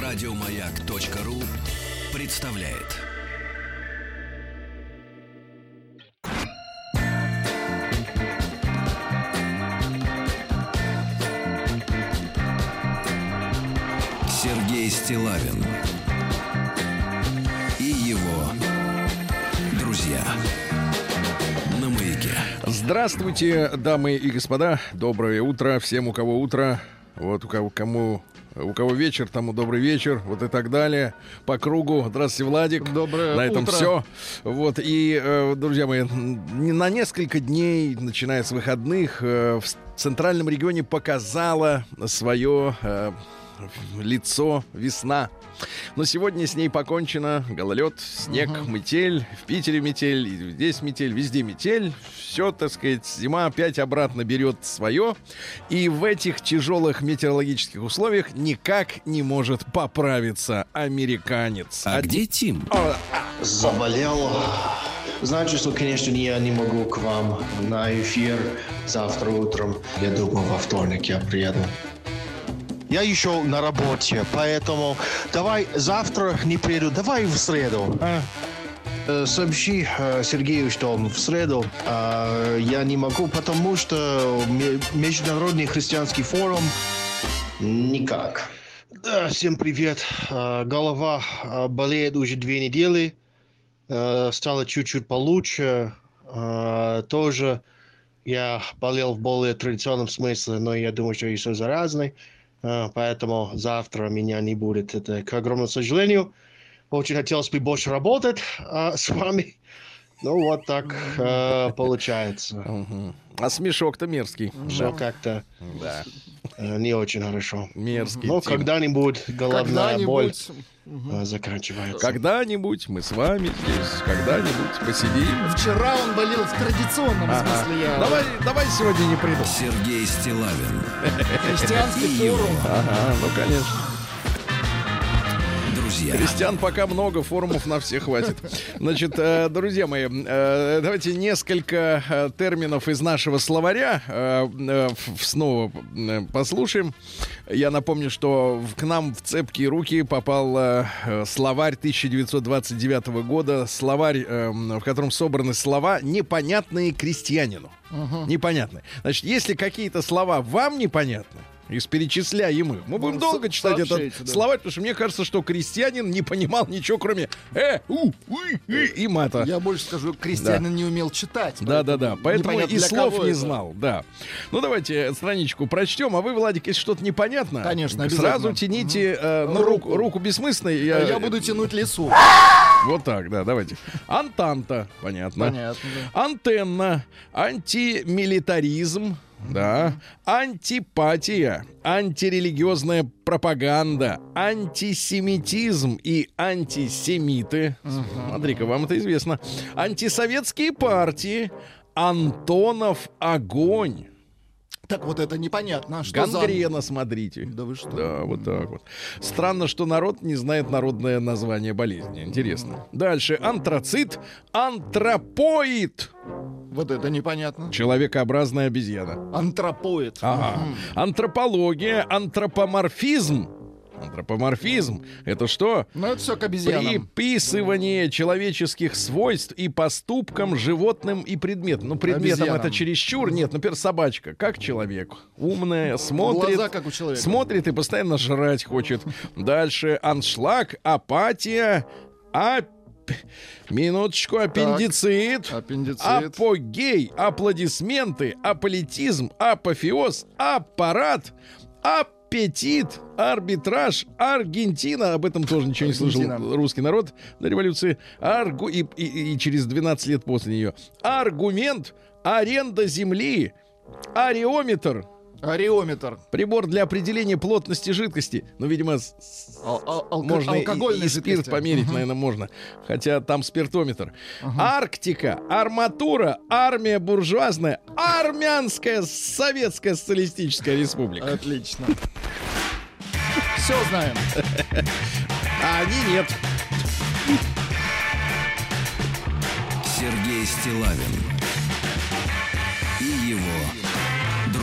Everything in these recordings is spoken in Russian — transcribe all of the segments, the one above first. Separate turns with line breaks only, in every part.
Радиомаяк.ру представляет. Сергей Стиллавин и его друзья на Маяке.
Здравствуйте, дамы и господа. Доброе утро всем, у кого утро. Вот у кого вечер, тому добрый вечер, вот и так далее. По кругу. Здравствуйте, Владик.
Доброе
На этом
утро.
все. Вот, и, друзья мои, на несколько дней, начиная с выходных, в центральном регионе показала свое лицо весна. Но сегодня с ней покончено. Гололед, снег, метель. В Питере метель, и здесь метель, везде метель. Все, так сказать, зима опять обратно берет свое. И в этих тяжелых метеорологических условиях никак не может поправиться американец.
А где Тим?
Заболел. Значит, что, конечно, я не могу к вам на эфир завтра утром. Я думаю, во вторник я приеду. Я еще на работе, поэтому давай завтра не приеду, давай в среду. Сообщи Сергею, что в среду я не могу, потому что Международный христианский форум никак. Да, всем привет. Голова болеет уже 2 недели. Стало чуть-чуть получше. Тоже я болел в более традиционном смысле, но я думаю, что еще заразный. Поэтому завтра меня не будет. Это, к огромному сожалению. Очень хотелось бы больше работать с вами. Ну, вот так получается.
А смешок-то мерзкий.
Что как-то не очень хорошо.
Мерзкий.
Но
Тим.
когда-нибудь головная боль заканчивается.
Когда-нибудь мы с вами здесь, когда-нибудь посидим.
Вчера он болел в традиционном смысле.
Давай сегодня не приду.
Сергей Стиллавин
Христианский
и его
форум.
Ага, ну конечно.
друзья.
Христиан пока много, форумов на всех хватит. Значит, друзья мои, давайте несколько терминов из нашего словаря снова послушаем. Я напомню, что к нам в цепкие руки попал словарь 1929 года, словарь, в котором собраны слова, непонятные крестьянину. Непонятные. Значит, если какие-то слова вам непонятны, из перечисляемых, мы будем долго читать этот словарь, потому что мне кажется, что крестьянин не понимал ничего, кроме и мата.
Я больше скажу, крестьянин не умел читать.
Да. Поэтому
непонятно,
и
для
слов
кого
не
это.
знал. Да. Ну, давайте страничку прочтем. А вы, Владик, если что-то непонятно,
Конечно, обязательно.
сразу тяните руку бессмысленно.
Я буду тянуть лесу.
Вот так, да, давайте. Антанта, понятно.
Понятно, да.
Антенна, антимилитаризм, да, антипатия, антирелигиозная пропаганда, антисемитизм и антисемиты. Смотри-ка, вам это известно. Антисоветские партии, Антонов огонь.
Так вот это непонятно. Что
Гангрена, смотрите.
Да вы что?
Да, вот так вот. Странно, что народ не знает народное название болезни. Интересно. Дальше. Антрацит, антропоид.
Вот это непонятно.
Человекообразная обезьяна.
Антропоид.
Ага. Антропология, антропоморфизм. Антропоморфизм — это что?
Ну, это все к обезьянам.
Приписывание человеческих свойств и поступкам животным и предметам. Ну, предметам
Обезьянам.
это чересчур. Нет, например, собачка, как человек. Умная, смотрит.
Глаза, как у человека.
Смотрит и постоянно жрать хочет. Дальше аншлаг, апатия, минуточку, аппендицит.
Аппендицит.
Апогей, аплодисменты, аполитизм, апофеоз, аппарат, аппетит, арбитраж, Аргентина. Об этом тоже ничего не слышал
Аргентина.
русский народ до революции. И через 12 лет после нее. Аргумент, аренда земли, ареометр.
Ареометр.
Прибор для определения плотности жидкости. Ну, видимо, можно
алкогольной
и спирт
жидкости.
померить, наверное, можно. Хотя там спиртометр. Арктика, арматура, армия буржуазная, армянская советская социалистическая республика.
Отлично. Все знаем.
А они нет.
Сергей Стиллавин и его друзья.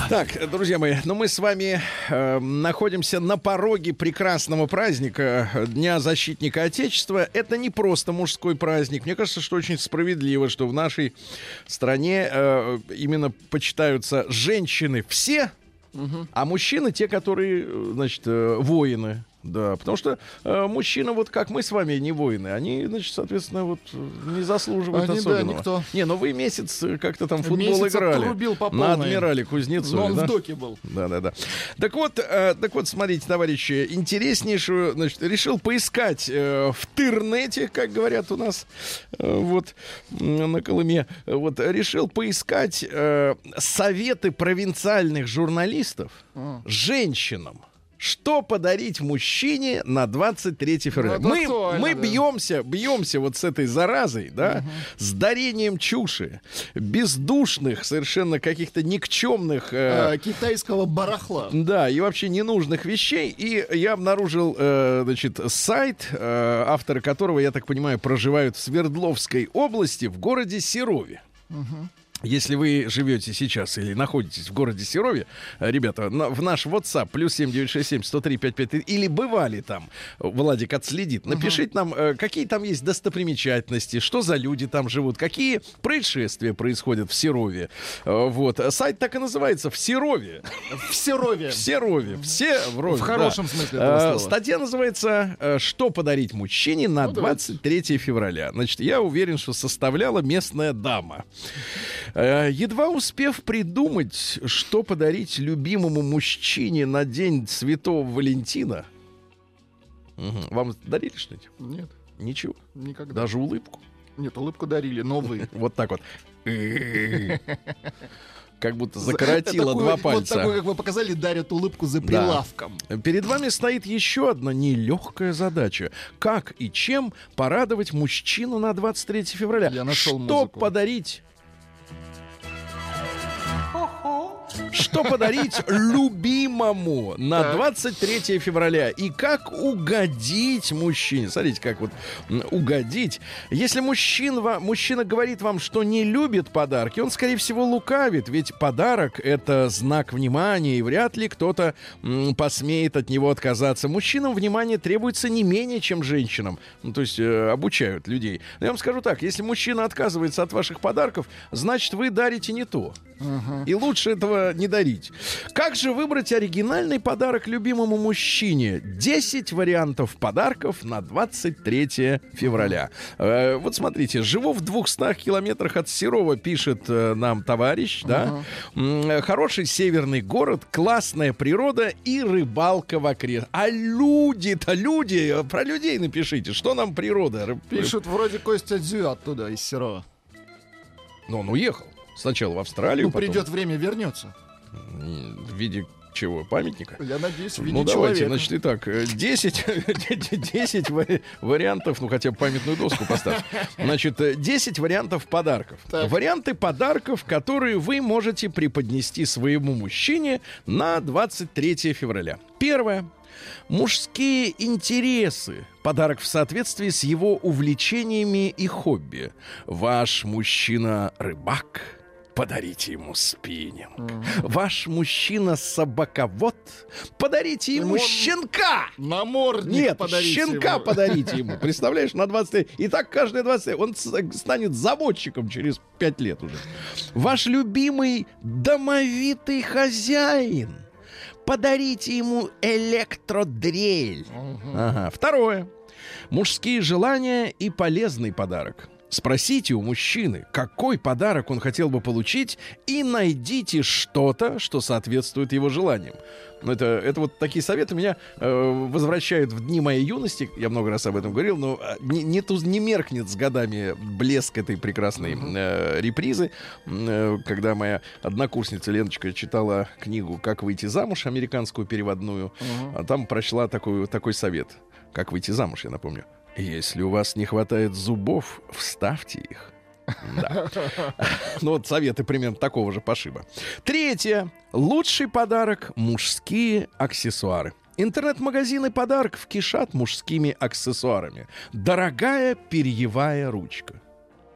Так, друзья мои, ну мы с вами находимся на пороге прекрасного праздника Дня Защитника Отечества. Это не просто мужской праздник. Мне кажется, что очень справедливо, что в нашей стране именно почитаются женщины все, а мужчины те, которые, значит, воины. Да, потому что мужчина, вот как мы с вами, не воины, они, значит, соответственно, вот не заслуживают
Они,
особенного.
да, никто.
Не, ну вы месяц как-то там в футбол
Месяц
играли.
отрубил по
На
полной.
Адмирале Кузнецове.
Но он
да?
в доке был.
Да. Так вот, смотрите, товарищи, интереснейшую, значит, решил поискать в интернете, как говорят у нас, вот, на Колыме, вот, решил поискать советы провинциальных журналистов женщинам. Что подарить мужчине на 23 февраля? Мы бьемся вот с этой заразой, да, с дарением чуши, бездушных, совершенно каких-то никчемных...
Китайского барахла.
Да, и вообще ненужных вещей. И я обнаружил, значит, сайт, авторы которого, я так понимаю, проживают в Свердловской области, в городе Серове. Если вы живете сейчас или находитесь в городе Серове, ребята, в наш WhatsApp +7 967 103 553 или бывали там, Владик отследит, напишите нам, какие там есть достопримечательности, что за люди там живут, какие происшествия происходят в Серове. Вот. Сайт так и называется — в Серове.
В Серове.
В Серове. Все в рове.
В хорошем смысле этого слова.
Статья называется «Что подарить мужчине на 23 февраля». Значит, я уверен, что составляла местная дама. Едва успев придумать, что подарить любимому мужчине на День Святого Валентина. Вам дарили что-нибудь?
Нет.
Ничего.
Никогда.
Даже улыбку?
Нет, улыбку дарили, но вы.
Вот так вот. Как будто закоротило два пальца.
Вот такой, как вы показали, дарят улыбку за прилавком.
Перед вами стоит еще одна нелегкая задача. Как и чем порадовать мужчину на 23 февраля?
Я нашел
что
музыку.
подарить? Что подарить любимому на 23 февраля? И как угодить мужчине? Смотрите, как вот угодить. Если мужчина говорит вам, что не любит подарки, он, скорее всего, лукавит. Ведь подарок — это знак внимания, и вряд ли кто-то посмеет от него отказаться. Мужчинам внимание требуется не менее, чем женщинам. Ну, то есть обучают людей. Но я вам скажу так: если мужчина отказывается от ваших подарков, значит, вы дарите не то. И лучше этого не дарить. Как же выбрать оригинальный подарок любимому мужчине? 10 вариантов подарков на 23 февраля. Вот смотрите, живу в 200 километрах от Серова, пишет нам товарищ, да? Хороший северный город, классная природа и рыбалка в окрест. А люди-то, люди, про людей напишите, что нам природа?
Пишут, вроде Костя Дзю оттуда, из Серова.
Но он уехал. Сначала в Австралию,
Ну,
потом...
придет время, вернется.
В виде чего? Памятника?
Я надеюсь, в виде
Ну, давайте,
человека.
значит, итак, 10 вариантов, ну, хотя бы памятную доску поставьте. Значит, 10 вариантов подарков.
Так.
Варианты подарков, которые вы можете преподнести своему мужчине на 23 февраля. Первое. Мужские интересы. Подарок в соответствии с его увлечениями и хобби. Ваш мужчина рыбак. Подарите ему спиннинг. Ваш мужчина собаковод. Подарите ему щенка.
Намордник
Нет,
подарите
щенка
ему.
подарите ему. Представляешь, на 23. И так каждые 23. Он станет заводчиком через 5 лет уже. Ваш любимый домовитый хозяин. Подарите ему электродрель. Ага. Второе. Мужские желания и полезный подарок. Спросите у мужчины, какой подарок он хотел бы получить, и найдите что-то, что соответствует его желаниям. Это вот такие советы меня возвращают в дни моей юности. Я много раз об этом говорил, но не меркнет с годами блеск этой прекрасной репризы. Когда моя однокурсница Леночка читала книгу «Как выйти замуж», американскую переводную, а там прочла такой совет. Как выйти замуж, я напомню. Если у вас не хватает зубов, вставьте их. Да. Ну вот советы примерно такого же пошиба. Третье. Лучший подарок — мужские аксессуары. Интернет-магазины подарков кишат мужскими аксессуарами. Дорогая перьевая ручка.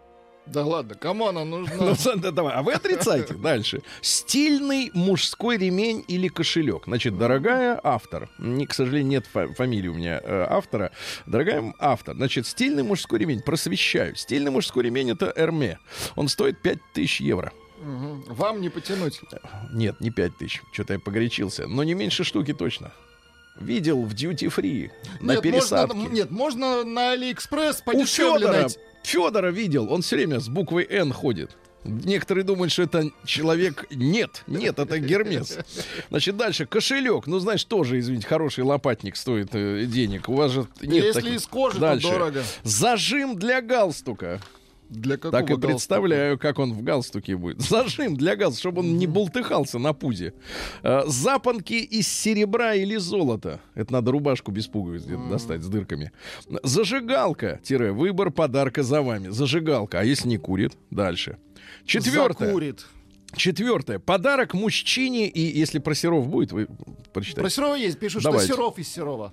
Да ладно, кому она нужна?
Ну, давай, а вы отрицайте. Дальше. Стильный мужской ремень или кошелек. Значит, дорогая автор. К сожалению, нет фамилии у меня автора. Дорогая автор. Значит, стильный мужской ремень. Просвещаю. Стильный мужской ремень — это Hermès. Он стоит 5000 евро.
Угу. Вам не потянуть.
Нет, не 5000. Что-то я погорячился. Но не меньше штуки точно. Видел в дьюти-фри на пересадке.
Можно на Алиэкспресс
У
подешевле найти.
Федора видел. Он все время с буквой «Н» ходит. Некоторые думают, что это человек. Нет, это Гермес. Значит, дальше. Кошелек. Ну, знаешь, тоже, извините, хороший лопатник стоит денег. У вас же нет
Если
таких.
из кожи,
дальше.
то дорого.
Зажим для галстука.
Для какого
Так и
галстука?
представляю, как он в галстуке будет. Зажим для галстука, чтобы он не бултыхался на пузе. Запонки из серебра или золота. Это надо рубашку без пуговиц достать с дырками. Зажигалка. Выбор подарка за вами. Зажигалка. А если не курит? Дальше.
Закурит.
Четвертое. Подарок мужчине. И если про Серов будет, вы прочитайте.
Про Серова есть. Пишут,
Давайте.
что Серов из Серова.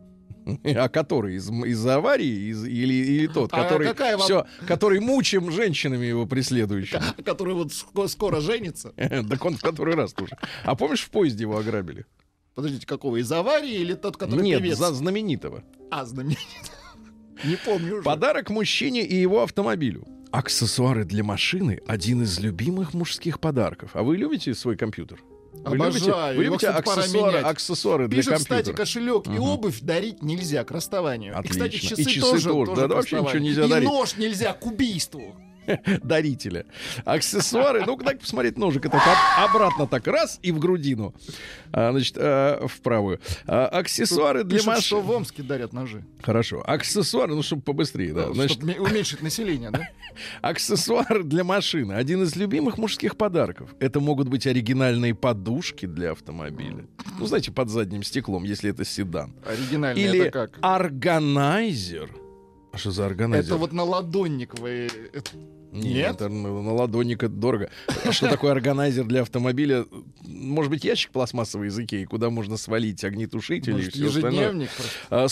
А который? Из аварии? Или тот, который который мучим женщинами его преследующим?
Который вот скоро женится.
Так он в который раз тоже. А помнишь, в поезде его ограбили?
Подождите, какого? Из аварии или тот, который
Нет,
певец?
за знаменитого.
Знаменитый. Не помню уже.
Подарок мужчине и его автомобилю. Аксессуары для машины — один из любимых мужских подарков. А вы любите свой компьютер?
Обожаю.
Вы любите
Его, кстати, пора менять.
аксессуары для
Пишут,
компьютера?
кстати, кошелек и обувь дарить нельзя к расставанию.
Отлично.
И, кстати,
И
часы
часы тоже. Да,
к
вообще ничего
расставанию.
нельзя
и
дарить.
нож нельзя к убийству.
Дарителя. Аксессуары. Ну-ка, дай посмотреть ножик. Это обратно так раз и в грудину. Значит, в правую. Аксессуары для
Пишут, что
машин.
в Омске дарят ножи.
Хорошо. Аксессуары, ну, чтобы побыстрее, да. Значит,
Чтобы уменьшить население, да?
аксессуары для машины. Один из любимых мужских подарков. Это могут быть оригинальные подушки для автомобиля. Ну, знаете, под задним стеклом, если это седан.
Оригинальный
Или
это как?
органайзер. А что за органайзер?
Это вот наладонник вы...
Нет, это на ладонник это дорого. А что такое органайзер для автомобиля? Может быть, ящик пластмассовый из Икеи, куда можно свалить огнетушитель
Может,
и все остальное?
ежедневник просто.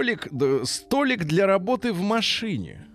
Столик для работы в машине.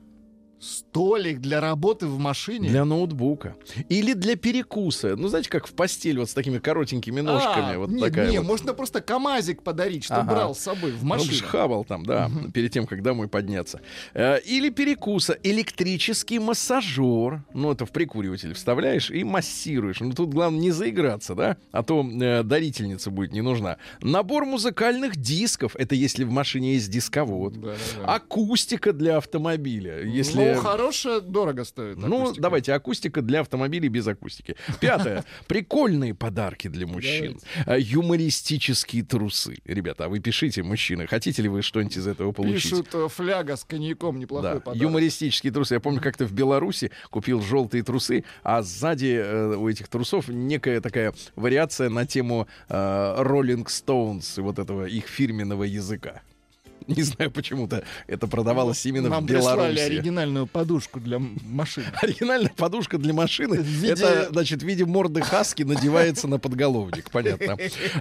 Столик для работы в машине?
Для ноутбука. Или для перекуса. Ну, знаете, как в постель вот с такими коротенькими ножками. Вот такая вот.
Можно просто КамАЗик подарить, чтобы брал с собой в
Ну,
машину.
хавал там, да, перед тем, как домой подняться. Или перекуса. Электрический массажер. Ну, это в прикуриватель вставляешь и массируешь. Ну, тут главное не заиграться, да? А то дарительница будет не нужна. Набор музыкальных дисков. Это если в машине есть дисковод.
Да-да-да.
Акустика для автомобиля. Если...
Ну, хорошая, дорого стоит.
Ну,
акустика.
давайте, акустика для автомобилей без акустики. Пятое. Прикольные подарки для мужчин. Юмористические трусы. Ребята, а вы пишите, мужчины, хотите ли вы что-нибудь из этого получить?
Пишут, фляга с коньяком, неплохой
Да.
подарок.
Юмористические трусы. Я помню, как-то в Беларуси купил желтые трусы, а сзади у этих трусов некая такая вариация на тему Rolling Stones и вот этого их фирменного языка. Не знаю, почему-то это продавалось именно
Нам
в Беларуси.
прислали оригинальную подушку для машины.
Оригинальная подушка для машины.
В виде-
Это, значит, в виде морды хаски надевается на подголовник. Понятно.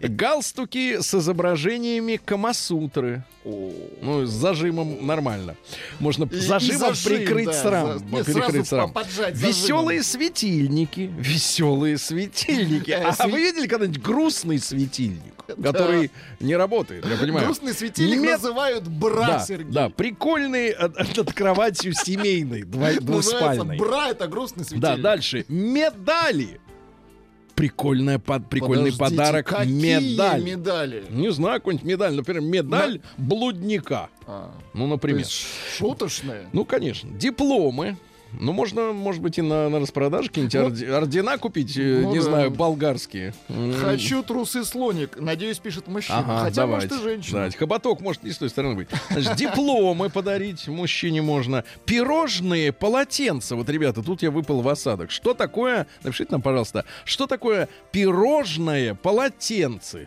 Галстуки с изображениями Камасутры. Ну, с зажимом нормально. Можно
И
зажимом
зажим,
прикрыть
да,
срам.
нет,
Прикрыть
сразу
срам.
поджать зажимом.
Веселые светильники. Веселые светильники. А вы видели когда-нибудь грустный светильник, который не работает? Я понимаю.
Грустный светильник называют бра,
Да,
Сергей.
да, прикольный над кроватью семейной,
Называется
двухспальной.
бра, это грустный светильник.
Да, дальше. Медали. Прикольный
Подождите,
подарок.
какие
Медаль.
медали?
Не знаю, какую-нибудь медаль. Например, медаль блудника. Ну,
То
например.
есть шуточные?
Ну, конечно. Дипломы. Ну, можно, может быть, и на распродаже какие-нибудь ордена купить,
ну
не
да.
знаю, болгарские.
Хочу трусы-слоник. Надеюсь, пишет мужчина.
Ага,
Хотя,
давайте,
может, и женщина.
давайте. Хоботок может не с той стороны быть. Значит, дипломы подарить мужчине можно. Пирожные, полотенца. Вот, ребята, тут я выпал в осадок. Что такое, напишите нам, пожалуйста, что такое пирожное полотенце?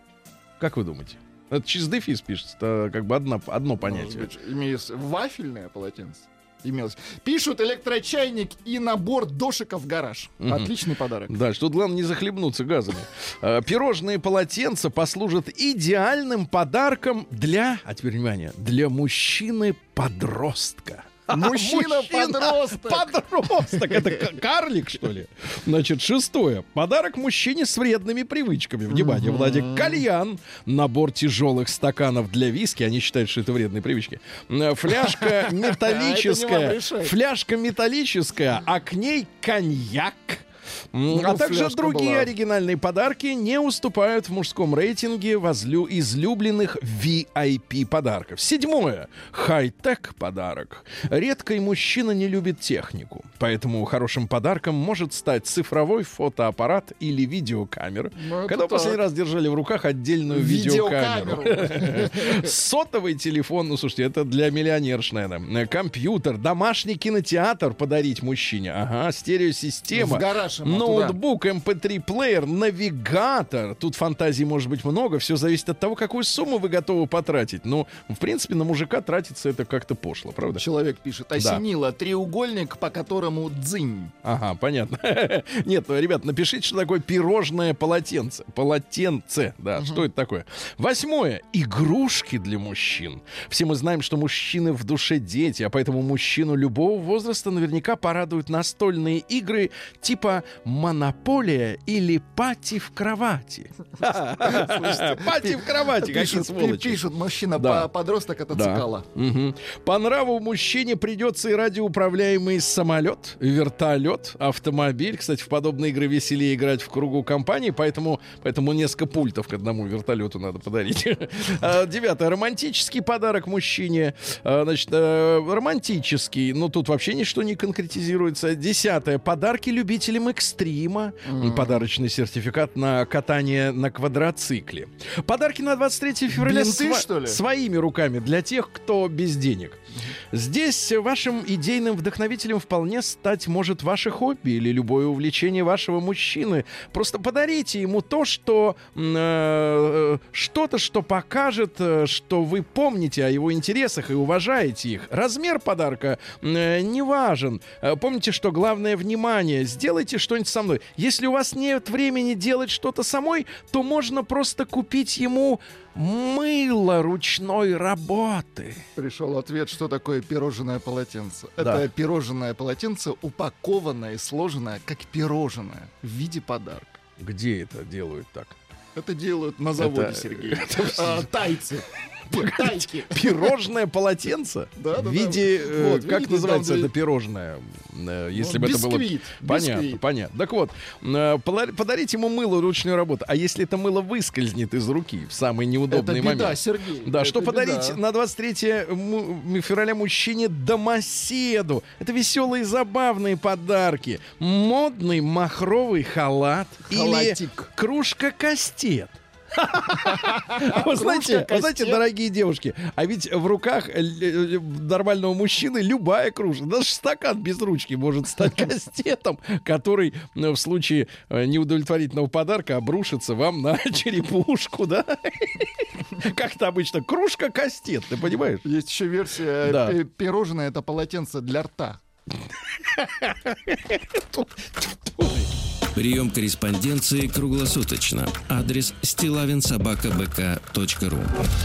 Как вы думаете? Это через дефис пишется, это как бы одно понятие.
Может быть, имеется вафельное полотенце. Имелось. Пишут электрочайник и набор дошиков в гараж. Отличный подарок.
Да, что главное не захлебнуться газами. Пирожные полотенца послужат идеальным подарком для, а теперь внимание, для мужчины-подростка.
Мужчина-подросток.
Подросток. Это карлик, что ли? Значит, 6. Подарок мужчине с вредными привычками. Внимание, Владик. Кальян, набор тяжелых стаканов для виски. Они считают, что это вредные привычки. Фляжка металлическая, а к ней коньяк. А также другие оригинальные подарки не уступают в мужском рейтинге излюбленных VIP подарков. 7. Хай-тек подарок. Редкий мужчина не любит технику, поэтому хорошим подарком может стать цифровой фотоаппарат или видеокамера. Когда последний раз держали в руках отдельную видеокамеру? Сотовый телефон, ну слушайте, это для миллионерш, наверное. Компьютер, домашний кинотеатр подарить мужчине. Ага, стереосистема.
В гараж.
Ноутбук, MP3-плеер, навигатор. Тут фантазий может быть много. Все зависит от того, какую сумму вы готовы потратить. Но, в принципе, на мужика тратиться это как-то пошло, правда?
Человек пишет: осенило, треугольник, по которому дзынь.
Ага, понятно. Нет, ребят, напишите, что такое пирожное полотенце. Полотенце, да, что это такое? 8. Игрушки для мужчин. Все мы знаем, что мужчины в душе дети, а поэтому мужчину любого возраста наверняка порадуют настольные игры типа «Монополия» или «Пати в кровати». Пати в кровати, какие сволочи.
Пишут, мужчина-подросток это цикала.
По нраву мужчине придется и радиоуправляемый самолет, вертолет, автомобиль. Кстати, в подобные игры веселее играть в кругу компании, поэтому несколько пультов к одному вертолету надо подарить. 9. Романтический подарок мужчине. Значит, романтический, но тут вообще ничто не конкретизируется. 10. Подарки любителям экстрима. Подарочный сертификат на катание на квадроцикле. Подарки на 23 февраля своими руками для тех, кто без денег. Здесь вашим идейным вдохновителем вполне стать может ваше хобби или любое увлечение вашего мужчины. Просто подарите ему то, что что-то, что покажет, что вы помните о его интересах и уважаете их. Размер подарка не важен. Помните, что главное — внимание. Сделайте что-нибудь со мной. Если у вас нет времени делать что-то самой, то можно просто купить ему мыло ручной работы.
Пришел ответ, что такое пирожное полотенце. Это пирожное полотенце, упакованное и сложенное как пирожное в виде подарка.
Где это делают так?
Это делают на заводе, Сергей. Тайцы.
Тайки. Пирожное полотенце?
Да,
в виде... как называется это пирожное? Если бы это было... Понятно. Так вот, подарите ему мыло ручной работы. А если это мыло выскользнет из руки в самый неудобный момент?
Это беда, Сергей.
Да, что подарить на 23 февраля мужчине домоседу? Это веселые, забавные подарки. Модный махровый халат. Или кружка-кастет. Вы знаете, дорогие девушки, а ведь в руках нормального мужчины любая кружка, даже стакан без ручки может стать кастетом, который в случае неудовлетворительного подарка обрушится вам на черепушку, да? Как-то обычно. Кружка-кастет, ты понимаешь?
Есть еще версия пирожное — это полотенце для рта.
Прием корреспонденции круглосуточно. Адрес stilavinsobakabk.ru.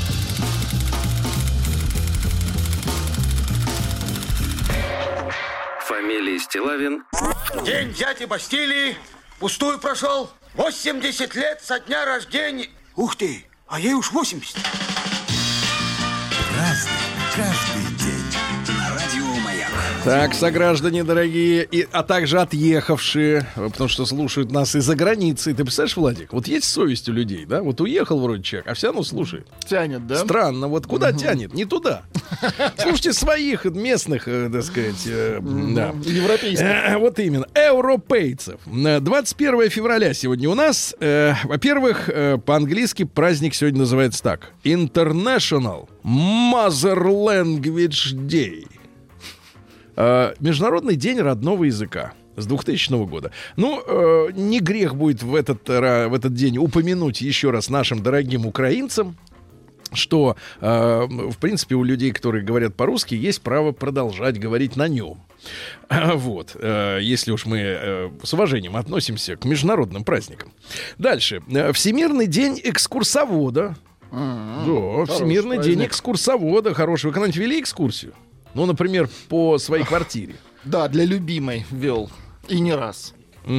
Фамилия Стилавин.
День дяди Бастилии пустую прошел. 80 лет со дня рождения. Ух ты, а ей уж 80.
Разный, каждый день. На радио Маяк.
Так, сограждане дорогие, а также отъехавшие, потому что слушают нас из-за границы. Ты представляешь, Владик, вот есть совесть у людей, да? Вот уехал вроде человек, а все равно слушает.
Тянет, да?
Странно, вот куда тянет? Не туда. Слушайте своих местных, так сказать,
европейских.
Вот именно, европейцев. 21 февраля сегодня у нас. Во-первых, по-английски праздник сегодня называется так: International Mother Language Day. Международный день родного языка с 2000 года. Ну, не грех будет в этот день упомянуть еще раз нашим дорогим украинцам, что, в принципе, у людей, которые говорят по-русски, есть право продолжать говорить на нем. Вот, если уж мы с уважением относимся к международным праздникам. Дальше. Всемирный день экскурсовода. Да, Всемирный день экскурсовода. Хороший. Вы когда-нибудь вели экскурсию? Ну, например, по своей квартире.
Да, для любимой вел. И не раз.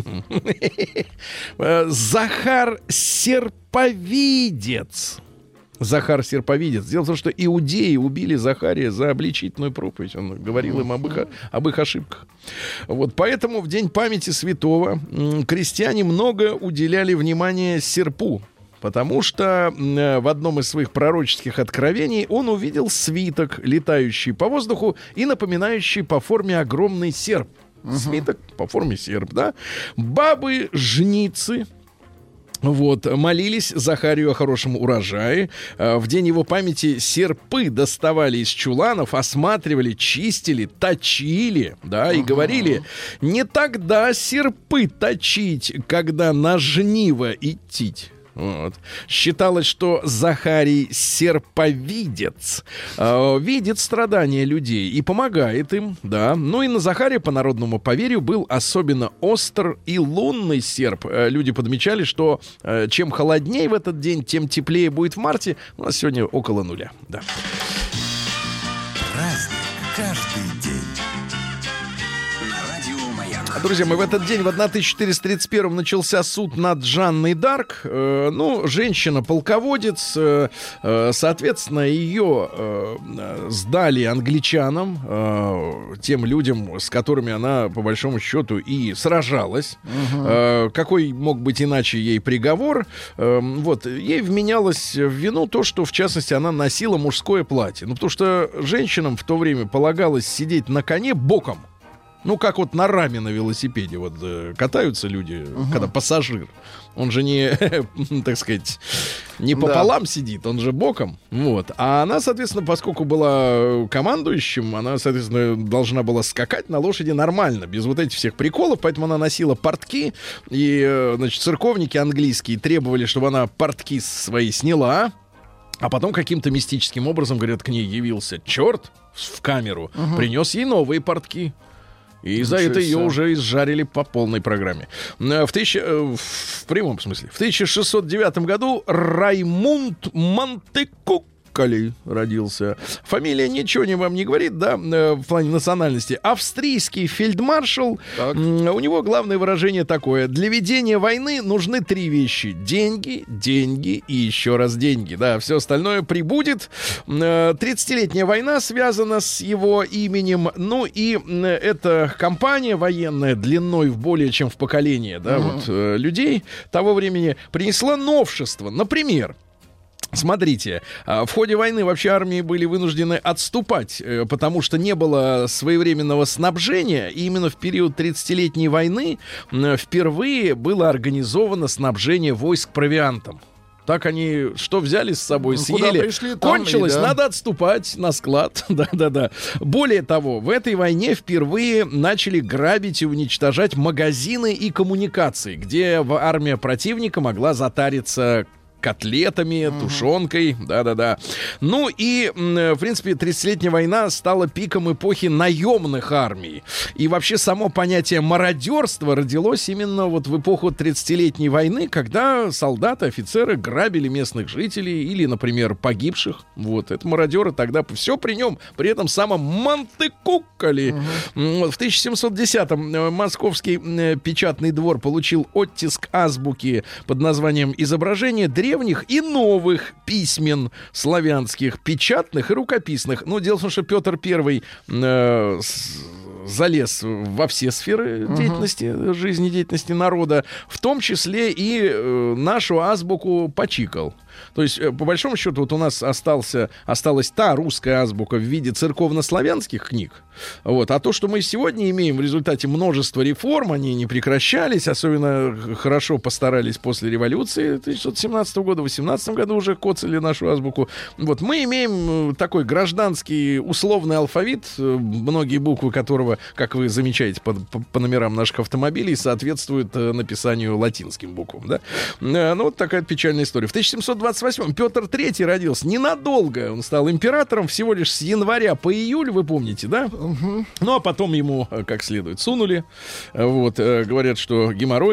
Захар Серповидец. Захар Серповидец. Дело в том, что иудеи убили Захария за обличительную проповедь. Он говорил им об их ошибках. Вот поэтому в день памяти святого крестьяне много уделяли внимания серпу. Потому что в одном из своих пророческих откровений он увидел свиток, летающий по воздуху и напоминающий по форме огромный серп. Свиток по форме серп, да? Бабы-жницы молились Захарию о хорошем урожае. В день его памяти серпы доставали из чуланов, осматривали, чистили, точили, да, и говорили: не тогда серпы точить, когда на жниво идти. Вот. Считалось, что Захарий серповидец видит страдания людей и помогает им, да. Ну и на Захария, по народному поверью, был особенно остр и лунный серп. Люди подмечали, что чем холоднее в этот день, тем теплее будет в марте. У нас сегодня около нуля, да.
Праздник каждый день.
Друзья мои, в этот день, в 1431 начался суд над Жанной д'Арк. Женщина-полководец, соответственно, ее сдали англичанам, тем людям, с которыми она, по большому счету, и сражалась. Какой мог быть иначе ей приговор? Ей вменялось в вину то, что, в частности, она носила мужское платье. Потому что женщинам в то время полагалось сидеть на коне боком. Ну, как вот на раме на велосипеде катаются люди, когда пассажир. Он же не, так сказать, не пополам сидит, он же боком. Вот. А она, соответственно, поскольку была командующим, она, соответственно, должна была скакать на лошади нормально, без вот этих всех приколов. Поэтому она носила портки. И, значит, церковники английские требовали, чтобы она портки свои сняла. А потом каким-то мистическим образом, говорят, к ней явился черт в камеру, принес ей новые портки. И за это ее уже изжарили по полной программе. В прямом смысле. В 1609 году Раймунд Монтекукколи родился. Фамилия ничего вам не говорит, да, в плане национальности. Австрийский фельдмаршал. У него главное выражение такое: для ведения войны нужны 3 вещи: деньги, деньги и еще раз деньги. Да, все остальное прибудет. 30-летняя война связана с его именем. Ну и эта кампания военная длиной в более чем в поколение, да, людей того времени принесла новшество. Например, смотрите, в ходе войны вообще армии были вынуждены отступать, потому что не было своевременного снабжения. И именно в период 30-летней войны впервые было организовано снабжение войск провиантом. Так они что взяли с собой, съели,
пришли,
кончилось, надо отступать на склад. Да-да-да. Более того, в этой войне впервые начали грабить и уничтожать магазины и коммуникации, где армия противника могла затариться котлетами, тушенкой, да-да-да. Ну и, в принципе, 30-летняя война стала пиком эпохи наемных армий. И вообще само понятие мародерства родилось именно вот в эпоху 30-летней войны, когда солдаты, офицеры грабили местных жителей или, например, погибших. Вот, это мародеры тогда все при нем, при этом самом Монтекукколи. В 1710-м Московский печатный двор получил оттиск азбуки под названием «Изображение древних и новых письмен славянских, печатных и рукописных». Ну, дело в том, что Петр I залез во все сферы деятельности, жизнедеятельности народа, в том числе и нашу азбуку почикал. То есть, по большому счету, вот у нас осталась та русская азбука в виде церковно-славянских книг. Вот. А то, что мы сегодня имеем в результате множества реформ, они не прекращались, особенно хорошо постарались после революции 1917 года, в 18 году уже коцали нашу азбуку. Вот. Мы имеем такой гражданский условный алфавит, многие буквы которого, как вы замечаете по номерам наших автомобилей, соответствуют написанию латинским буквам. Да? Ну, вот такая печальная история. В 1728-м Петр III родился. Ненадолго он стал императором, всего лишь с января по июль, вы помните, да? Ну, а потом ему как следует сунули. Вот, говорят, что геморрой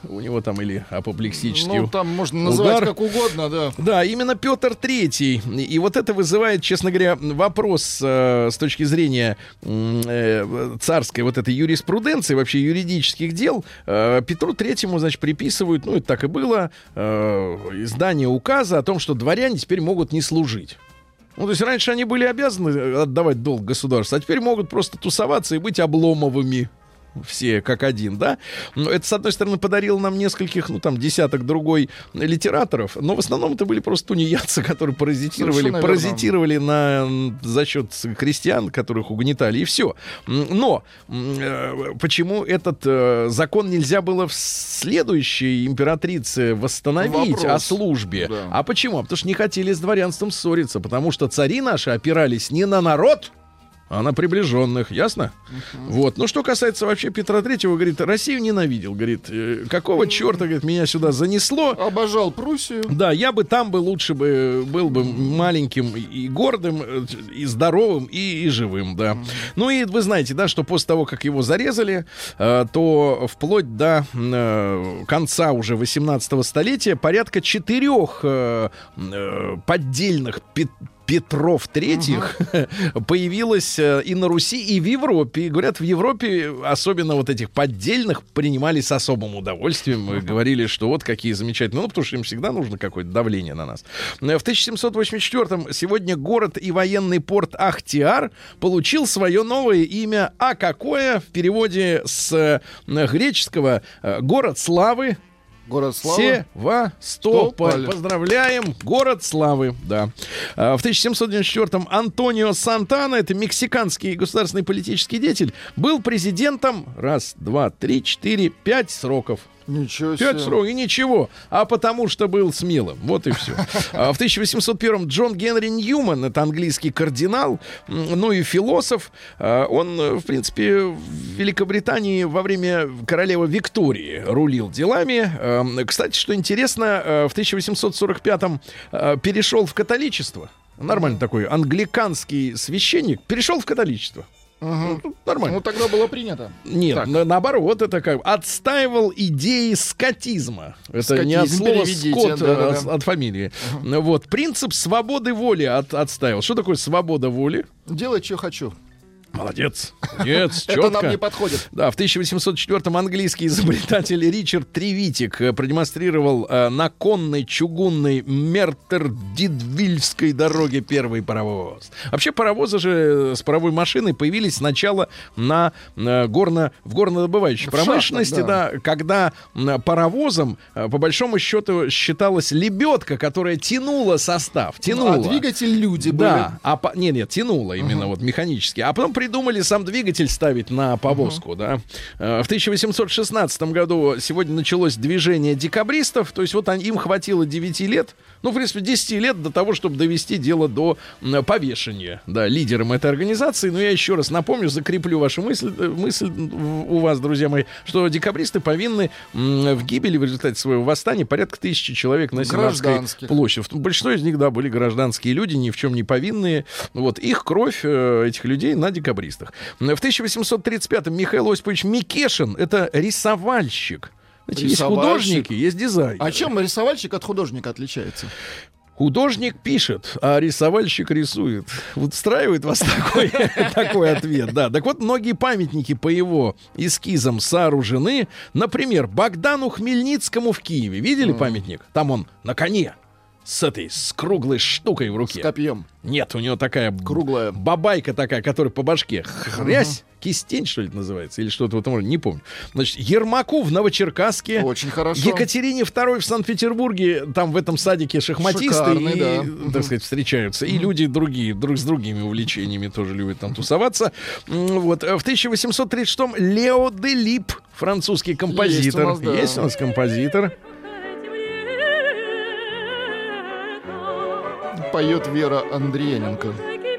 у него там или апоплексический
Ну, там можно называть
удар.
как угодно, да.
Да, именно Петр III. И вот это вызывает, честно говоря, вопрос с точки зрения царской вот этой юриспруденции, вообще юридических дел. Петру III, значит, приписывают, ну, это так и было, издание указа о том, что дворяне теперь могут не служить. Ну, то есть раньше они были обязаны отдавать долг государству, а теперь могут просто тусоваться и быть Обломовыми. Все как один, да? Но это, с одной стороны, подарило нам нескольких, ну, там, десяток другой литераторов, но в основном это были просто тунеядцы, которые паразитировали за счет крестьян, которых угнетали, и все. Но почему этот закон нельзя было в следующей императрице восстановить о службе?
Да.
А почему? Потому что не хотели с дворянством ссориться, потому что цари наши опирались не на народ, а на приближенных, ясно? Вот. Ну, что касается вообще Петра Третьего, говорит, Россию ненавидел. Говорит, какого черта, говорит, меня сюда занесло?
Обожал Пруссию.
Да, я бы там бы лучше был бы маленьким и гордым, и здоровым, и живым, да. Ну, и вы знаете, да, что после того, как его зарезали, то вплоть до конца уже 18-го столетия порядка 4 поддельных Петров Третьих появилось и на Руси, и в Европе. И говорят, в Европе особенно вот этих поддельных принимали с особым удовольствием. И говорили, что вот какие замечательные. Ну, потому что им всегда нужно какое-то давление на нас. В 1784-м сегодня город и военный порт Ахтиар получил свое новое имя. А какое? В переводе с греческого «город славы».
Город славы.
Севастополь. Поздравляем. Город славы. Да. В 1794-м Антонио Сантана, это мексиканский государственный политический деятель, был президентом 5 сроков.
Ничего себе.
5 сроков, и ничего. А потому что был смелым. Вот и все. В 1801-м Джон Генри Ньюман, это английский кардинал, ну и философ. Он, в принципе, в Великобритании во время королевы Виктории рулил делами. Кстати, что интересно, в 1845-м перешел в католичество. Нормально такой англиканский священник перешел в католичество. Нормально.
Ну, тогда было принято.
Нет, наоборот, это как отстаивал идеи скотизма. Это не от слова скот, от фамилии. Вот. Принцип свободы воли отстаивал. Что такое свобода воли?
Делать, что хочу.
Молодец. Нет,
это нам не подходит.
Да, в 1804-м английский изобретатель Ричард Тревитик продемонстрировал на конной чугунной Мертердидвильской дороге первый паровоз. Вообще паровозы же с паровой машиной появились сначала в горнодобывающей промышленности, да, когда паровозом по большому счету считалась лебедка, которая тянула состав. Тянула.
А двигатель люди были.
Да, нет, тянула именно вот механически. А потом придумали сам двигатель ставить на повозку, да. В 1816 году сегодня началось движение декабристов, то есть вот им хватило 9 лет, ну, в принципе, 10 лет до того, чтобы довести дело до повешения, да, лидером этой организации. Но я еще раз напомню, закреплю вашу мысль у вас, друзья мои, что декабристы повинны в гибели в результате своего восстания порядка 1000 человек на Сенатской площади. Большинство из них, да, были гражданские люди, ни в чем не повинные. Вот, их кровь, этих людей, на декабристах. В 1835-м Михаил Осипович Микешин, это рисовальщик. Знаете, есть художники, есть дизайнеры.
А чем рисовальщик от художника отличается?
Художник пишет, а рисовальщик рисует. Вот устраивает вас такой ответ. Да. Так вот, многие памятники по его эскизам сооружены. Например, Богдану Хмельницкому в Киеве. Видели памятник? Там он на коне. С круглой штукой в руке.
С копьем.
Нет, у него такая
круглая
бабайка такая, которая по башке. Хрясь. Кистень, что ли, называется? Или что-то в этом роде, не помню. Значит, Ермаку в Новочеркасске.
Очень хорошо.
Екатерине II в Санкт-Петербурге. Там в этом садике шахматисты.
Шикарный, да.
Так сказать, встречаются. И люди другие, с другими увлечениями тоже любят там тусоваться. Вот. В 1836-м Лео де Лип, французский композитор. Есть у нас композитор.
Поет Вера Андрияненко.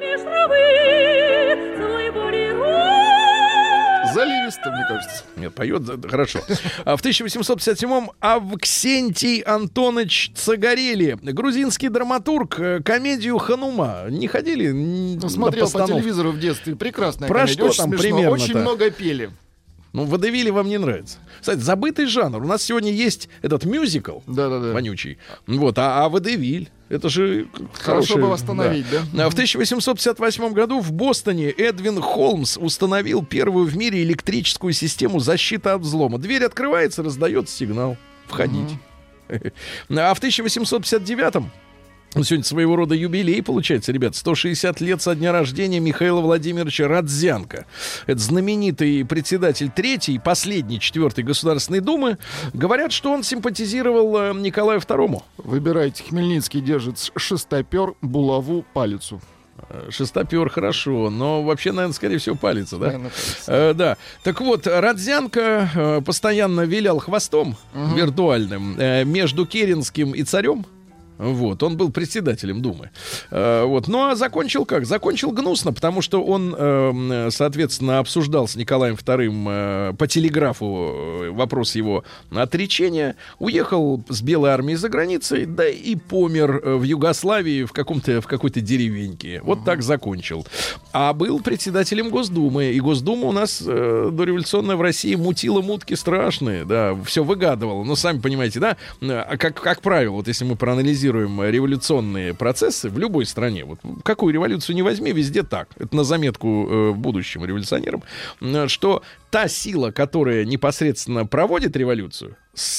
Заливисто, мне кажется.
Нет, поет хорошо. В 1857-м Авксентий Антонович Цагарели, грузинский драматург, комедию «Ханума». Не ходили?
Смотрел по телевизору в детстве. Прекрасная
комедия. Про что
очень
там
смешно.
примерно?
Очень много пели.
Ну, водевили вам не нравится. Кстати, забытый жанр. У нас сегодня есть этот мюзикл вонючий. Вот, а водевиль. Это же
хорошо бы восстановить, да?
В 1858 году в Бостоне Эдвин Холмс установил первую в мире электрическую систему защиты от взлома. Дверь открывается, раздается сигнал. Входите. А в 1859-м, сегодня своего рода юбилей, получается, ребят, 160 лет со дня рождения Михаила Владимировича Родзянко. Это знаменитый председатель третьей, последней, 4-й Государственной Думы. Говорят, что он симпатизировал Николаю II.
Выбирайте. Хмельницкий держит шестопер, булаву, палицу.
Шестопер хорошо, но вообще, наверное, скорее всего, палится, да? Да. Так вот, Родзянко постоянно вилял хвостом виртуальным между Керенским и царем. Вот, он был председателем Думы. Вот. Ну, а закончил как? Закончил гнусно, потому что он, соответственно, обсуждал с Николаем II по телеграфу вопрос его отречения, уехал с Белой армией за границей, да и помер в Югославии в какой-то деревеньке. Вот так закончил. А был председателем Госдумы, и Госдума у нас дореволюционная в России мутила мутки страшные, да, все выгадывала. Ну, сами понимаете, да, как правило, вот если мы проанализируем революционные процессы в любой стране. Вот какую революцию не возьми, везде так. Это на заметку будущим революционерам, что та сила, которая непосредственно проводит революцию,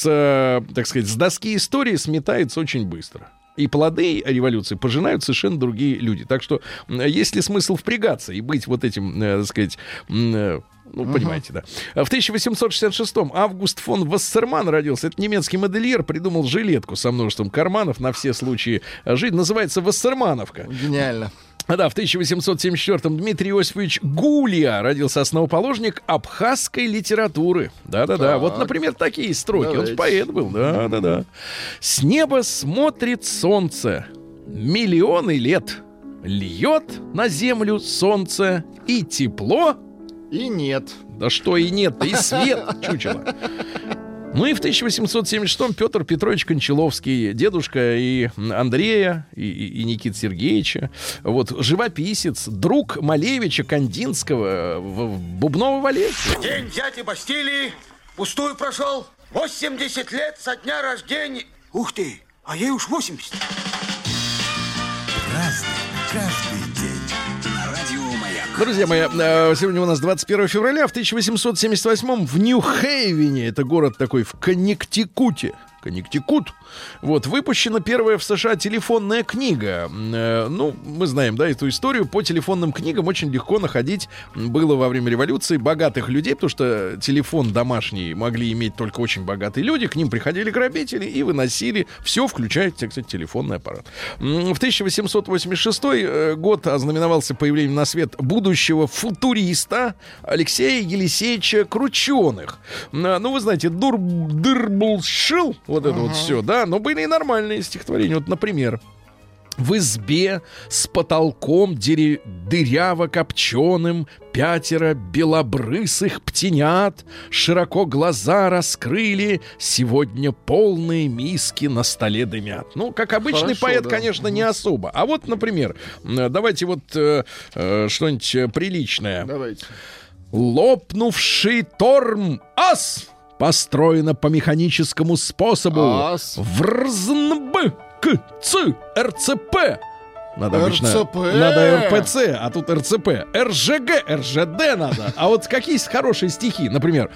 так сказать, с доски истории сметается очень быстро. И плоды революции пожинают совершенно другие люди. Так что есть ли смысл впрягаться и быть вот этим, так сказать... Ну, понимаете, да. В 1866-м Август фон Вассерман родился. Это немецкий модельер, придумал жилетку со множеством карманов на все случаи жизни. Называется Вассермановка.
Гениально.
Да, в 1874-м Дмитрий Иосифович Гулия родился, основоположник абхазской литературы. Да-да-да. Вот, например, такие строки. Давайте. Он же поэт был. Да-да-да. «С неба смотрит солнце миллионы лет. Льет на землю солнце и тепло».
И нет.
Да что и нет, и свет, чучело. Ну и в 1876-м Петр Петрович Кончаловский, дедушка и Андрея, и Никиты Сергеевича, вот, живописец, друг Малевича Кандинского в Бубново Вале.
День взятия Бастилии пустую прошел. 80 лет со дня рождения. Ух ты, а ей уж 80.
Разный, каждый день.
Друзья мои, сегодня у нас 21 февраля. В 1878-м в Нью-Хейвене, это город такой в Коннектикуте, Коннектикут, вот, выпущена первая в США телефонная книга. Ну, мы знаем, да, эту историю. По телефонным книгам очень легко находить было во время революции богатых людей, потому что телефон домашний могли иметь только очень богатые люди. К ним приходили грабители и выносили все, включая, кстати, телефонный аппарат. В 1886 год ознаменовался появлением на свет будущего футуриста Алексея Елисеевича Крученых. Ну, вы знаете, Дырбулшил, вот это вот все, да, но были и нормальные стихотворения. Вот, например: «В избе с потолком дыряво-копченым 5 белобрысых птенят широко глаза раскрыли, сегодня полные миски на столе дымят». Ну, как обычный поэт, да, конечно, не особо. А вот, например, давайте вот что-нибудь приличное.
Давайте.
«Лопнувший торм ас построено по механическому способу. ВРЗНБ к ц РЦП». Надо обычно, надо РПЦ, а тут РЦП. РЖГ, РЖД надо. А вот какие есть хорошие стихи? Например,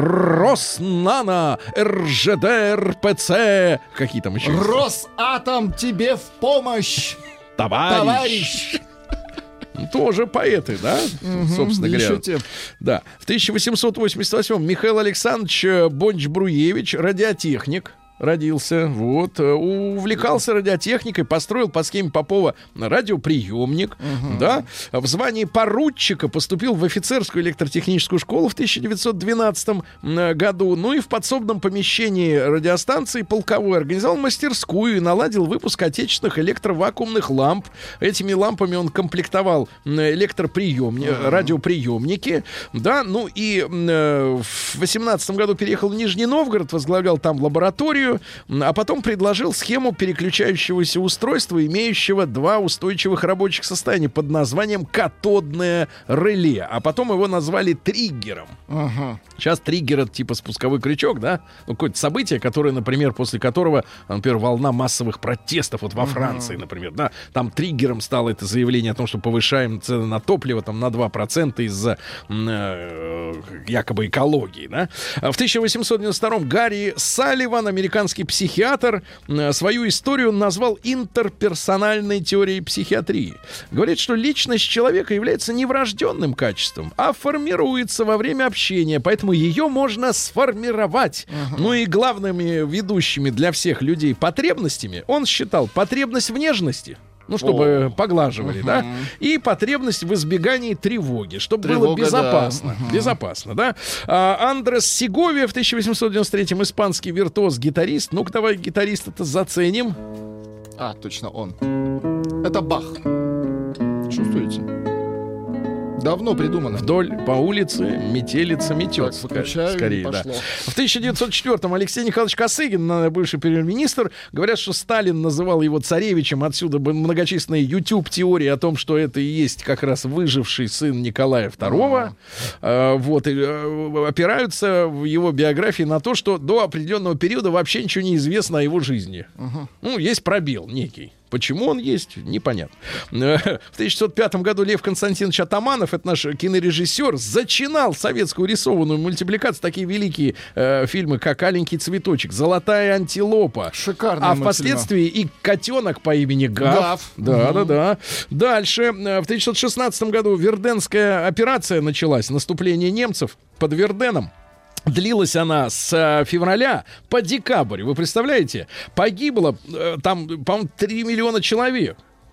Роснано, РЖД, РПЦ. Какие там еще?
Росатом тебе в помощь, товарищ.
Тоже поэты, да? Собственно говоря. Да. В 1888-м Михаил Александрович Бонч-Бруевич, радиотехник, родился, вот, увлекался радиотехникой, построил по схеме Попова радиоприемник, да, в звании поручика поступил в офицерскую электротехническую школу в 1912 году, ну и в подсобном помещении радиостанции полковой организовал мастерскую и наладил выпуск отечественных электровакуумных ламп. Этими лампами он комплектовал радиоприемники, да, ну и в 18 году переехал в Нижний Новгород, возглавлял там лабораторию теорию, а потом предложил схему переключающегося устройства, имеющего два устойчивых рабочих состояния под названием катодное реле, а потом его назвали триггером. Сейчас триггер — это типа спусковой крючок, да? Ну, какое-то событие, которое, например, после которого, например, волна массовых протестов вот во Франции, например, да, там триггером стало это заявление о том, что повышаем цены на топливо там на 2% из-за якобы экологии, да? В 1892 Гарри Салливан, американский психиатр, свою историю назвал интерперсональной теорией психиатрии. Говорит, что личность человека является не врожденным качеством, а формируется во время общения, поэтому ее можно сформировать. Ну и главными ведущими для всех людей потребностями он считал потребность в нежности, ну, чтобы поглаживали, да, и потребность в избегании тревоги, чтобы было безопасно. Да. Безопасно, да. Андрес Сеговия в 1893-м, испанский виртуоз-гитарист. Ну-ка, давай гитариста-то заценим.
Точно он. Это Бах. Чувствуете? Давно придумано.
Вдоль по улице метелица метет. Скорее, да. В 1904-м Алексей Николаевич Косыгин, бывший премьер-министр, говорят, что Сталин называл его царевичем. Отсюда многочисленные YouTube-теории о том, что это и есть как раз выживший сын Николая II. Вот. И опираются в его биографии на то, что до определенного периода вообще ничего не известно о его жизни. Ну, есть пробел некий. Почему он есть, непонятно. В 1905 году Лев Константинович Атаманов, это наш кинорежиссер, зачинал советскую рисованную мультипликацию. Такие великие фильмы, как «Аленький цветочек», «Золотая антилопа».
Шикарный мультфильм.
Впоследствии и котенок по имени Гав. Да. Дальше. В 1916 году Верденская операция началась. Наступление немцев под Верденом. Длилась она с февраля по декабрь. Вы представляете? Погибло там, по-моему, 3 миллиона человек.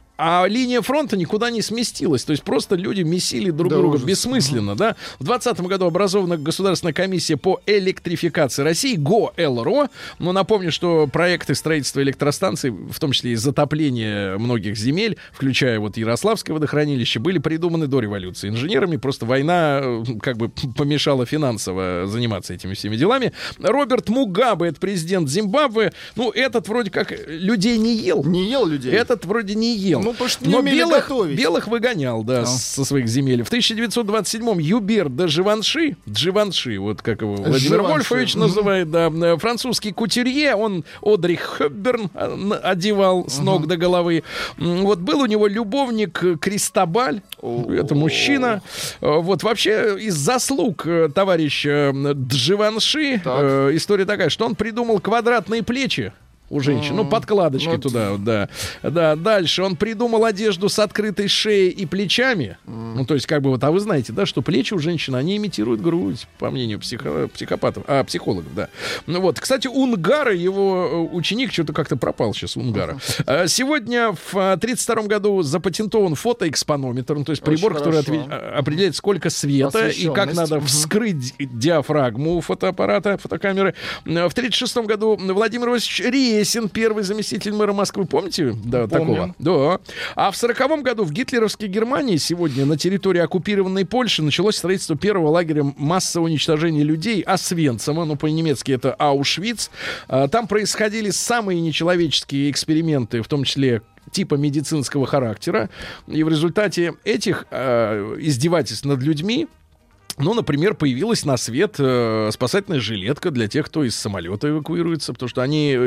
А линия фронта никуда не сместилась. То есть просто люди месили друг друга бессмысленно, да? В 2020 году образована Государственная комиссия по электрификации России, ГОЭЛРО. Но напомню, что проекты строительства электростанций, в том числе и затопления многих земель, включая вот Ярославское водохранилище, были придуманы до революции инженерами. Просто война как бы помешала финансово заниматься этими всеми делами. Роберт Мугабе, это президент Зимбабве. Ну, этот вроде как людей не ел.
Не ел людей?
Этот вроде не ел.
Ну, потому что не
но
умели готовить.
белых выгонял, да, со своих земель. В 1927-м Юбер де Живанши, вот как его Владимир Вольфович называет, да, французский кутюрье, он Одри Хепберн одевал с ног до головы. Вот был у него любовник Кристобаль, это мужчина. Вот вообще из заслуг товарища Дживанши история такая, что он придумал квадратные плечи у женщин, ну, подкладочки туда, да. Дальше он придумал одежду с открытой шеей и плечами. Ну, то есть, как бы вот, а вы знаете, да, что плечи у женщин, они имитируют грудь, по мнению психопатов, психологов, да. Ну, вот, кстати, Унгара, его ученик, что-то как-то пропал сейчас, Унгара. Сегодня в 1932 году запатентован фотоэкспонометр, ну, то есть прибор, который определяет, сколько света и как надо вскрыть диафрагму фотоаппарата, фотокамеры. В 1936 году Владимир Васильевич Ресин, первый заместитель мэра Москвы, помните? Да, такого. Да. А в 1940 году в гитлеровской Германии сегодня на территории оккупированной Польши началось строительство первого лагеря массового уничтожения людей Освенцима, ну, по-немецки это Аушвиц. Там происходили самые нечеловеческие эксперименты, в том числе типа медицинского характера. И в результате этих издевательств над людьми, ну, например, появилась на свет спасательная жилетка для тех, кто из самолета эвакуируется, потому что они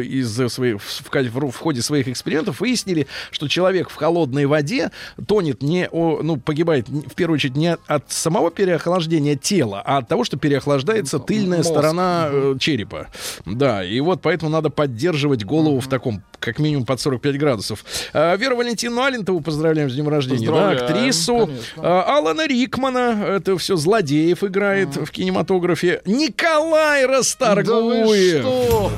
в ходе своих экспериментов выяснили, что человек в холодной воде тонет погибает в первую очередь не от самого переохлаждения тела, а от того, что переохлаждается тыльная сторона черепа. Да, и вот поэтому надо поддерживать голову в таком, как минимум, под 45 градусов. Веру Валентину Алентову поздравляем с днем рождения, да, актрису. Алана Рикмана, это все злодей играет в кинематографе. Николай Расторгуев.
Да вы что?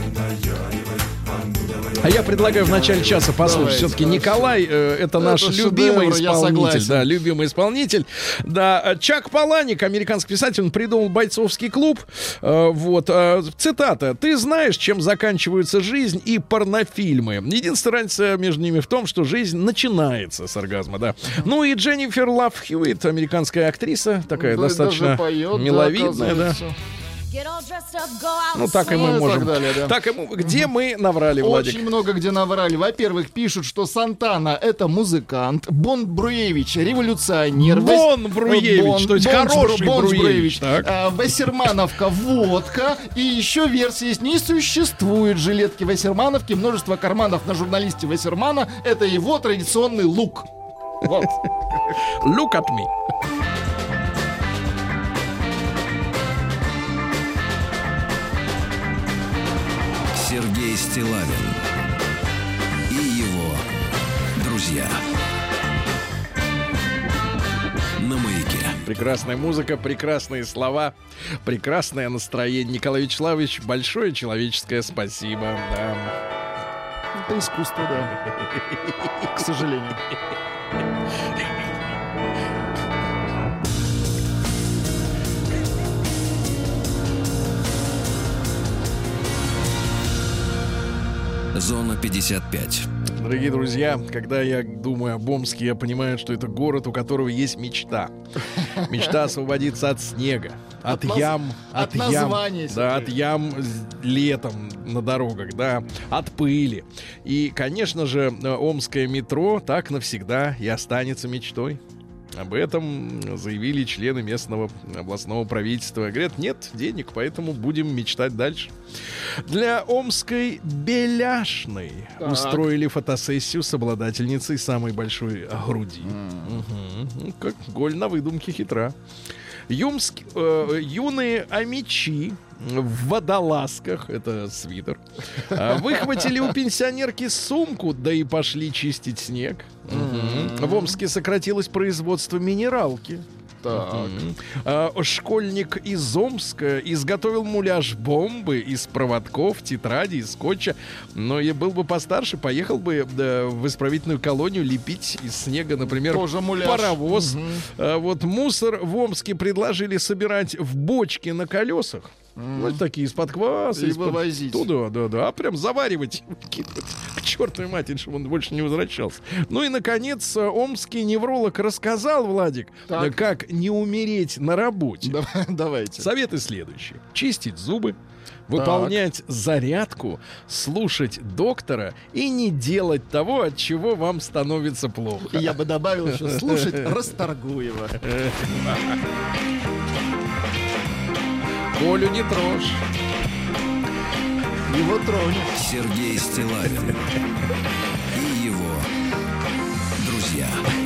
А я предлагаю в начале часа послушать. Все-таки Николай это наш любимый исполнитель. Да, любимый исполнитель. Да, Чак Паланик, американский писатель, он придумал бойцовский клуб. Вот. Цитата. «Ты знаешь, чем заканчивается жизнь и порнофильмы. Единственная разница между ними в том, что жизнь начинается с оргазма». Да. Ну и Дженнифер Лав Хьюитт, американская актриса, такая достаточно
поет,
миловидная. Да. Ну, так и мы
Ну, и
можем.
так далее, да.
Так и мы, где мы наврали, Владик?
Очень много где наврали. Во-первых, пишут, что Сантана — это музыкант, Бон Бруевич — революционер.
Бон Бруевич, то есть хороший Бруевич. Так.
Вассермановка — водка. И еще версия есть: не существует жилетки Вассермановки, множество карманов на журналисте Вассермана — это его традиционный лук. Вот.
Look at me.
Сергей Стиллавин и его друзья. На маяке.
Прекрасная музыка, прекрасные слова, прекрасное настроение. Николай Вячеславович, большое человеческое спасибо. Да.
Это искусство, да. К сожалению.
Зона 55.
Дорогие друзья, когда я думаю об Омске, я понимаю, что это город, у которого есть мечта. Мечта освободиться от снега, от ям,
от названия,
да, от ям летом на дорогах, да, от пыли. И, конечно же, омское метро так навсегда и останется мечтой. Об этом заявили члены местного областного правительства. Говорят, нет денег, поэтому будем мечтать дальше. Для омской Беляшной устроили фотосессию с обладательницей самой большой груди. Угу. Как голь на выдумке хитра. Юные амичи в водолазках, это свитер, выхватили у пенсионерки сумку, да и пошли чистить снег. В Омске сократилось производство минералки. Школьник из Омска изготовил муляж бомбы из проводков, тетрадей, скотча. Но я был бы постарше, поехал бы в исправительную колонию лепить из снега, например, паровоз. Вот мусор в Омске предложили собирать в бочки на колесах. Вот такие из-под кваса,
и вывозить.
Туда, да. А прям заваривать, к чертовой матери, чтобы он больше не возвращался. Ну и, наконец, омский невролог рассказал, Владик, как не умереть на работе.
Давайте.
Советы следующие. Чистить зубы, выполнять зарядку, слушать доктора и не делать того, от чего вам становится плохо.
И я бы добавил еще слушать Расторгуева.
Колю не трожь.
Его тронет.
Сергей Стиллавин и его друзья.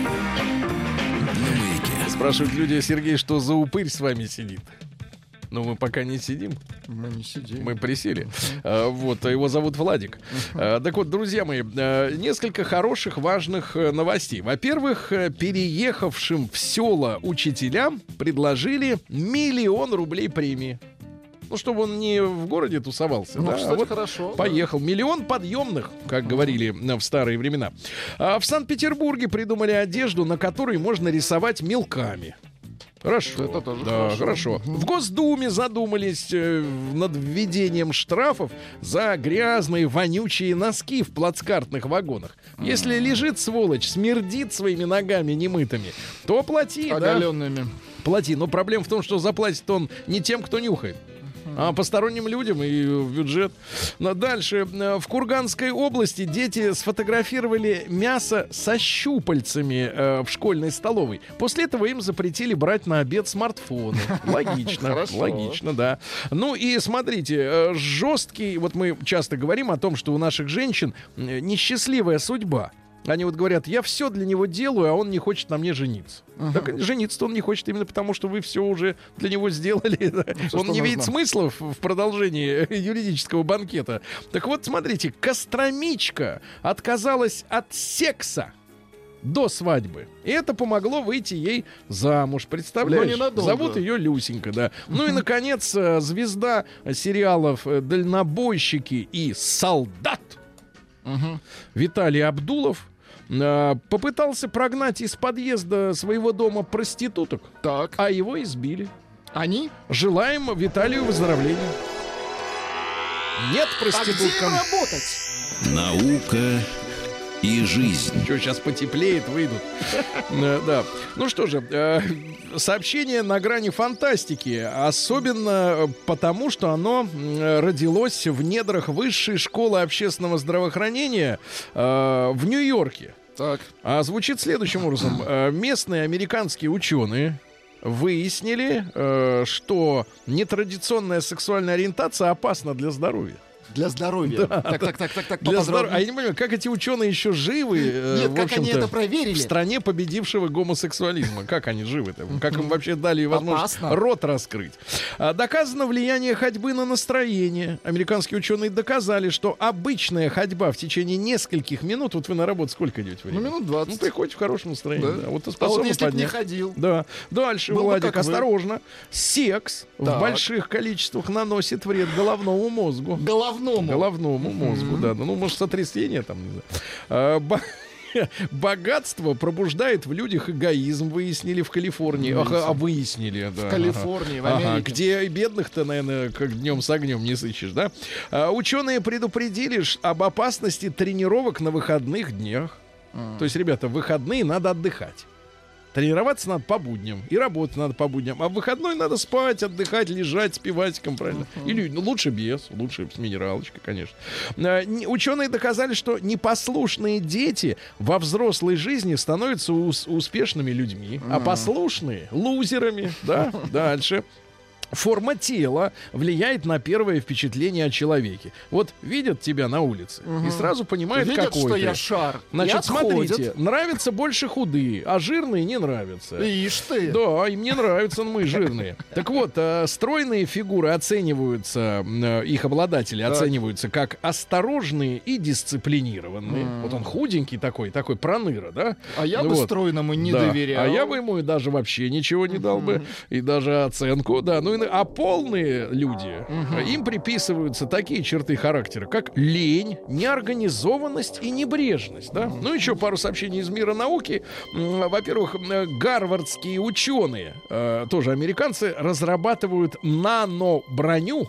На маяке.
Спрашивают люди: Сергей, что за упырь с вами сидит? Но мы пока не сидим.
Мы не сидим.
Мы присели. Вот, его зовут Владик. Так вот, друзья мои, несколько хороших, важных новостей. Во-первых, переехавшим в села учителям предложили 1 000 000 рублей премии. Ну, чтобы он не в городе тусовался.
Ну,
да,
кстати,
вот
хорошо.
поехал. 1 000 000 подъемных, как говорили в старые времена. В Санкт-Петербурге придумали одежду, на которой можно рисовать мелками. Хорошо.
Это тоже
хорошо. В Госдуме задумались над введением штрафов за грязные, вонючие носки в плацкартных вагонах. Если лежит сволочь, смердит своими ногами немытыми, то плати.
Оголенными.
Плати. Но проблема в том, что заплатит он не тем, кто нюхает, а посторонним людям и в бюджет. Но дальше. В Курганской области дети сфотографировали мясо со щупальцами в школьной столовой. После этого им запретили брать на обед смартфоны. Логично. Логично, да. Ну и смотрите, жесткий... Вот мы часто говорим о том, что у наших женщин несчастливая судьба. Они вот говорят: я все для него делаю, а он не хочет на мне жениться. Так жениться-то он не хочет именно потому, что вы все уже для него сделали. Он не видит смысла в продолжении юридического банкета. Так вот, смотрите, Костромичка отказалась от секса до свадьбы. И это помогло выйти ей замуж. Представляешь? Зовут ее Люсенька, да. Ну и, наконец, звезда сериалов «Дальнобойщики» и «Солдат» Виталий Абдулов попытался прогнать из подъезда своего дома проституток, а его избили.
Они?
Желаем Виталию выздоровления. Нет проституткам.
А где работать?
Наука и жизнь.
Что, сейчас потеплеет, выйдут. Да. Ну что же, сообщение на грани фантастики. Особенно потому, что оно родилось в недрах Высшей школы общественного здравоохранения в Нью-Йорке.
Так.
А звучит следующим образом. Местные американские ученые выяснили, что нетрадиционная сексуальная ориентация опасна для здоровья.
Для здоровья.
Да,
так.
Для здоровья. А я не понимаю, как эти ученые еще живы,
Нет,
в
как
общем-то,
они это проверили?
в стране победившего гомосексуализма. Как они живы-то? Как им вообще дали возможность рот раскрыть? Доказано влияние ходьбы на настроение. Американские ученые доказали, что обычная ходьба в течение нескольких минут, вот вы на работу сколько идете времени?
Минут 20.
Ну, приходите в хорошем настроении.
Да.
Да. Вот
А вот если бы не ходил.
Да. Дальше,
Был бы
Владик,
как вы.
осторожно. Секс в больших количествах наносит вред головному мозгу. Головному мозгу, да. Ну, может, сотрясение там, не знаю. Богатство пробуждает в людях эгоизм, выяснили в Калифорнии. Выяснили, да.
В Калифорнии, в Америке.
Где бедных-то, наверное, как днем с огнем не сыщешь, да? Ученые предупредили об опасности тренировок на выходных днях. То есть, ребята, в выходные надо отдыхать. Тренироваться надо по будням, и работать надо по будням. А в выходной надо спать, отдыхать, лежать с пивасиком, правильно? Или лучше без, лучше с минералочкой, конечно. Ученые доказали, что непослушные дети во взрослой жизни становятся успешными людьми, а послушные — лузерами. Да? Дальше. Форма тела влияет на первое впечатление о человеке. Вот видят тебя на улице и сразу понимают,
видят,
какой
что
ты.
я шар.
Значит, смотрите, нравятся больше худые, а жирные не нравятся.
Ишь ты.
Да, им не нравятся мы жирные. Так вот, стройные фигуры оцениваются, их обладатели оцениваются как осторожные и дисциплинированные. Вот он худенький такой проныра, да?
А я бы стройному не доверял.
А я бы ему даже вообще ничего не дал бы. И даже оценку, да. Ну, а полные люди, им приписываются такие черты характера, как лень, неорганизованность и небрежность, да? Ну, еще пару сообщений из мира науки. Во-первых, гарвардские ученые, тоже американцы, разрабатывают нано-броню.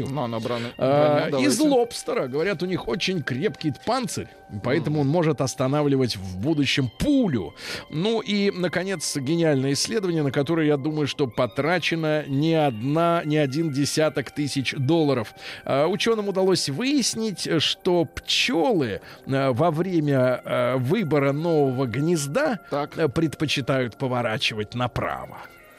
Из лобстера. Говорят, у них очень крепкий панцирь, поэтому он может останавливать в будущем пулю. Ну и, наконец, гениальное исследование, на которое, я думаю, что потрачено не один десяток тысяч долларов. Ученым удалось выяснить, что пчелы во время выбора нового гнезда предпочитают поворачивать направо.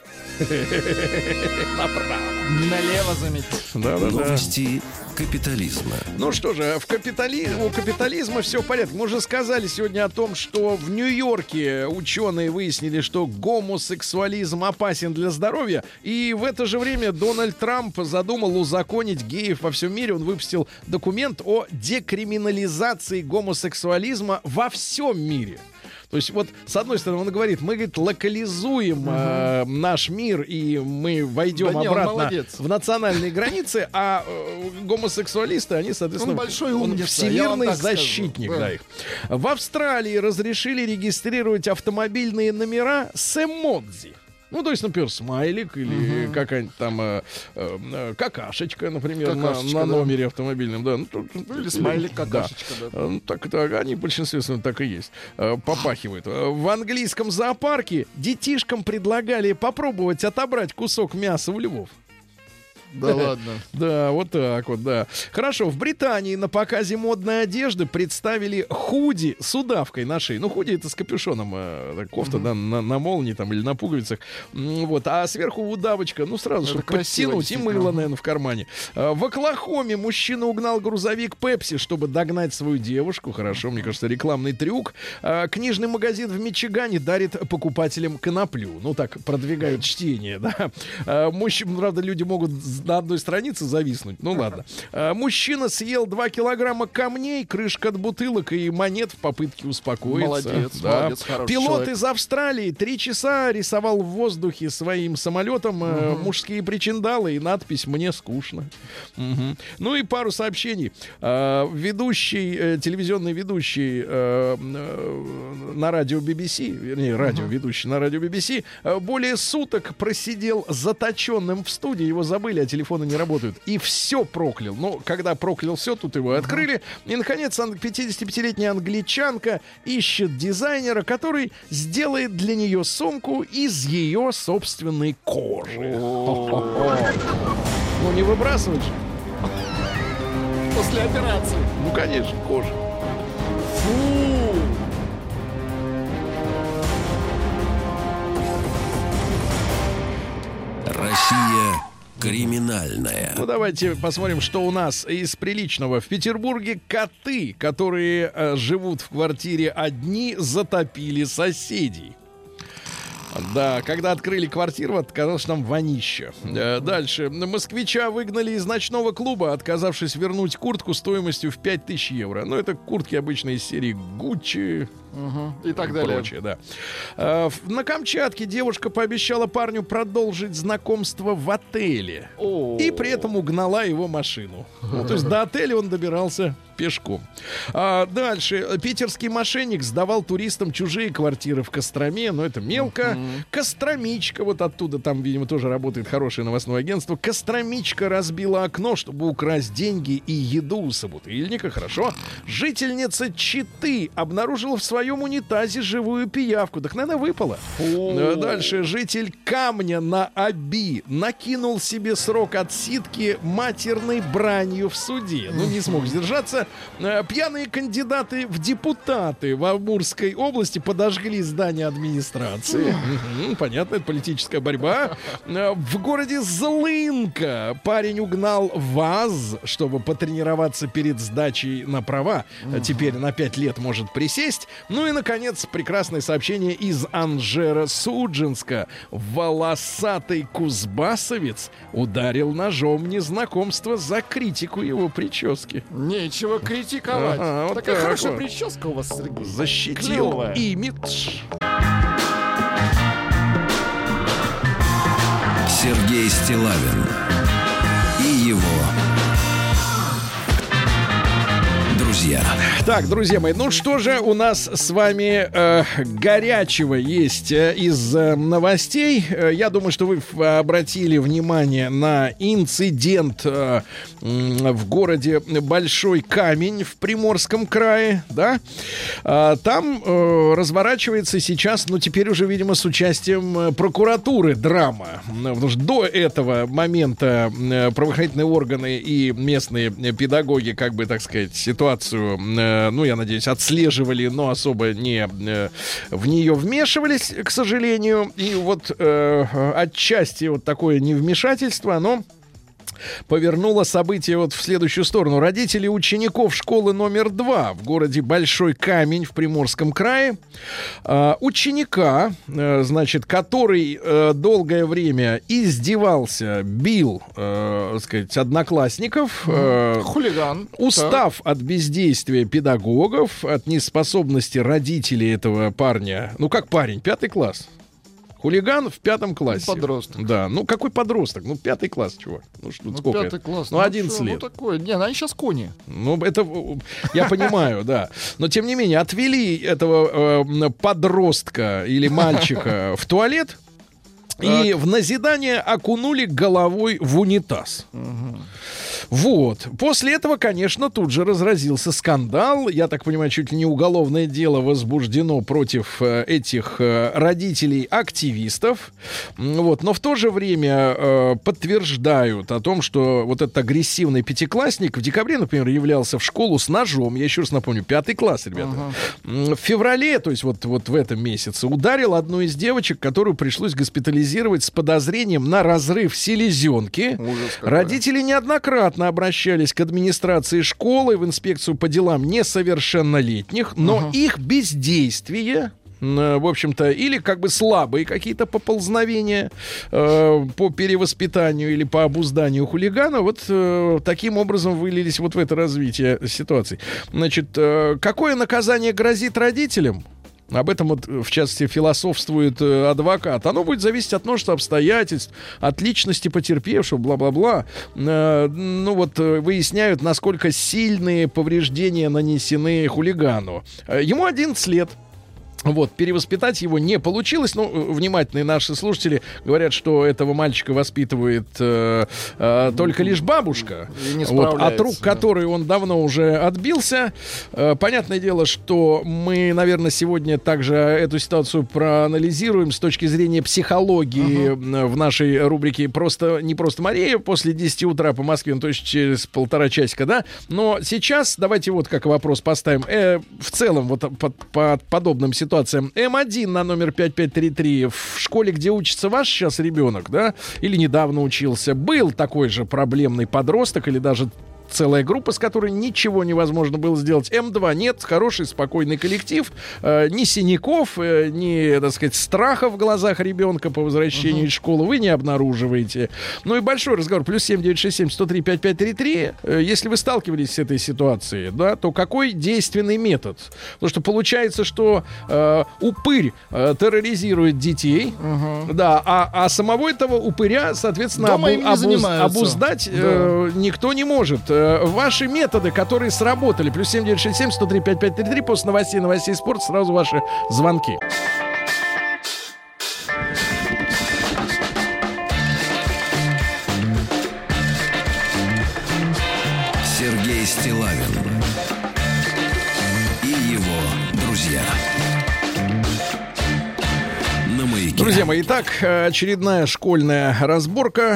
Направо.
Не налево, заметил.
Новости капитализма.
Ну что же, у капитализма все в порядке. Мы уже сказали сегодня о том, что в Нью-Йорке ученые выяснили, что гомосексуализм опасен для здоровья. И в это же время Дональд Трамп задумал узаконить геев во всем мире. Он выпустил документ о декриминализации гомосексуализма во всем мире. То есть вот, с одной стороны, он говорит, мы, говорит, локализуем наш мир, и мы войдем обратно в национальные границы, а гомосексуалисты, они, соответственно, он всемирный защитник. Да, их. В Австралии разрешили регистрировать автомобильные номера с эмодзи. Ну, то есть, например, смайлик или какая-нибудь там какашечка, например, на номере автомобильном. Да. Ну,
или смайлик, какашечка. Да.
Так, они в большинстве своем так и есть. Попахивают. В английском зоопарке детишкам предлагали попробовать отобрать кусок мяса у львов.
Да ладно.
Да, вот так вот, да. Хорошо, в Британии на показе модной одежды представили худи с удавкой на шее. Ну, худи — это с капюшоном, кофта, да, на молнии там или на пуговицах. Вот, а сверху удавочка, ну, сразу, чтобы подтянуть, и мыло, наверное, в кармане. В Оклахоме мужчина угнал грузовик Пепси, чтобы догнать свою девушку. Хорошо, мне кажется, рекламный трюк. Книжный магазин в Мичигане дарит покупателям коноплю. Ну, так, продвигают чтение, да. Мужчины, правда, люди могут на одной странице зависнуть. Ну ладно. Мужчина съел 2 килограмма камней, крышка от бутылок и монет в попытке успокоиться.
Молодец,
да.
молодец, хороший
Пилот
человек.
из Австралии 3 часа рисовал в воздухе своим самолетом мужские причиндалы и надпись «Мне скучно». Ну и пару сообщений. Телевизионный ведущий на радио BBC, вернее, радиоведущий на радио BBC, более суток просидел заточенным в студии. Его забыли, а телефоны не работают. И все проклял. Но когда проклял все, тут его открыли. И, наконец, 55-летняя англичанка ищет дизайнера, который сделает для нее сумку из ее собственной кожи. Ну, не выбрасывать же.
После операции.
Ну, конечно, кожа.
Фу.
Россия криминальная.
Ну, давайте посмотрим, что у нас из приличного. В Петербурге коты, которые живут в квартире одни, затопили соседей. Да, когда открыли квартиру, оказалось, что там вонища. Дальше. Москвича выгнали из ночного клуба, отказавшись вернуть куртку стоимостью в 5000 евро. Ну, это куртки обычно из серии Гуччи.
И так далее.
Прочее, да. На Камчатке девушка пообещала парню продолжить знакомство в отеле. И при этом угнала его машину. Ну, то есть до отеля он добирался пешком. Дальше. Питерский мошенник сдавал туристам чужие квартиры в Костроме. Но это мелко. Костромичка, вот оттуда там, видимо, тоже работает хорошее новостное агентство. Костромичка разбила окно, чтобы украсть деньги и еду у собутыльника. Хорошо. Жительница Читы обнаружила в своем унитазе живую пиявку. Так, наверное, выпала. Дальше. Житель Камня на Оби накинул себе срок отсидки матерной бранью в суде. Ну, не смог сдержаться. Пьяные кандидаты в депутаты в Амурской области подожгли здание администрации. Понятно, это политическая борьба. В городе Злынка парень угнал ВАЗ, чтобы потренироваться перед сдачей на права. Теперь на 5 лет может присесть. Ну и, наконец, прекрасное сообщение из Анжеро-Судженска. Волосатый кузбассовец ударил ножом незнакомство за критику его прически.
Нечего критиковать.
Вот
такая
так
хорошая
вот.
прическа у вас, Сергей.
Защитил
Клевая.
имидж.
Сергей Стиллавин и его друзья.
Так, друзья мои, ну что же у нас с вами горячего есть из новостей? Я думаю, что вы обратили внимание на инцидент в городе Большой Камень в Приморском крае, да? Там разворачивается сейчас, ну теперь уже, видимо, с участием прокуратуры драма. Потому что до этого момента правоохранительные органы и местные педагоги, как бы, так сказать, ситуацию, ну, я надеюсь, отслеживали, но особо не в нее вмешивались, к сожалению. И вот отчасти вот такое невмешательство, оно повернуло события вот в следующую сторону. Родители учеников школы номер 2 в городе Большой Камень в Приморском крае, ученика, значит, который долгое время издевался, бил, так сказать, одноклассников,
Хулиган.
устав от бездействия педагогов, от неспособности родителей этого парня. Ну, как парень, 5 класс. Хулиган в 5 классе.
Подросток.
Да, ну какой подросток? Ну 5 класс, чувак. Ну что, сколько
5
это?
класс.
Ну 11
что,
лет.
Ну такое. Не, они сейчас кони.
Ну это, я понимаю, да. Но тем не менее, отвели этого подростка или мальчика в туалет и в назидание окунули головой в унитаз. Вот. После этого, конечно, тут же разразился скандал. Я так понимаю, чуть ли не уголовное дело возбуждено против этих родителей-активистов. Вот. Но в то же время подтверждают о том, что вот этот агрессивный пятиклассник в декабре, например, являлся в школу с ножом. Я еще раз напомню, 5 класс, ребята. В феврале, то есть вот в этом месяце, ударил одну из девочек, которую пришлось госпитализировать с подозрением на разрыв селезенки. Родители неоднократно обращались к администрации школы, в инспекцию по делам несовершеннолетних, но их бездействие, в общем-то, или как бы слабые какие-то поползновения по перевоспитанию или по обузданию хулигана, вот таким образом вылились вот в это развитие ситуации. Значит, какое наказание грозит родителям? Об этом, вот, в частности, философствует адвокат. Оно будет зависеть от множества обстоятельств, от личности потерпевшего, бла-бла-бла. Ну вот, выясняют, насколько сильные повреждения нанесены хулигану. Ему 11 лет. Вот, перевоспитать его не получилось. Ну, внимательные наши слушатели говорят, что этого мальчика воспитывает только лишь бабушка, вот, от рук которой он давно уже отбился. Понятное дело, что мы, наверное, сегодня также эту ситуацию проанализируем с точки зрения психологии в нашей рубрике «Не просто Мария» после 10 утра по Москве, ну, то есть через полтора часика, да. Но сейчас давайте вот как вопрос поставим. В целом, вот по подобным ситуациям. М1 на номер 5533 в школе, где учится ваш сейчас ребенок, да, или недавно учился, был такой же проблемный подросток или даже целая группа, с которой ничего невозможно было сделать. М2 нет, хороший, спокойный коллектив, ни синяков, ни, так сказать, страха в глазах ребенка по возвращению из школы вы не обнаруживаете. Ну и большой разговор. Плюс 7967-103-5533. Если вы сталкивались с этой ситуацией, да, то какой действенный метод? Потому что получается, что упырь терроризирует детей, да, а самого этого упыря, соответственно, обуздать никто не может. Ваши методы, которые сработали. Плюс 7967-103-5533. После новостей спорта сразу ваши звонки.
Сергей Стиллавин и его друзья.
Друзья мои, итак, очередная школьная разборка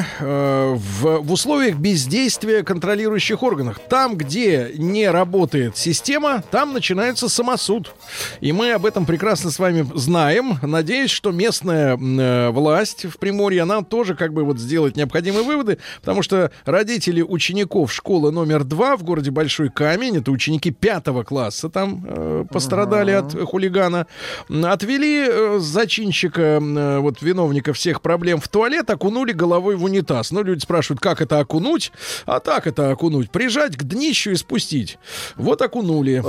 в условиях бездействия контролирующих органов. Там, где не работает система, там начинается самосуд. И мы об этом прекрасно с вами знаем. Надеюсь, что местная власть в Приморье, она тоже как бы вот сделает необходимые выводы, потому что родители учеников школы номер 2 в городе Большой Камень, это ученики 5 класса, там пострадали от хулигана, отвели зачинщика, вот виновника всех проблем в туалет, окунули головой в унитаз. Ну, люди спрашивают, как это окунуть? А так это окунуть. Прижать к днищу и спустить. Вот окунули.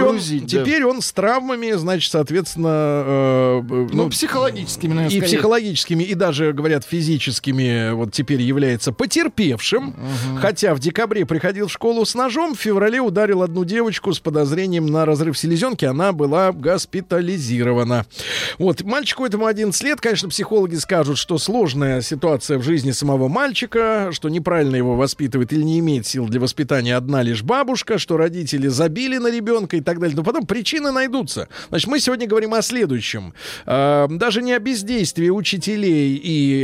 Теперь он с травмами, значит, соответственно...
психологическими, наверное,
и психологическими, и даже, говорят, физическими, вот теперь является потерпевшим. Хотя в декабре приходил в школу с ножом, в феврале ударил одну девочку с подозрением на разрыв селезенки. Она была госпитализирована. Вот, мальчику этому 11 лет, конечно, психологи скажут, что сложная ситуация в жизни самого мальчика, что неправильно его воспитывает или не имеет сил для воспитания одна лишь бабушка, что родители забили на ребенка и так далее. Но потом причины найдутся. Значит, мы сегодня говорим о следующем. Даже не о бездействии учителей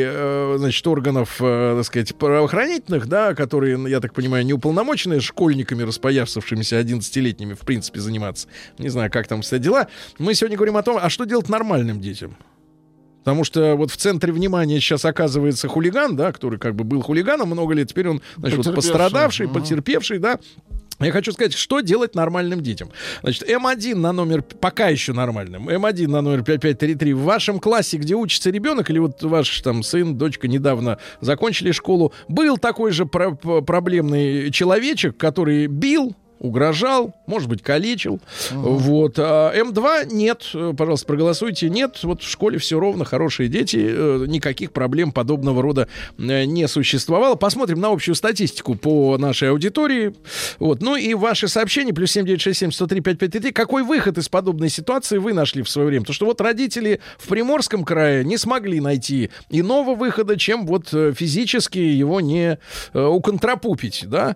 и, значит, органов, так сказать, правоохранительных, да, которые, я так понимаю, не уполномочены школьниками, распоясавшимися 11-летними, в принципе, заниматься. Не знаю, как там стоят дела. Мы сегодня говорим о том, а что делать нормальным детям? Потому что вот в центре внимания сейчас оказывается хулиган, да, который как бы был хулиганом много лет, теперь он, значит, вот пострадавший, потерпевший, да. Я хочу сказать, что делать нормальным детям. Значит, М1 на номер, пока еще нормальным, М1 на номер 5533 в вашем классе, где учится ребенок, или вот ваш там сын, дочка недавно закончили школу, был такой же проблемный человечек, который бил, угрожал, может быть, калечил. Вот. А М2 нет. Пожалуйста, проголосуйте. Нет. Вот в школе все ровно, хорошие дети. Никаких проблем подобного рода не существовало. Посмотрим на общую статистику по нашей аудитории. Вот. Ну и ваши сообщения. Плюс 7967-103-5533. Какой выход из подобной ситуации вы нашли в свое время? Потому что вот родители в Приморском крае не смогли найти иного выхода, чем вот физически его не уконтрапупить. Да?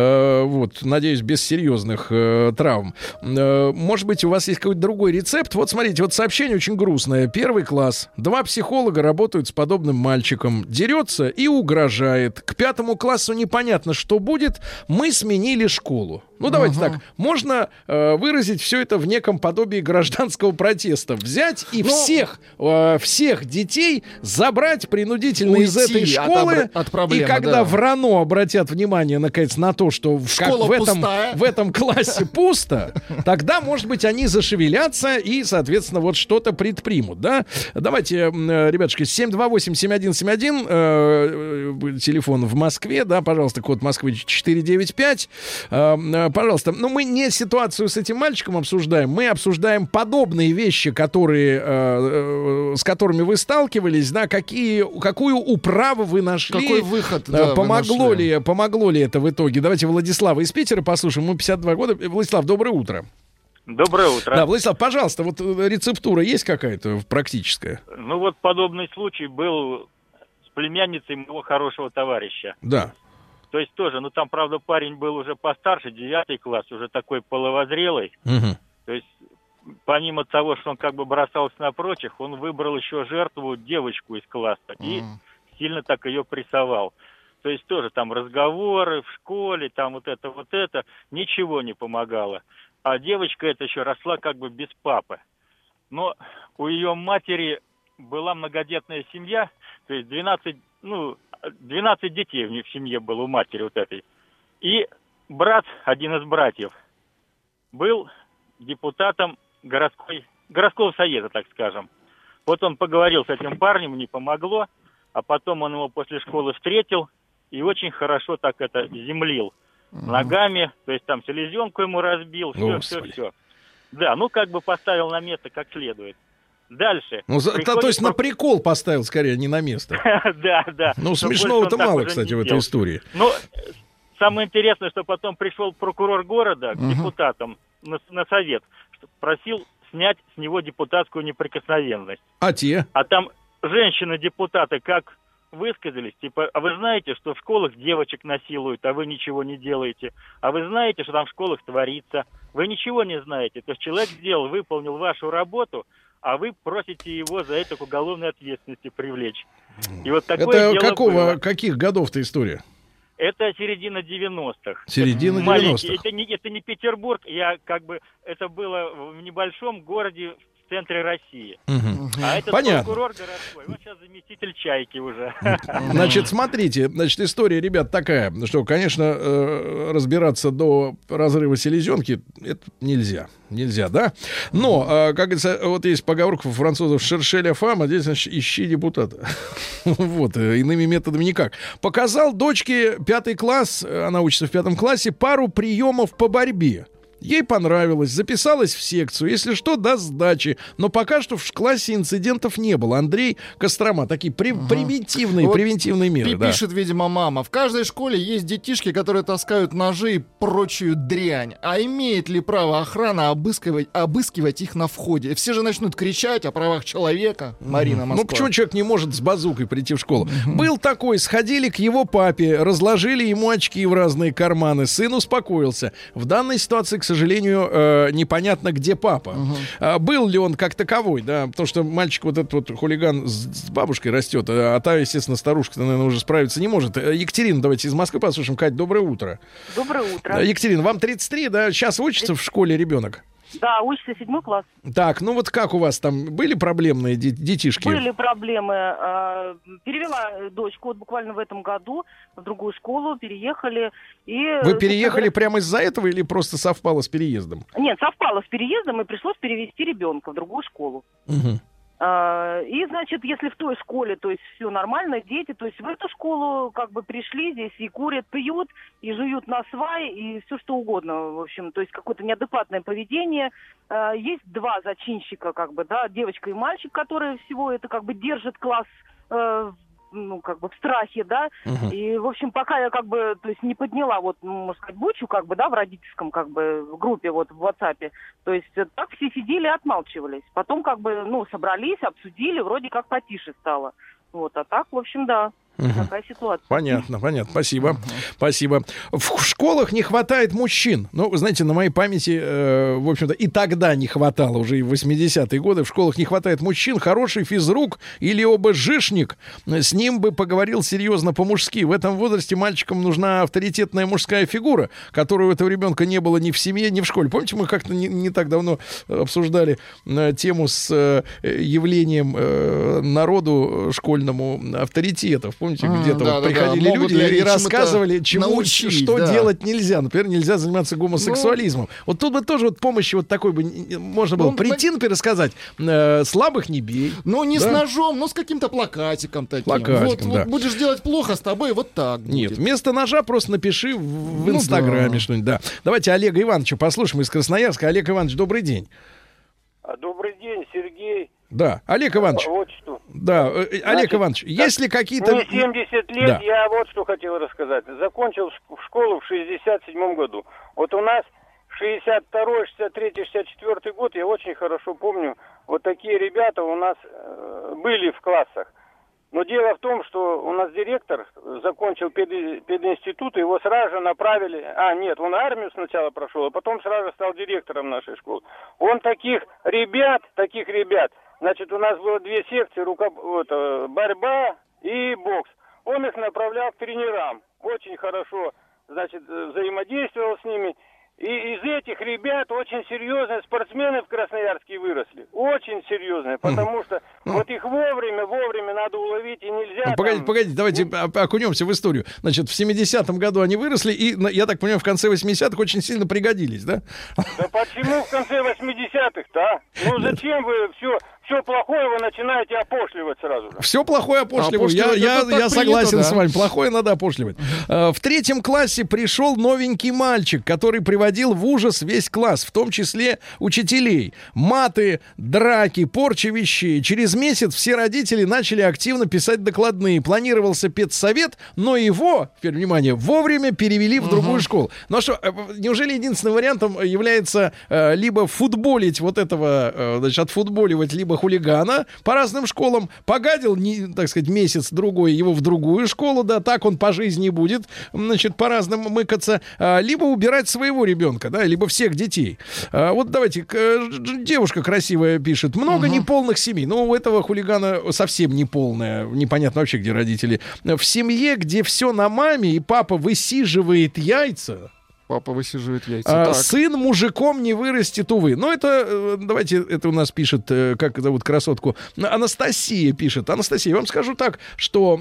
Вот. Надеюсь, без серьезных травм. Может быть, у вас есть какой-то другой рецепт? Вот смотрите, вот сообщение очень грустное. 1 класс. 2 психолога работают с подобным мальчиком. Дерется и угрожает. К 5 классу непонятно, что будет. Мы сменили школу. Ну, давайте так. Можно выразить все это в неком подобии гражданского протеста. Взять и всех детей забрать принудительно из этой школы.
От проблемы,
и когда в РАНО обратят внимание, наконец, на то, что в этом классе пусто, тогда, может быть, они зашевелятся и, соответственно, вот что-то предпримут, да? Давайте, ребятушки, 728-7171, телефон в Москве, да, пожалуйста, код Москвы 495. Пожалуйста, но мы не ситуацию с этим мальчиком обсуждаем, мы обсуждаем подобные вещи, с которыми вы сталкивались, да, какую управу вы нашли,
какой выход, да,
помогло ли это в итоге. Давайте Владислава из Питера послушаем, ему 52 года. Владислав, доброе утро.
Доброе утро.
Да, Владислав, пожалуйста, вот рецептура есть какая-то практическая?
Ну вот подобный случай был с племянницей моего хорошего товарища.
Да.
То есть тоже, ну там, правда, парень был уже постарше, 9 класс, уже такой половозрелый.
Угу.
То есть помимо того, что он как бы бросался на прочих, он выбрал еще жертву, девочку из класса, и сильно так ее прессовал. То есть тоже там разговоры в школе, там вот это, ничего не помогало. А девочка эта еще росла как бы без папы. Но у ее матери была многодетная семья, то есть 12 детей в семье было у матери вот этой. И брат, один из братьев, был депутатом городского совета, так скажем. Вот он поговорил с этим парнем, не помогло, а потом он его после школы встретил и очень хорошо так это землил ногами, то есть там селезенку ему разбил, все. Да, ну как бы поставил на место как следует. Дальше.
Ну, то есть на прикол поставил, скорее, не на место.
Да.
Ну, смешного-то мало, кстати, в этой истории.
Ну, самое интересное, что потом пришел прокурор города к депутатам на совет, просил снять с него депутатскую неприкосновенность.
А те?
А там женщины-депутаты как высказались, типа, а вы знаете, что в школах девочек насилуют, а вы ничего не делаете? А вы знаете, что там в школах творится? Вы ничего не знаете. То есть человек выполнил вашу работу, а вы просите его за это к уголовной ответственности привлечь. И вот такое
это
дело
каких годов-то история?
Это середина 90-х.
Середина 90-х.
Это не Петербург, это было в небольшом городе в центре России. А этот прокурор городской, он сейчас заместитель Чайки уже.
Значит, смотрите, история, ребят, такая, что, конечно, разбираться до разрыва селезенки это нельзя. Нельзя, да? Но, как говорится, вот есть поговорка у французов «Шерше ля фам», а здесь, значит, «Ищи депутата». Вот, иными методами никак. Показал дочке 5 класс, она учится в 5 классе, пару приемов по борьбе. Ей понравилось, записалась в секцию. Если что, даст сдачи. Но пока что в классе инцидентов не было. Андрей Кострома. Такие превентивные меры.
Пишет, видимо, мама. В каждой школе есть детишки, которые таскают ножи и прочую дрянь. А имеет ли право охрана обыскивать их на входе? Все же начнут кричать о правах человека. Марина Москва.
Ну, почему человек не может с базукой прийти в школу? Был такой, сходили к его папе, разложили ему очки в разные карманы. Сын успокоился. В данной ситуации, к сожалению, непонятно, где папа. Был ли он как таковой, да, потому что мальчик вот этот вот хулиган с бабушкой растет, а та, естественно, старушка, наверное, уже справиться не может. Екатерина, давайте из Москвы послушаем. Кать, доброе утро.
Доброе утро.
Екатерина, вам 33, да? Сейчас учится в школе ребенок?
Да, учится 7 класс.
Так, ну вот как у вас там, были проблемные детишки?
Были проблемы. Перевела дочку вот буквально в этом году в другую школу, переехали.
Вы переехали прямо из-за этого или просто совпало с переездом?
Нет, совпало с переездом, и пришлось перевести ребенка в другую школу. И, значит, если в той школе, то есть все нормально, дети, то есть в эту школу как бы пришли здесь и курят, пьют, и жуют на свай, и все что угодно, в общем, то есть какое-то неадекватное поведение. Есть 2 зачинщика, как бы, да, девочка и мальчик, которые всего это как бы держат класс ну, как бы в страхе, да, и, в общем, пока я, как бы, то есть не подняла, вот, можно сказать, бучу, как бы, да, в родительском, как бы, в группе, вот, в WhatsApp, то есть так все сидели и отмалчивались. Потом, как бы, ну, собрались, обсудили, вроде как потише стало. Вот, а так, в общем, да. Такая ситуация.
Понятно. Спасибо. Спасибо. В школах не хватает мужчин. Ну, вы знаете, на моей памяти, в общем-то, и тогда не хватало, уже и в 80-е годы в школах не хватает мужчин. Хороший физрук или ОБЖшник, с ним бы поговорил серьезно по-мужски. В этом возрасте мальчикам нужна авторитетная мужская фигура, которой у этого ребенка не было ни в семье, ни в школе. Помните, мы как-то не так давно обсуждали тему с явлением народу школьному авторитетов. Помните, где-то приходили люди и рассказывали, что делать нельзя. Например, нельзя заниматься гомосексуализмом. Вот тут бы тоже вот помощи вот такой бы можно было прийти, например, сказать: слабых не бей.
Ну, не с ножом, но с каким-то плакатиком таким. Вот будешь делать плохо с тобой, вот так будет.
Нет, вместо ножа просто напиши в Инстаграме что-нибудь. Да. Давайте Олега Ивановича послушаем из Красноярска. Олег Иванович, добрый день.
Добрый день, Сергей.
Да, Олег Иванович.
Вот что.
Да, Олег Иванович, есть ли какие-то...
Мне 70 лет, да. Я вот что хотел рассказать. Закончил школу в 67 году. Вот у нас 62-й, 63-й, 64-й год, я очень хорошо помню, вот такие ребята у нас были в классах. Но дело в том, что у нас директор закончил пединститут, его сразу же направили... он армию сначала прошел, а потом сразу же стал директором нашей школы. Он таких ребят, значит, у нас было 2 секции, борьба и бокс. Он их направлял к тренерам. Очень хорошо, значит, взаимодействовал с ними. И из этих ребят очень серьезные спортсмены в Красноярске выросли. Очень серьезные, потому что вот их вовремя надо уловить, и нельзя...
Погодите, давайте окунемся в историю. Значит, в 70-м году они выросли, и, я так понимаю, в конце 80-х очень сильно пригодились, да?
Да почему в конце 80-х-то, Ну зачем вы все плохое вы начинаете опошливать сразу же?
Все плохое опошливаю. Я согласен с вами. Плохое надо опошливать. В 3 классе пришел новенький мальчик, который приводил в ужас весь класс, в том числе учителей. Маты, драки, порча вещей. Через месяц все родители начали активно писать докладные. Планировался педсовет, но его, теперь внимание, вовремя перевели в другую школу. Ну а что, неужели единственным вариантом является либо футболить вот этого, значит, отфутболивать, либо хулигана по разным школам, погадил, так сказать, месяц-другой его в другую школу, да, так он по жизни будет, значит, по-разному мыкаться, либо убирать своего ребенка, да, либо всех детей. Вот давайте, девушка красивая пишет, много неполных семей, но у этого хулигана совсем неполная, непонятно вообще, где родители. В семье, где все на маме, и папа высиживает яйца, сын мужиком не вырастет, увы. Но это, давайте, это у нас пишет, как зовут красотку, Анастасия пишет. Анастасия, я вам скажу так, что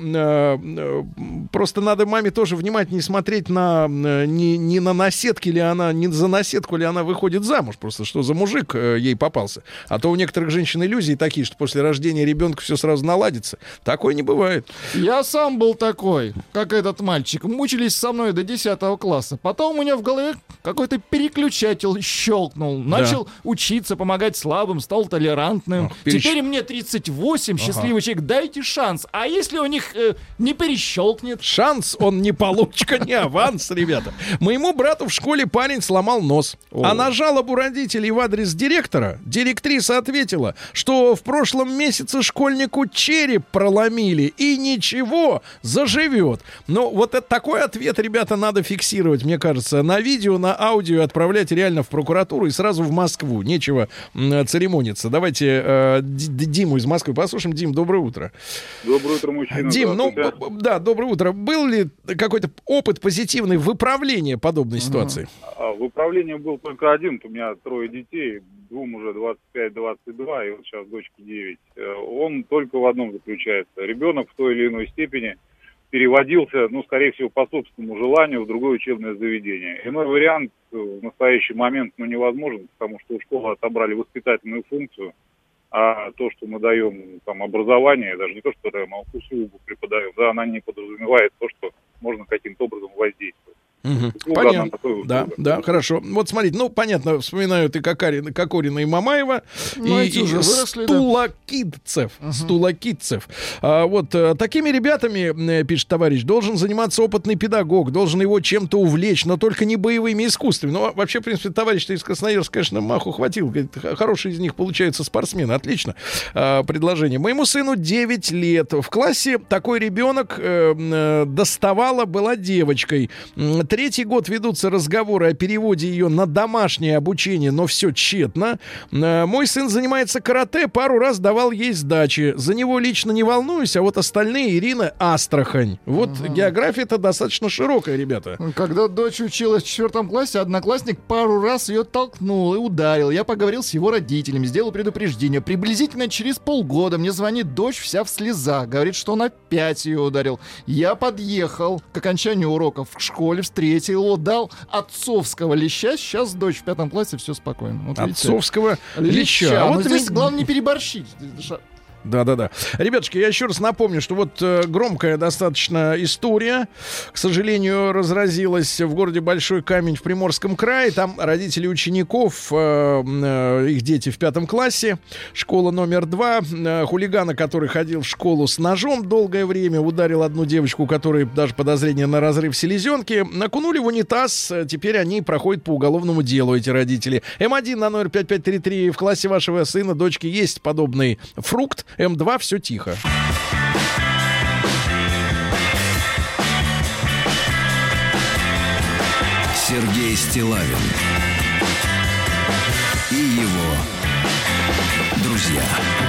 просто надо маме тоже внимательнее смотреть на не на наседки ли она, не за наседку ли она выходит замуж, просто что за мужик ей попался. А то у некоторых женщин иллюзии такие, что после рождения ребенка все сразу наладится. Такое не бывает.
Я сам был такой, как этот мальчик. Мучились со мной до 10 класса. Потом у меня в голове какой-то переключатель щелкнул. Начал учиться, помогать слабым, стал толерантным. Теперь мне 38, счастливый человек. Дайте шанс. А если у них не перещелкнет?
Шанс он не получка, не аванс, ребята. Моему брату в школе парень сломал нос. А на жалобу родителей в адрес директора директриса ответила, что в прошлом месяце школьнику череп проломили и ничего, заживет. Но вот такой ответ, ребята, надо фиксировать, мне кажется, на видео, на аудио отправлять реально в прокуратуру и сразу в Москву. Нечего церемониться. Давайте Диму из Москвы послушаем. Дим, доброе утро.
Доброе утро, мужчина.
Дим, доброе утро. Был ли какой-то опыт позитивный выправления подобной ситуации?
Выправление был только один. У меня 3 детей, 2 уже 25-22, и вот сейчас дочке 9. Он только в одном заключается. Ребенок в той или иной степени переводился, скорее всего, по собственному желанию в другое учебное заведение. Иной вариант в настоящий момент невозможен, потому что у школы отобрали воспитательную функцию, а то, что мы даем образование, даже не то, что даем, а услугу преподаем, да, она не подразумевает то, что можно каким-то образом воздействовать.
Понятно. Да, хорошо. Вот смотрите, понятно, вспоминают и Кокорина, и Мамаева, и Стулакидцев. Вот такими ребятами, пишет товарищ, должен заниматься опытный педагог, должен его чем-то увлечь, но только не боевыми искусствами. Ну, вообще, в принципе, товарищ-то из Красноярска, конечно, маху хватил. Говорит, хорошие из них получаются спортсмены. Отлично. Предложение. Моему сыну 9 лет. В классе такой ребенок была девочкой. 3-й год ведутся разговоры о переводе ее на домашнее обучение, но все тщетно. Мой сын занимается карате, пару раз давал ей сдачи. За него лично не волнуюсь, а вот остальные Ирина Астрахань. Вот география-то достаточно широкая, ребята.
Когда дочь училась в 4 классе, одноклассник пару раз ее толкнул и ударил. Я поговорил с его родителями, сделал предупреждение. Приблизительно через полгода мне звонит дочь вся в слезах. Говорит, что он опять ее ударил. Я подъехал к окончанию уроков в школе, встретил, дал отцовского леща. Сейчас дочь в 5 классе, все спокойно. Вот
отцовского леща.
Вот здесь главное не переборщить.
Да. Ребятушки, я еще раз напомню, что вот громкая достаточно история, к сожалению, разразилась в городе Большой Камень в Приморском крае. Там родители учеников, их дети в 5 классе, школа номер 2, хулигана, который ходил в школу с ножом долгое время, ударил одну девочку, у которой даже подозрение на разрыв селезенки, окунули в унитаз. Теперь они проходят по уголовному делу, эти родители. М1 на номер 5533. В классе вашего сына, дочки есть подобный фрукт. М2 все тихо.
Сергей Стиллавин и его друзья.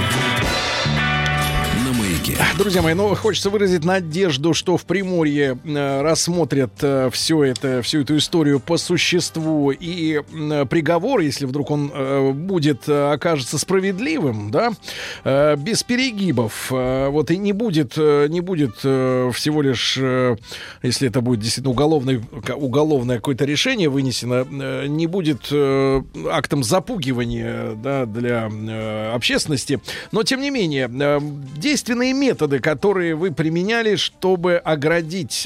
Друзья мои, хочется выразить надежду, что в Приморье рассмотрят всю эту историю по существу, и приговор, если вдруг он окажется справедливым, да, без перегибов, вот, и не будет всего лишь, если это будет действительно уголовное какое-то решение вынесено, не будет актом запугивания, да, для общественности, но тем не менее действенные методы, которые вы применяли, чтобы оградить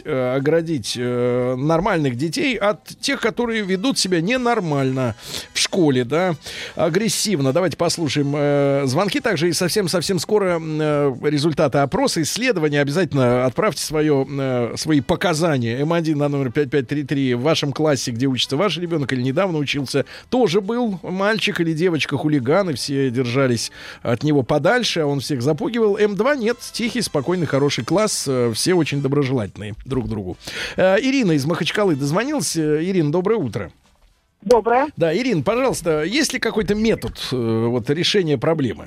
нормальных детей от тех, которые ведут себя ненормально в школе, да, агрессивно. Давайте послушаем звонки также, и совсем скоро результаты опроса, исследования. Обязательно отправьте свои показания. М1 на номер 5533 в вашем классе, где учится ваш ребенок или недавно учился, тоже был мальчик или девочка хулиган, и все держались от него подальше, а он всех запугивал. М2 нет, тихий, спокойный, хороший класс, все очень доброжелательные друг к другу. Ирина из Махачкалы дозвонилась. Ирина, доброе утро.
Доброе.
Да, Ирина, пожалуйста, есть ли какой-то метод решения проблемы?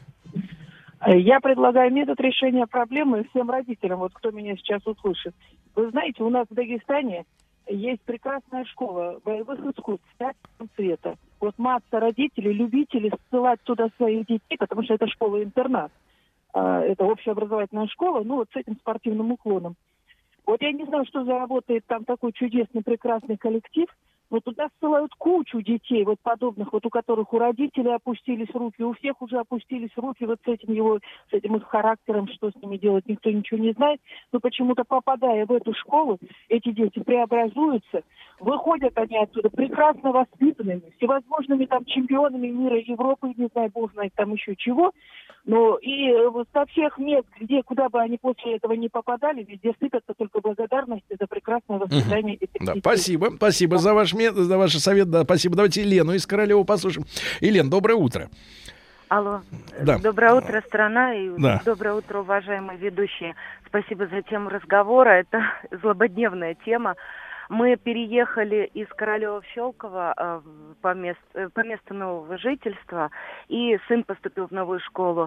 Я предлагаю метод решения проблемы всем родителям, вот кто меня сейчас услышит. Вы знаете, у нас в Дагестане есть прекрасная школа боевых искусств цвета. Вот масса родителей, любителей ссылать туда своих детей, потому что это школа-интернат. Это общеобразовательная школа, вот с этим спортивным уклоном. Вот я не знаю, что заработает там такой чудесный, прекрасный коллектив, но туда ссылают кучу детей, вот подобных, вот у которых у родителей опустились руки, у всех уже опустились руки вот с этим их характером, что с ними делать, никто ничего не знает. Но почему-то, попадая в эту школу, эти дети преобразуются, выходят они оттуда прекрасно воспитанными, всевозможными там чемпионами мира, Европы, не знаю, бог знает там еще чего. Но и со всех мест, куда бы они после этого не попадали, везде сыпятся только благодарности за прекрасное воспитание этих детей.
Спасибо за ваш совет. Да, спасибо. Давайте Елену из Королева послушаем. Елена, доброе утро.
Алло.
Да.
Доброе утро, страна, и доброе утро, уважаемые ведущие. Спасибо за тему разговора. Это злободневная тема. Мы переехали из Королева в Щелково по месту нового жительства, и сын поступил в новую школу.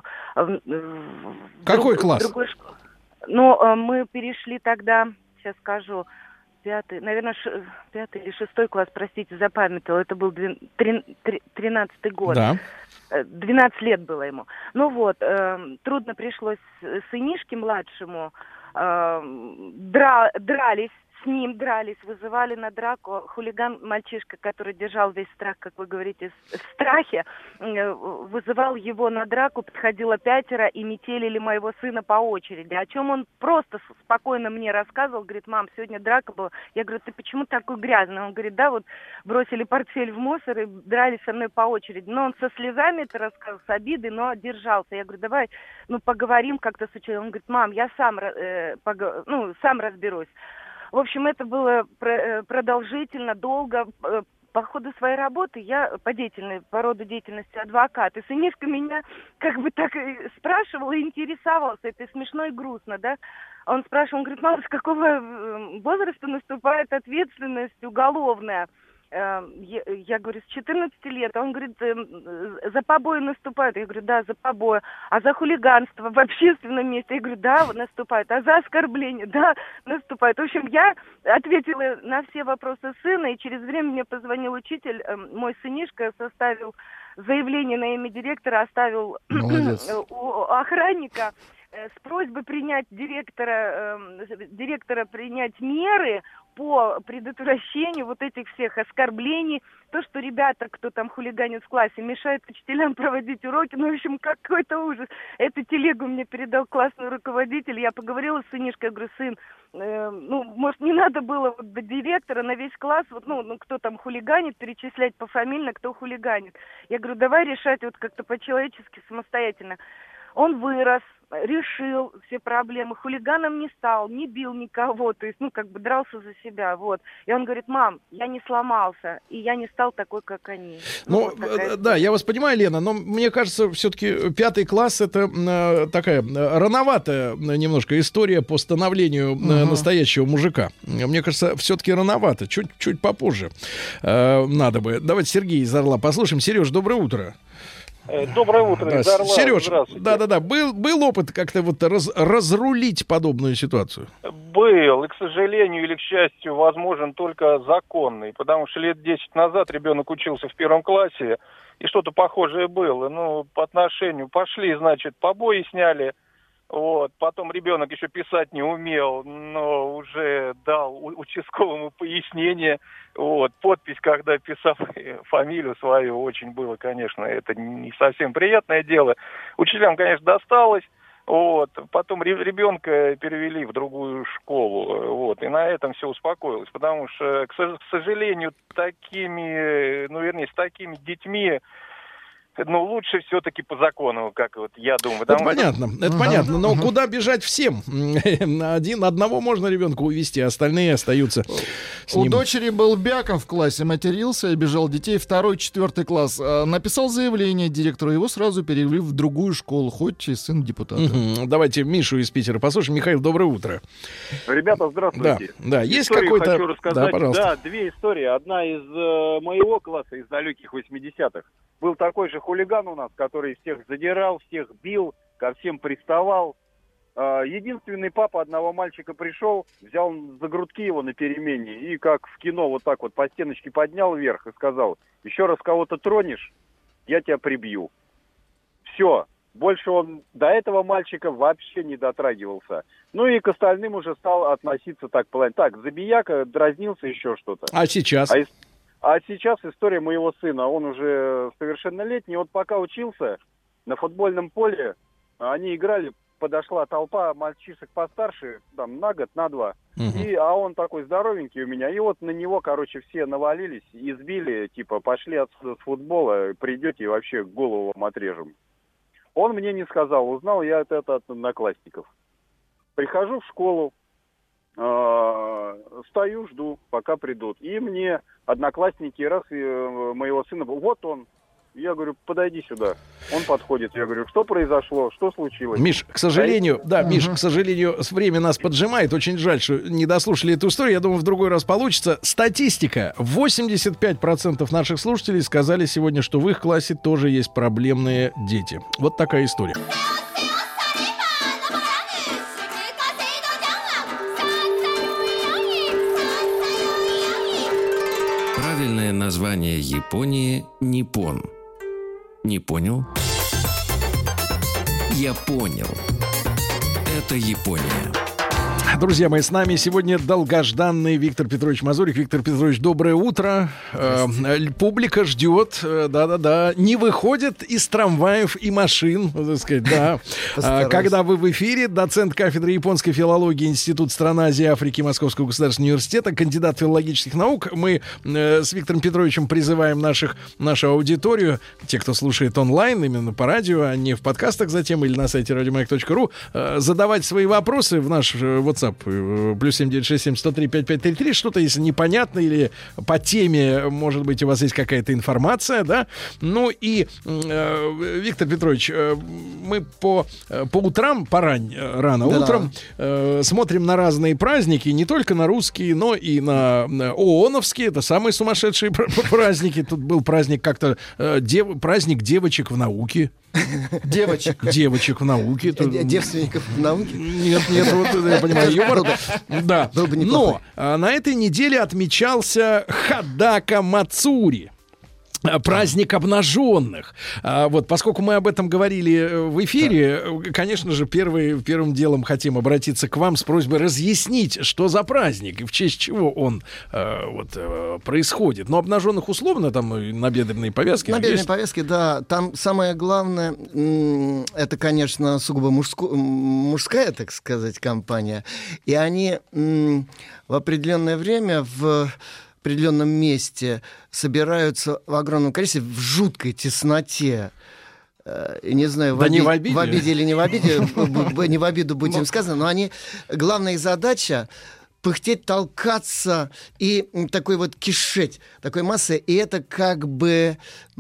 Какой класс?
Другую школу. Мы перешли тогда, сейчас скажу, 5-й или 6-й класс, простите, запамятовала, это был 13-й год. Да. 12 лет было ему. Трудно пришлось сынишке младшему, дрались с ним, вызывали на драку. Хулиган, мальчишка, который держал весь страх, как вы говорите, в страхе, вызывал его на драку, подходило 5 и метелили моего сына по очереди. О чем он просто спокойно мне рассказывал, говорит: мам, сегодня драка была. Я говорю: ты почему такой грязный? Он говорит: да, вот бросили портфель в мусор и дрались со мной по очереди. Но он со слезами это рассказывал, с обидой, но держался. Я говорю: давай, поговорим как-то с учителем. Он говорит: мам, я сам разберусь. В общем, это было продолжительно, долго. По ходу своей работы я по роду деятельности адвокат. И сынишка меня как бы так спрашивал и интересовался. Это смешно и грустно, да? Он спрашивал, он говорит: мама, с какого возраста наступает ответственность уголовная? Я говорю: с 14 лет. Он говорит: за побои наступают. Я говорю: да, за побои. А за хулиганство в общественном месте? Я говорю: да, наступает. А за оскорбление? Да, наступает. В общем, я ответила на все вопросы сына, и через время мне позвонил учитель, мой сынишка составил заявление на имя директора, оставил у охранника с просьбой принять директора принять меры по предотвращению вот этих всех оскорблений, то, что ребята, кто там хулиганит в классе, мешают учителям проводить уроки, ну, в общем, какой-то ужас. Эту телегу мне передал классный руководитель, я поговорила с сынишкой, я говорю, сын, может, не надо было вот до директора на весь класс, вот, кто там хулиганит, перечислять пофамильно, кто хулиганит. Я говорю, давай решать вот как-то по-человечески самостоятельно. Он вырос, решил все проблемы, хулиганом не стал, не бил никого, то есть, дрался за себя, вот. И он говорит, мам, я не сломался, и я не стал такой, как они.
Да, я вас понимаю, Лена, но мне кажется, все-таки 5 класс — это такая рановатая немножко история по становлению настоящего мужика. Мне кажется, все-таки рановато, чуть попозже надо бы. Давайте Сергей из Орла послушаем. Сереж, доброе утро.
Доброе утро, из Орла.
Сереж, да, был опыт как-то вот разрулить подобную ситуацию?
Был, и, к сожалению или к счастью, возможен только законный, потому что лет 10 назад ребенок учился в 1 классе, и что-то похожее было. По отношению пошли, значит, побои сняли, вот, потом ребенок еще писать не умел, но уже дал участковому пояснение, вот, подпись, когда писал фамилию свою, очень было, конечно, это не совсем приятное дело. Учителям, конечно, досталось, вот, потом ребенка перевели в другую школу, вот, и на этом все успокоилось, потому что, к сожалению, с такими детьми, лучше все-таки по закону, как вот я думаю.
Это понятно, но куда бежать всем? Одного можно ребенка увезти, а остальные остаются с ним.
У дочери был Бяков в классе, матерился, обижал детей, 2-4 класс. Написал заявление директору, его сразу перевели в другую школу, хоть и сын депутата.
Давайте Мишу из Питера послушаем. Михаил, доброе утро.
Ребята, здравствуйте.
Да, есть какой-то...
хочу рассказать.
Да, пожалуйста.
Да, 2 истории. Одна из моего класса, из далеких 80-х. Был такой же хулиган у нас, который всех задирал, всех бил, ко всем приставал. Единственный папа одного мальчика пришел, взял за грудки его на перемене и как в кино вот так вот по стеночке поднял вверх и сказал, еще раз кого-то тронешь, я тебя прибью. Все. Больше он до этого мальчика вообще не дотрагивался. И к остальным уже стал относиться так, забияка, дразнился, еще что-то.
А сейчас?
А сейчас история моего сына. Он уже совершеннолетний. Вот пока учился на футбольном поле, они играли, подошла толпа мальчишек постарше, там, на год, на 2. А он такой здоровенький у меня. И вот на него, все навалились, избили, пошли отсюда с футбола, придете и вообще голову вам отрежем. Он мне не сказал, узнал я это от одноклассников. Прихожу в школу, стою, жду, пока придут. И мне одноклассники моего сына, вот он. Я говорю, подойди сюда. Он подходит. Я говорю, что произошло? Что случилось?
Миш, к сожалению, Миш, к сожалению, время нас поджимает. Очень жаль, что не дослушали эту историю. Я думаю, в другой раз получится. Статистика. 85% наших слушателей сказали сегодня, что в их классе тоже есть проблемные дети. Вот такая история.
Правильное название Японии — Ниппон. Не понял? Я понял. Это Япония.
Друзья мои, с нами сегодня долгожданный Виктор Петрович Мазурик. Виктор Петрович, доброе утро. Публика ждет, да-да-да, не выходит из трамваев и машин, так сказать, да. Когда вы в эфире, доцент кафедры японской филологии Институт стран Азии и Африки Московского государственного университета, кандидат филологических наук. Мы с Виктором Петровичем призываем нашу аудиторию, те, кто слушает онлайн, именно по радио, а не в подкастах затем или на сайте radiomayak.ru, задавать свои вопросы в наш WhatsApp плюс 7967-103-5533, что-то, если непонятно или по теме, может быть, у вас есть какая-то информация, да. Виктор Петрович, мы по утрам, рано утром смотрим на разные праздники, не только на русские, но и на ООНовские, это самые сумасшедшие праздники. Тут был праздник праздник девочек в науке. Девочек в науке.
Девственников в науке?
Нет, вот я понимаю юмор. Да. Но на этой неделе отмечался Хадака Мацури. праздник обнаженных. Вот, поскольку мы об этом говорили в эфире, конечно же, первым делом хотим обратиться к вам с просьбой разъяснить, что за праздник и в честь чего он происходит. Но обнаженных условно, там набедренные повязки.
Набедренные повязки, да. Там самое главное, это, конечно, сугубо мужская, так сказать, компания. И они в определенное время в определенном месте собираются в огромном количестве, в жуткой тесноте. Не знаю, в обиде или не в обиде, не в обиду будет им сказано, но главная их задача пыхтеть, толкаться и такой вот кишеть, такой массой, и это как бы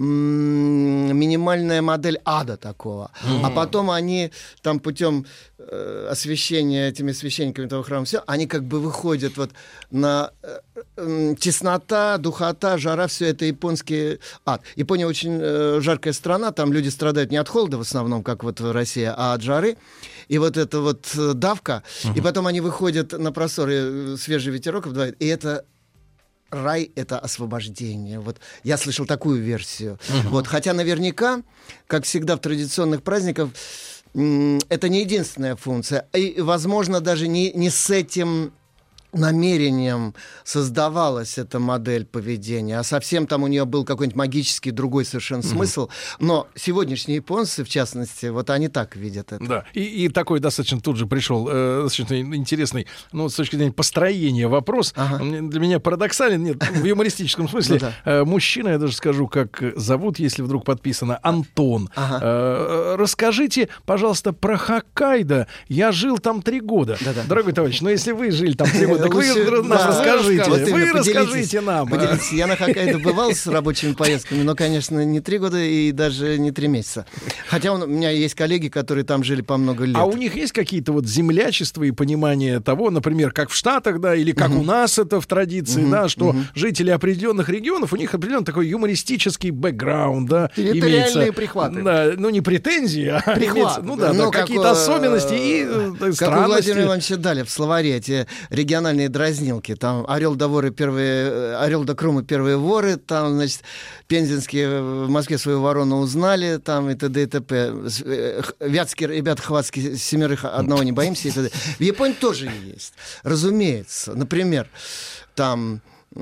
минимальная модель ада такого. А потом они там путем освещения этими священниками того храма, все, они как бы выходят вот на теснота, духота, жара, все это японский ад. Япония очень жаркая страна, там люди страдают не от холода в основном, как вот в России, а от жары. И вот эта вот давка, и потом они выходят на просторы, свежий ветерок вдувает, и это рай, это освобождение. Вот я слышал такую версию. Вот, хотя наверняка, как всегда в традиционных праздниках, это не единственная функция. И, возможно, даже не с этим намерением создавалась эта модель поведения, а совсем там у нее был какой-нибудь магический другой совершенно смысл. Но сегодняшние японцы, в частности, вот они так видят это.
Да, и такой достаточно тут же пришел достаточно интересный, ну, с точки зрения построения вопрос. Для меня парадоксален, нет, в юмористическом смысле. Мужчина, я даже скажу, как зовут, если вдруг подписано, Антон. Расскажите, пожалуйста, про Хоккайдо. Я жил там 3 года. Дорогой товарищ, но если вы жили там 3 года, так вы нам расскажите. Вы расскажите нам.
Поделитесь. Я на Хоккайдо бывал с рабочими поездками, но, конечно, не 3 года и даже не 3 месяца. Хотя у меня есть коллеги, которые там жили по много лет.
А у них есть какие-то вот землячества и понимание того, например, как в Штатах, да, или как у нас это в традиции, да, что жители определенных регионов, у них определенно такой юмористический бэкграунд, да,
территориальные прихваты.
Да, ну не претензии, а имеется, ну да, какие-то особенности и странности.
Как у Владимира Ивановича Дали в словаре эти региональные дразнилки. Там Орел до Крумы первые воры, там, значит, пензенские в Москве свою ворону узнали, там и т.д. и т.п. Вятские ребята хватские, 7 одного не боимся и т.д. В Японии тоже есть. Разумеется. Например, там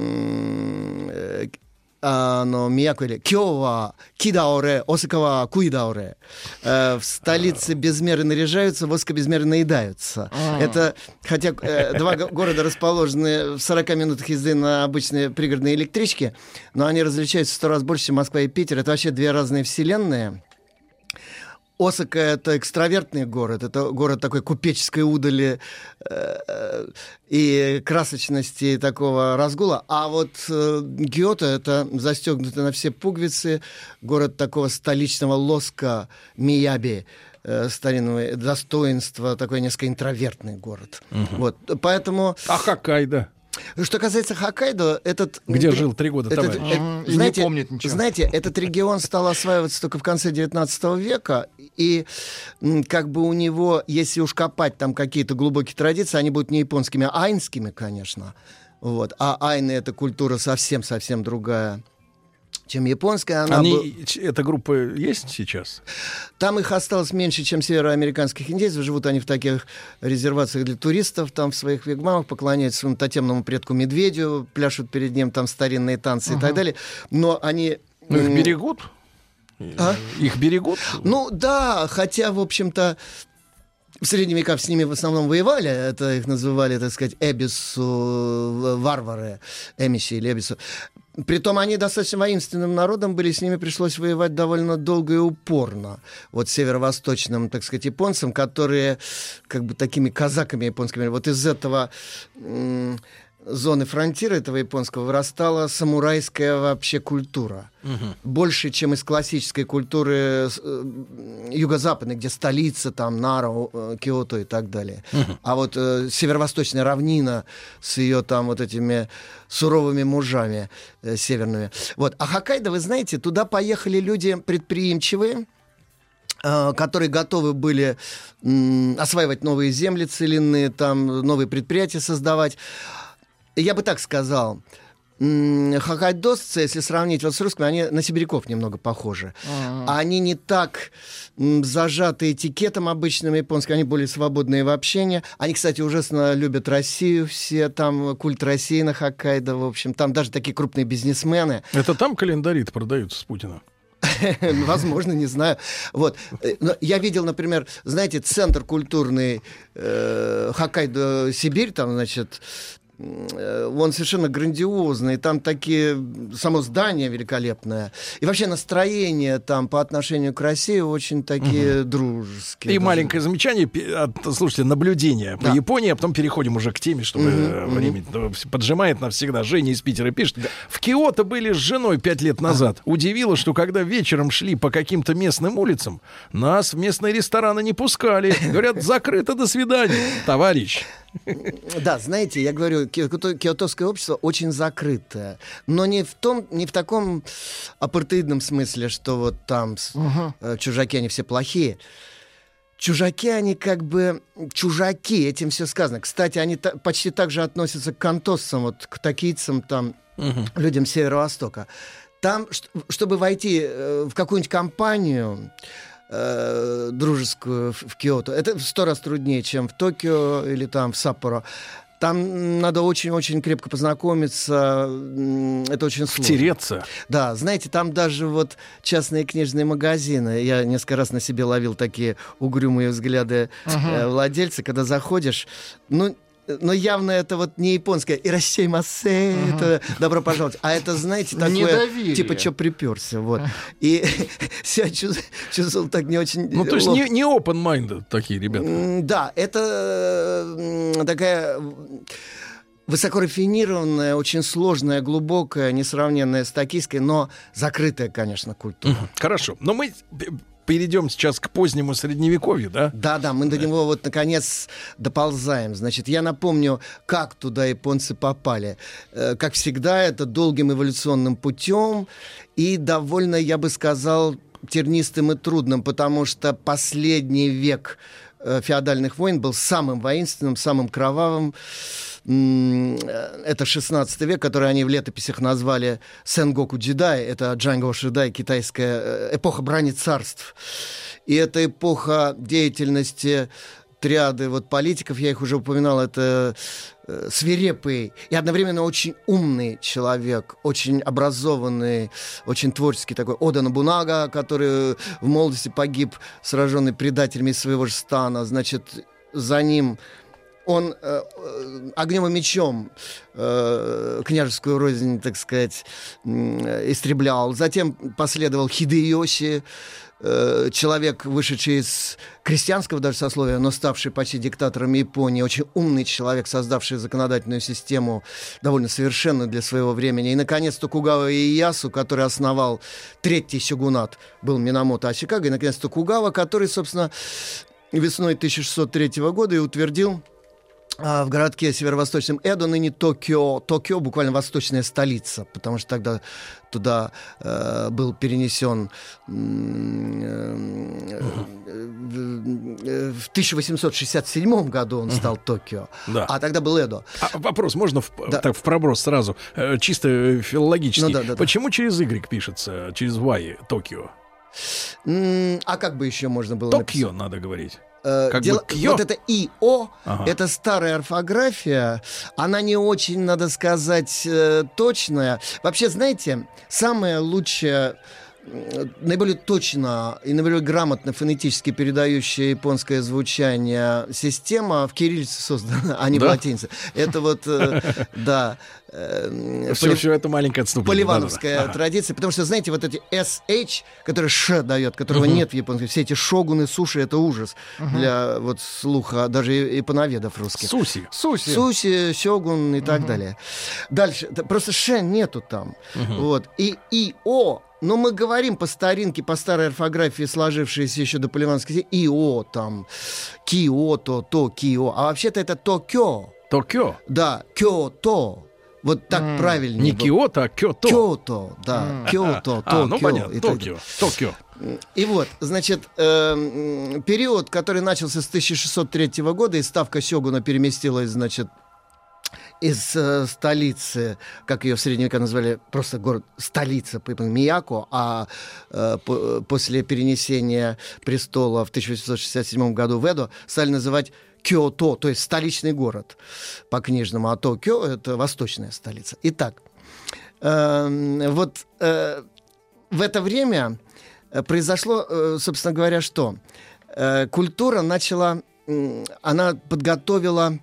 Мияко или Кёва, Кидаоре, Осакава, Куидаоре. В столице без меры наряжаются, в Осака без меры наедаются. Это, хотя 2 города расположены в 40 минутах езды на обычной пригородной электричке, но они различаются в 100 раз больше, чем Москва и Питер. Это вообще 2 разные вселенные. Осака — это экстравертный город, это город такой купеческой удали и красочности такого разгула. А вот Киото — это застегнутый на все пуговицы, город такого столичного лоска, Мияби, старинного достоинства, такой несколько интровертный город. Вот, поэтому...
А Хоккайдо?
Что касается Хоккайдо,
где жил 3 года товарищ?
Знаете, не помнит ничего. Знаете, этот регион стал осваиваться только в конце 19 века, и как бы у него, если уж копать там какие-то глубокие традиции, они будут не японскими, а айнскими, конечно. Вот. А айны — это культура совсем-совсем другая, чем японская.
Эта группа есть сейчас?
Там их осталось меньше, чем североамериканских индейцев. Живут они в таких резервациях для туристов, там в своих вигвамах, поклоняются своему тотемному предку медведю, пляшут перед ним там старинные танцы и так далее. Но они...
Ну, их берегут? Их берегут?
Ну, да, хотя, в общем-то... В средние века с ними в основном воевали, это их называли, так сказать, эбису, варвары, эмиси или эбису. Притом они достаточно воинственным народом были, с ними пришлось воевать довольно долго и упорно. Вот северо-восточным, так сказать, японцам, которые как бы такими казаками японскими. Вот из этого зоны фронтира этого японского вырастала самурайская вообще культура. Больше, чем из классической культуры юго-западной, где столица, там, Наро, Киото и так далее. А вот северо-восточная равнина с ее там вот этими суровыми мужами северными. Вот. А Хоккайдо, вы знаете, туда поехали люди предприимчивые, которые готовы были осваивать новые земли целинные, там, новые предприятия создавать. Я бы так сказал, хоккайдосцы, если сравнить вот с русскими, они на сибиряков немного похожи. Они не так зажаты этикетом обычным японским, они более свободные в общении. Они, кстати, ужасно любят Россию все, там культ России на Хоккайдо, в общем, там даже такие крупные бизнесмены.
Это там календари продаются с Путина?
Возможно, не знаю. Вот. Я видел, например, знаете, центр культурный Хоккайдо Сибирь, там, значит, он совершенно грандиозный, там такие, само здание великолепное. И вообще настроение там по отношению к России очень такие дружеские.
И маленькое замечание, слушайте, наблюдение по Японии, а потом переходим уже к теме, чтобы время поджимает навсегда. Женя из Питера пишет. В Киото были с женой 5 лет назад. Удивило, что когда вечером шли по каким-то местным улицам, нас в местные рестораны не пускали. Говорят, закрыто, до свидания, товарищ.
Да, знаете, я говорю, киотовское общество очень закрытое, но не в таком апартеидном смысле, что вот там чужаки, они все плохие. Чужаки, они как бы чужаки, этим все сказано. Кстати, они почти так же относятся к кантоссам, вот к токийцам, там, людям Северо-Востока. Там, чтобы войти в какую-нибудь компанию дружескую в Киото, это в 100 раз труднее, чем в Токио или там в Саппоро. Там надо очень-очень крепко познакомиться, это очень сложно.
Втереться.
Да, знаете, там даже вот частные книжные магазины, я несколько раз на себе ловил такие угрюмые взгляды владельца, когда заходишь, но явно это вот не японское «Ирасяймасе», это «добро пожаловать», а это, знаете, такое,
недоверие.
типа «чё приперся», вот. И себя чувствовал так не очень...
Ну, то есть не open-minded такие ребята.
Да, это такая... высокорафинированная, очень сложная, глубокая, несравненная с токийской, но закрытая, конечно, культура.
Хорошо, но мы... перейдем сейчас к позднему средневековью, да?
Да, мы до него вот наконец доползаем. Значит, я напомню, как туда японцы попали. Как всегда, это долгим эволюционным путем и довольно, я бы сказал, тернистым и трудным, потому что последний век феодальных войн был самым воинственным, самым кровавым. Это 16 век, который они в летописях назвали Сэнгоку Джедай, это Джанго Шидай, китайская эпоха брани царств. И это эпоха деятельности триады вот политиков, я их уже упоминал, это свирепый и одновременно очень умный человек, очень образованный, очень творческий такой Ода Нобунага, который в молодости погиб, сраженный предателями своего же стана. Значит, за ним он огнем и мечом княжескую рознь, так сказать, истреблял. Затем последовал Хидэёси, человек, вышедший из крестьянского даже сословия, но ставший почти диктатором Японии, очень умный человек, создавший законодательную систему довольно совершенную для своего времени. И, наконец, Токугава Иэясу, который основал третий сёгунат, был Минамото Асикага, и, наконец, Токугава, который, собственно, весной 1603 года и утвердил в городке северо-восточном Эдо, ныне Токио. Токио буквально восточная столица, потому что тогда туда был перенесен в 1867 году он стал Токио, а тогда был Эдо.
Вопрос можно в проброс сразу, чисто филологический. Почему через Y пишется, через Y Токио?
А как бы еще можно было
Токио надо говорить.
Вот это ИО, это старая орфография, она не очень, надо сказать, точная. Вообще, знаете, самое лучшее, наиболее точно и наиболее грамотно фонетически передающая японское звучание система в кириллице создана, а не в латинице. Это вот, да.
Все это маленькое отступление.
Поливановская традиция, потому что, знаете, вот эти SH, которые Ш дает, которого нет в японском, все эти шогуны, суши, это ужас для вот слуха даже японоведов русских. Суси, сёгун и так далее. Дальше, просто Ш нету там. Вот. И ИО, но мы говорим по старинке, по старой орфографии, сложившейся еще до поливановской, ИО там, Киото, Токио, а вообще-то это Токио.
Токио?
Да, Кёто. Вот так правильнее.
Не Киото, а Кёто.
Кёто, да. Кёто, Токио.
Ну понятно, Токио.
И вот, значит, период, который начался с 1603 года, и ставка сёгуна переместилась, значит, из столицы, как ее в средние века назвали, просто город, столица Мияко, а после перенесения престола в 1867 году в Эдо стали называть Кёто, то есть столичный город по-книжному, а Токио — это восточная столица. Итак, вот в это время произошло, собственно говоря, что культура начала, она подготовила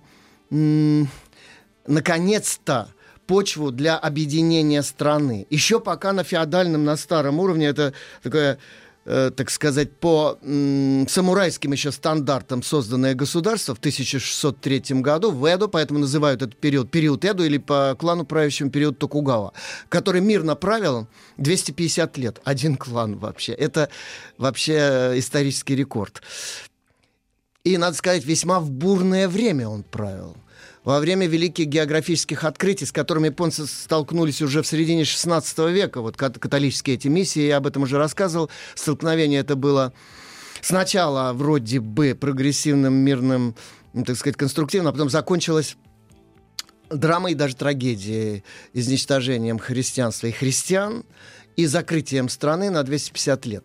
наконец-то почву для объединения страны. Еще пока на феодальном, на старом уровне, это такое, так сказать, по самурайским еще стандартам созданное государство в 1603 году в Эдо, поэтому называют этот период Эдо, или по клану правящему период Токугава, который мирно правил 250 лет. Один клан вообще. Это вообще исторический рекорд. И, надо сказать, весьма в бурное время он правил. Во время великих географических открытий, с которыми японцы столкнулись уже в середине 16 века, вот католические эти миссии, я об этом уже рассказывал, столкновение это было сначала вроде бы прогрессивным, мирным, так сказать, конструктивным, а потом закончилось драмой и даже трагедией, изничтожением христианства и христиан и закрытием страны на 250 лет.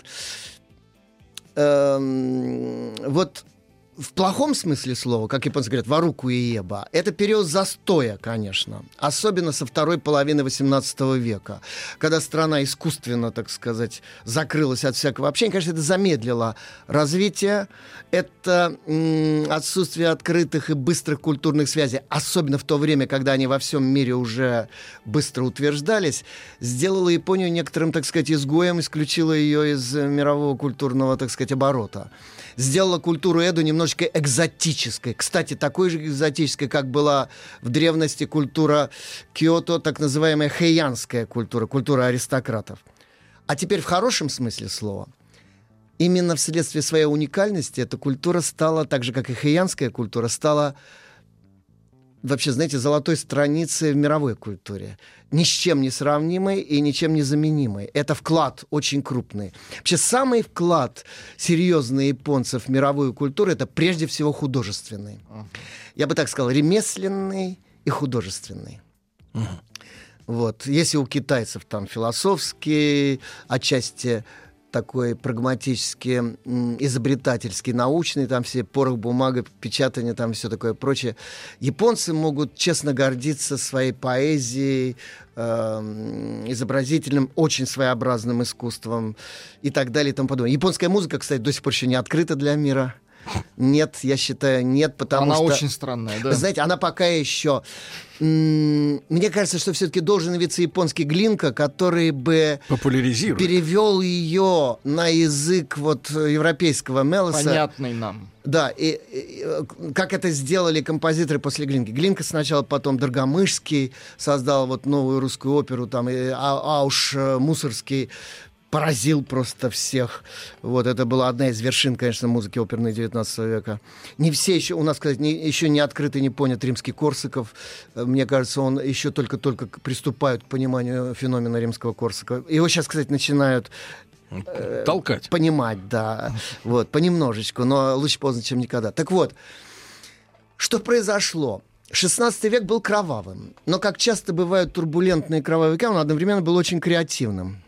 Вот в плохом смысле слова, как японцы говорят, варуку и еба, это период застоя, конечно. Особенно со второй половины XVIII века, когда страна искусственно, так сказать, закрылась от всякого общения. Конечно, это замедлило развитие. Это отсутствие открытых и быстрых культурных связей, особенно в то время, когда они во всем мире уже быстро утверждались, сделало Японию некоторым, так сказать, изгоем, исключило ее из мирового культурного, так сказать, оборота. Сделала культуру Эдо немножечко экзотической. Кстати, такой же экзотической, как была в древности культура Киото, так называемая хэйянская культура, культура аристократов. А теперь в хорошем смысле слова. Именно вследствие своей уникальности эта культура стала, так же, как и хэйянская культура, стала вообще, знаете, золотой страницей в мировой культуре. Ни с чем не сравнимой и ничем не заменимой. Это вклад очень крупный. Вообще, самый вклад серьезный японцев в мировую культуру — это прежде всего художественный. Я бы так сказал, ремесленный и художественный. Вот. Если у китайцев там философский, отчасти такой прагматический, изобретательский, научный, там все порох, бумага, печатание, там все такое прочее. Японцы могут честно гордиться своей поэзией, изобразительным, очень своеобразным искусством и так далее и тому подобное. Японская музыка, кстати, до сих пор еще не открыта для мира. Нет, я считаю, нет, потому что...
Она очень странная, да.
Знаете, она пока еще... Мне кажется, что все-таки должен явиться японский Глинка, который бы перевел ее на язык вот европейского мелоса.
Понятный нам.
Да, и как это сделали композиторы после Глинки. Глинка сначала, потом Доргомышский создал вот новую русскую оперу, там, и Ауш Мусорский поразил просто всех. Вот, это была одна из вершин, конечно, музыки оперной 19 века. Не все еще, у нас, кстати, еще не открыт и не понят Римский-Корсаков. Мне кажется, он еще только-только приступает к пониманию феномена Римского-Корсакова. Его сейчас, кстати, начинают
толкать.
Понимать, да. Вот, понемножечку, но лучше поздно, чем никогда. Так вот, что произошло? 16 век был кровавым, но, как часто бывают турбулентные кровавые века, он одновременно был очень креативным.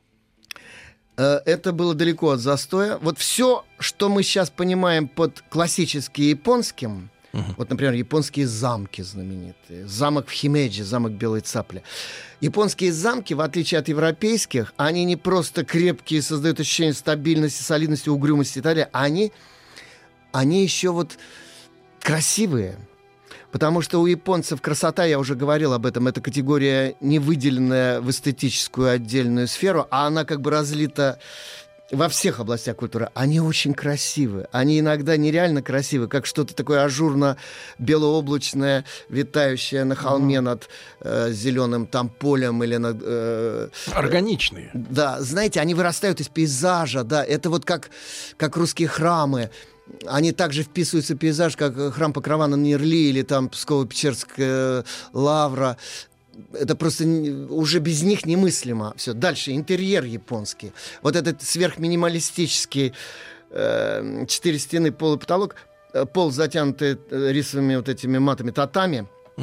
Это было далеко от застоя. Вот все, что мы сейчас понимаем под классически японским, вот, например, японские замки знаменитые, замок в Химеджи, замок Белой Цапли. Японские замки, в отличие от европейских, они не просто крепкие, создают ощущение стабильности, солидности, угрюмости и так далее, они еще вот красивые. Потому что у японцев красота, я уже говорил об этом, это категория, не выделенная в эстетическую отдельную сферу, а она как бы разлита во всех областях культуры. Они очень красивы. Они иногда нереально красивы, как что-то такое ажурно-белооблачное, витающее на холме над зеленым там полем или над...
Органичные.
Да, знаете, они вырастают из пейзажа, да, это вот как русские храмы. Они также вписываются в пейзаж, как храм Покрова на Нерли или там Псково-Печерская лавра. Это просто уже без них немыслимо. Все. Дальше интерьер японский. Вот этот сверхминималистический 4 стены, пол и потолок, пол затянутый рисовыми вот этими матами татами.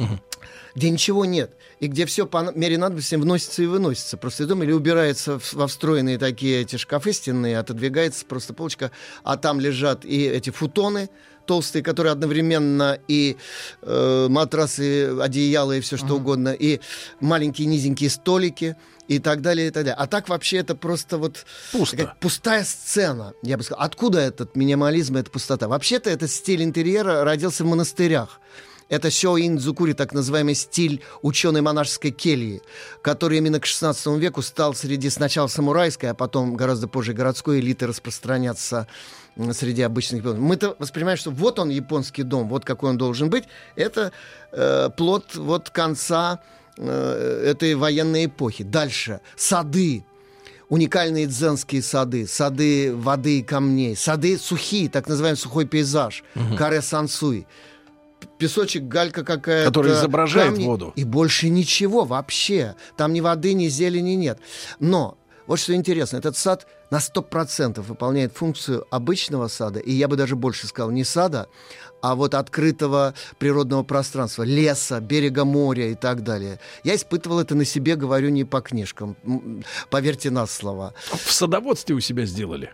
где ничего нет, и где все по мере надобности вносится и выносится просто из дома, или убирается во встроенные такие эти шкафы стенные, отодвигается просто полочка, а там лежат и эти футоны толстые, которые одновременно и матрасы, одеяла и все что угодно, и маленькие низенькие столики, и так далее, и так далее. А так вообще это просто вот пустая сцена, я бы сказал. Откуда этот минимализм, эта пустота? Вообще-то этот стиль интерьера родился в монастырях. Это сёин-дзукури, так называемый стиль ученой монашеской кельи, который именно к XVI веку стал среди сначала самурайской, а потом гораздо позже городской элиты распространяться среди обычных японцев. Мы-то воспринимаем, что вот он, японский дом, вот какой он должен быть. Это плод вот конца этой военной эпохи. Дальше. Сады. Уникальные дзенские сады. Сады воды и камней. Сады сухие, так называемый сухой пейзаж. Каре-сансуй. Песочек, галька какая-то.
Который изображает
камни,
воду.
И больше ничего вообще. Там ни воды, ни зелени нет. Но вот что интересно. Этот сад на 100% выполняет функцию обычного сада. И я бы даже больше сказал, не сада, а вот открытого природного пространства, леса, берега моря и так далее. Я испытывал это на себе, говорю, не по книжкам. Поверьте на слово.
В садоводстве у себя сделали?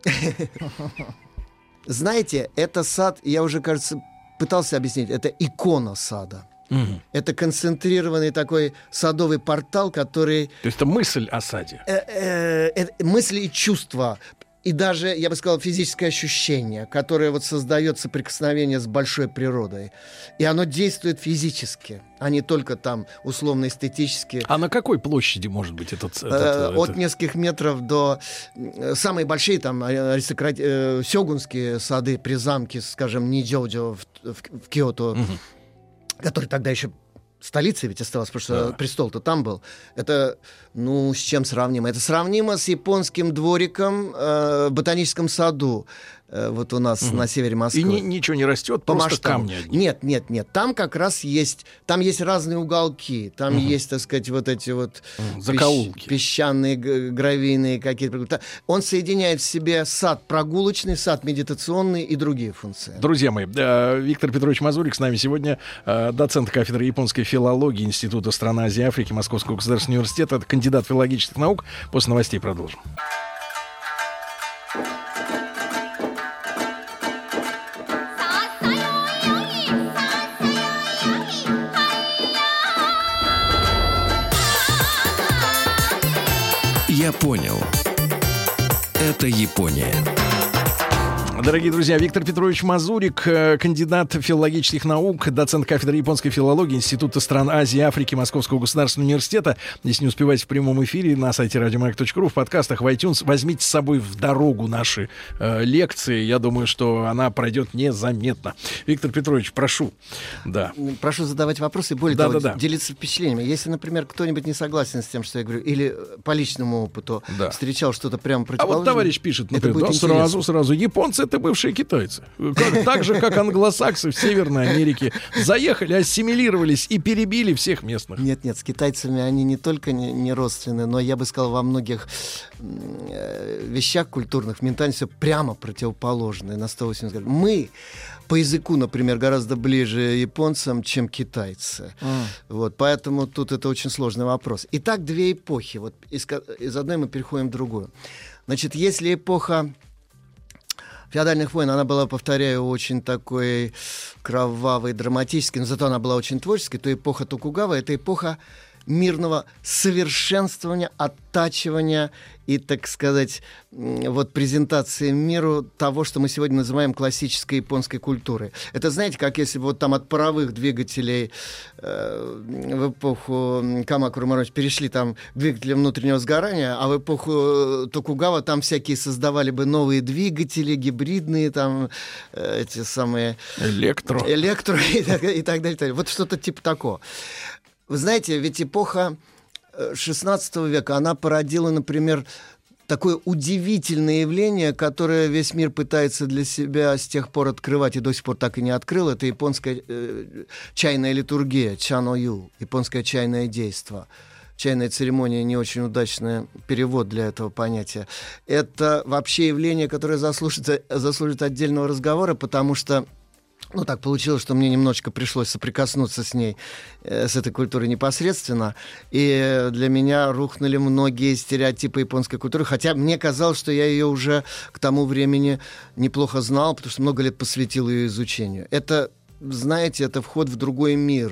Знаете, это сад, я уже, кажется, пытался объяснить, это икона сада. Это концентрированный такой садовый портал, который...
То есть это мысль о саде?
Мысли и чувства. И даже, я бы сказал, физическое ощущение, которое вот создает соприкосновение с большой природой. И оно действует физически, а не только там условно-эстетически.
А на какой площади может быть этот
от нескольких метров до... Самые большие там сёгунские сады при замке, скажем, Ниджоджо в Киото, который тогда еще столицей ведь оставалась, потому что престол-то там был. Это, ну, с чем сравнимо? Это сравнимо с японским двориком в ботаническом саду. Вот у нас на севере Москвы.
И ничего не растет,
по
просто
масштабу.
камни одни.
Нет. Там как раз есть... Там есть разные уголки. Там есть, так сказать, вот эти вот...
закоулки.
Песчаные, гравийные какие-то... Он соединяет в себе сад прогулочный, сад медитационный и другие функции.
Друзья мои, Виктор Петрович Мазурик с нами сегодня, доцент кафедры японской филологии Института стран Азии и Африки Московского государственного университета, кандидат филологических наук. После новостей продолжим.
Я понял. Это Япония.
Дорогие друзья, Виктор Петрович Мазурик, кандидат филологических наук, доцент кафедры японской филологии Института стран Азии и Африки Московского государственного университета. Если не успеваете в прямом эфире на сайте radiomayak.ru, в подкастах, в iTunes, возьмите с собой в дорогу наши лекции. Я думаю, что она пройдет незаметно. Виктор Петрович, прошу. Да.
Прошу задавать вопросы, более того, делиться впечатлениями. Если, например, кто-нибудь не согласен с тем, что я говорю, или по личному опыту встречал что-то прямо противоположное.
А вот товарищ пишет, например, сразу, японцы — это бывшие китайцы. Так же, как англосаксы в Северной Америке. Заехали, ассимилировались и перебили всех местных.
Нет, с китайцами они не только не родственны, но я бы сказал, во многих вещах культурных, в ментальности прямо противоположные на 180 градусов. Мы по языку, например, гораздо ближе японцам, чем китайцы. Вот, поэтому тут это очень сложный вопрос. Итак, две эпохи. Вот из одной мы переходим в другую. Значит, если эпоха феодальных войн, она была, повторяю, очень такой кровавой, драматической, но зато она была очень творческой, то эпоха Токугава — это эпоха мирного совершенствования, оттачивания и, так сказать, вот презентации миру того, что мы сегодня называем классической японской культурой. Это, знаете, как если бы вот там от паровых двигателей в эпоху Камакуры Морочи перешли там к двигателям внутреннего сгорания, а в эпоху Токугава там всякие создавали бы новые двигатели, гибридные там, эти самые... Электро и так далее. Вот что-то типа такого. Вы знаете, ведь эпоха XVI века, она породила, например, такое удивительное явление, которое весь мир пытается для себя с тех пор открывать и до сих пор так и не открыл. Это японская чайная литургия, чано-ю, японское чайное действо. Чайная церемония — не очень удачный перевод для этого понятия. Это вообще явление, которое заслужит отдельного разговора, потому что Ну, так получилось, что мне немножечко пришлось соприкоснуться с ней, с этой культурой непосредственно. И для меня рухнули многие стереотипы японской культуры. Хотя мне казалось, что я ее уже к тому времени неплохо знал, потому что много лет посвятил ее изучению. Это, знаете, это вход в другой мир.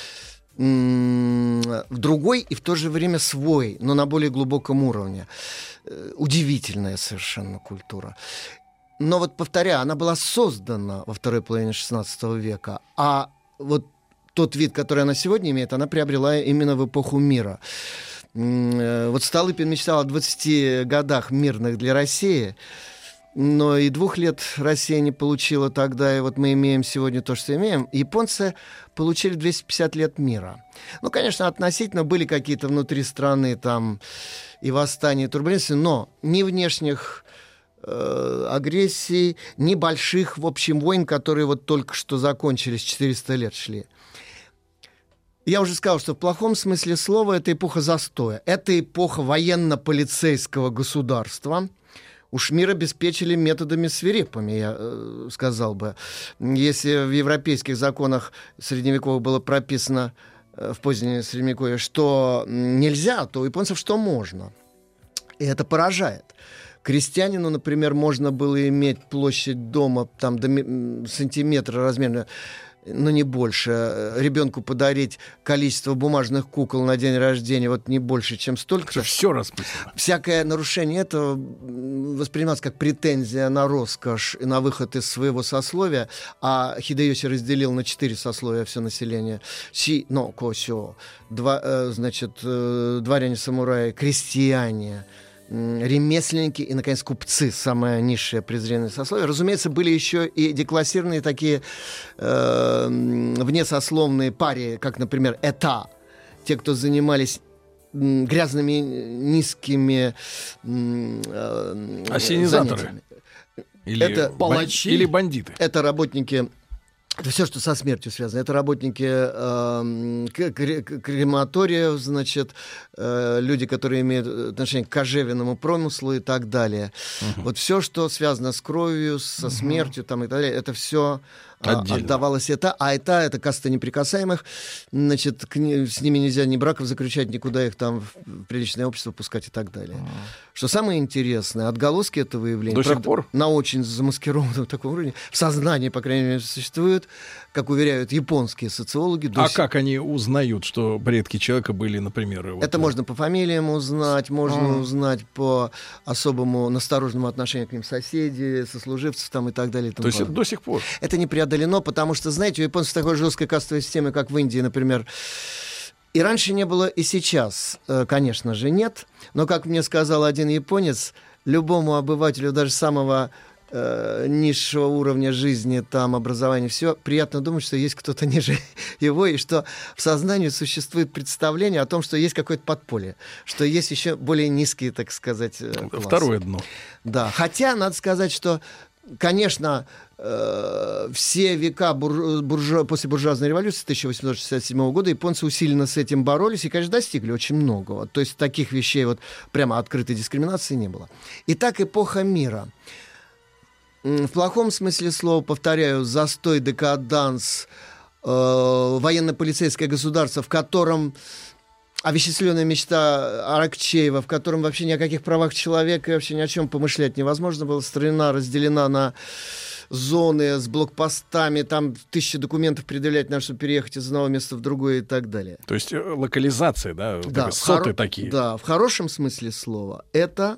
В другой и в то же время свой, но на более глубоком уровне. Удивительная совершенно культура. Но вот, повторяю, она была создана во второй половине XVI века, а вот тот вид, который она сегодня имеет, она приобрела именно в эпоху мира. Вот Столыпин мечтал о 20 годах мирных для России, но и 2 лет Россия не получила тогда, и вот мы имеем сегодня то, что имеем. Японцы получили 250 лет мира. Ну, конечно, относительно были какие-то внутри страны там и восстания, и турбуленции, но ни внешних агрессий, небольших, в общем, войн, которые вот только что закончились, 400 лет шли. Я уже сказал, что в плохом смысле слова это эпоха застоя. Это эпоха военно-полицейского государства. Уж мир обеспечили методами свирепыми, я сказал бы. Если в европейских законах средневековых было прописано в позднее средневековье, что нельзя, то у японцев что можно. И это поражает. Крестьянину, например, можно было иметь площадь дома там, до сантиметра размерно, но не больше. Ребенку подарить количество бумажных кукол на день рождения вот не больше, чем столько.
Все расписано.
Всякое нарушение этого воспринималось как претензия на роскошь и на выход из своего сословия. А Хидэёси разделил на 4 сословия все население. Си, но, косё. Дворяне-самураи, крестьяне, ремесленники и, наконец, купцы, самое низшее презренное сословие. Разумеется, были еще и деклассированные такие внесословные парии, как, например, эта. Те, кто занимались грязными, низкими
ассенизаторы.
Это
палачи или бандиты.
Это работники... Это все, что со смертью связано. Это работники крематориев, значит, люди, которые имеют отношение к кожевенному промыслу и так далее. Вот все, что связано с кровью, со смертью там, и так далее, это все отдавалось это. А это каста неприкасаемых. Значит, с ними нельзя ни браков заключать, никуда их там в приличное общество пускать и так далее. Что самое интересное, отголоски этого явления...
До сих пор?
На очень замаскированном таком уровне, в сознании, по крайней мере, существуют, как уверяют японские социологи.
Как они узнают, что предки человека были, например...
Это можно по фамилиям узнать, можно узнать по особому настороженному отношению к ним соседей, сослуживцев там, и так далее. И
то есть это до сих пор?
Это не преодолено, потому что, знаете, у японцев такой жесткой кастовой системы, как в Индии, например, и раньше не было, и сейчас, конечно же, нет. Но, как мне сказал один японец, любому обывателю, даже самого низшего уровня жизни, там, образования, все, приятно думать, что есть кто-то ниже его, и что в сознании существует представление о том, что есть какое-то подполье, что есть еще более низкие, так сказать, классы.
Второе дно.
Да, хотя, надо сказать, что, конечно, все века после буржуазной революции 1867 года японцы усиленно с этим боролись и, конечно, достигли очень многого. То есть таких вещей вот прямо открытой дискриминации не было. Итак, эпоха мира. В плохом смысле слова, повторяю, застой, декаданс, военно-полицейское государство, в котором овеществленная мечта Аракчеева, в котором вообще ни о каких правах человека и вообще ни о чем помышлять невозможно было. Страна разделена на зоны с блокпостами, там 1000 документов предъявлять надо, чтобы переехать из одного места в другое и так далее.
То есть локализация, да? Да, соты такие.
Да, в хорошем смысле слова. Это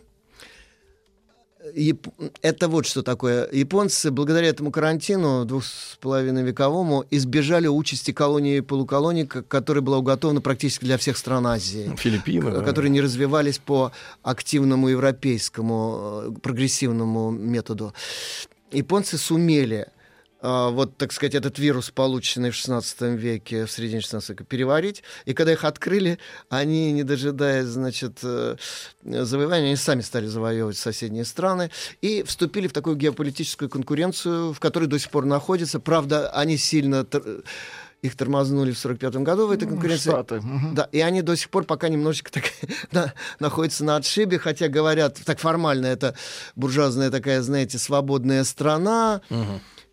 вот что такое. Японцы благодаря этому карантину 2,5-вековому избежали участи колонии и полуколонии, которая была уготована практически для всех стран Азии.
Филиппины,
которые не развивались по активному европейскому прогрессивному методу. Японцы сумели вот, так сказать, этот вирус, полученный в 16 веке, в середине 16 века, переварить. И когда их открыли, они, не дожидаясь, значит, завоевания, они сами стали завоевывать соседние страны и вступили в такую геополитическую конкуренцию, в которой до сих пор находятся. Правда, они сильно... Их тормознули в 1945 году в этой конкуренции.
Штаты.
Да, и они до сих пор пока немножечко так, находятся на отшибе, хотя говорят, так формально, это буржуазная такая, знаете, свободная страна.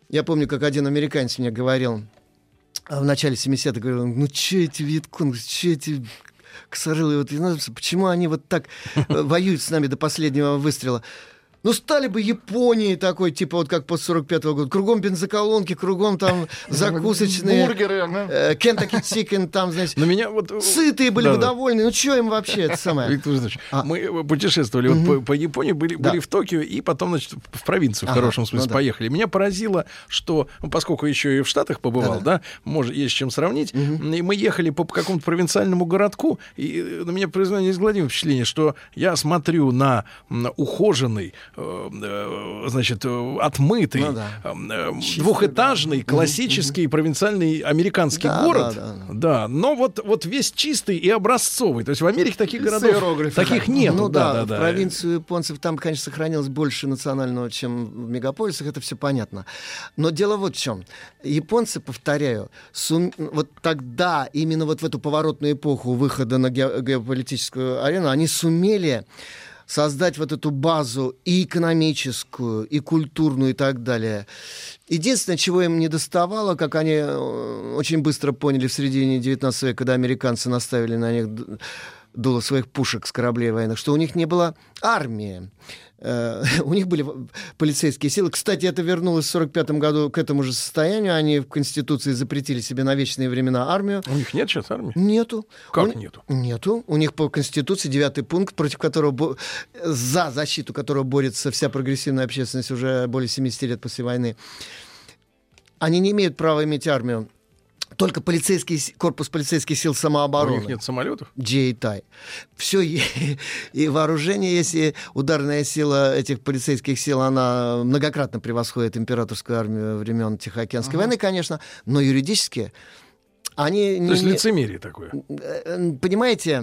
Я помню, как один американец мне говорил в начале 70-х, говорил, ну что эти вьетконги, что эти косорылые, вот, почему они вот так воюют с нами до последнего выстрела? Ну, стали бы Японией такой, типа вот как после 45-го года. Кругом бензоколонки, кругом там закусочные.
Бургеры.
Кентаки Чикен, там, значит.
Но меня вот...
Сытые были бы довольны. Ну, что им вообще это самое?
Виктор Ильич, мы путешествовали вот по Японии, были в Токио, и потом, значит, в провинцию, в хорошем смысле, поехали. Меня поразило, что, поскольку еще и в Штатах побывал, да, может, есть с чем сравнить, и мы ехали по какому-то провинциальному городку, и на меня произвело неизгладимое впечатление, что я смотрю на ухоженный, значит, отмытый, двухэтажный, классический провинциальный американский город. Да, но вот весь чистый и образцовый. То есть в Америке таких городов таких нет.
Ну да, в провинцию японцев там, конечно, сохранилось больше национального, чем в мегаполисах, это все понятно. Но дело вот в чем. Японцы, повторяю, вот тогда, именно вот в эту поворотную эпоху выхода на геополитическую арену, они сумели создать вот эту базу и экономическую, и культурную, и так далее. Единственное, чего им не доставало, как они очень быстро поняли в середине 19 века, когда американцы наставили на них дуло своих пушек с кораблей военных, что у них не было армии. У них были полицейские силы. Кстати, это вернулось в 1945 году к этому же состоянию. Они в Конституции запретили себе на вечные времена армию.
У них нет сейчас армии?
Нету.
Как нету?
Нету. У них по Конституции 9-й пункт, против которого, за защиту которого борется вся прогрессивная общественность уже более 70 лет после войны. Они не имеют права иметь армию. Только корпус полицейских сил самообороны.
У них нет самолетов?
Джейтай. Все, и вооружение есть, и ударная сила этих полицейских сил, она многократно превосходит императорскую армию времен Тихоокеанской войны, конечно, но юридически они...
То есть лицемерие такое.
Понимаете,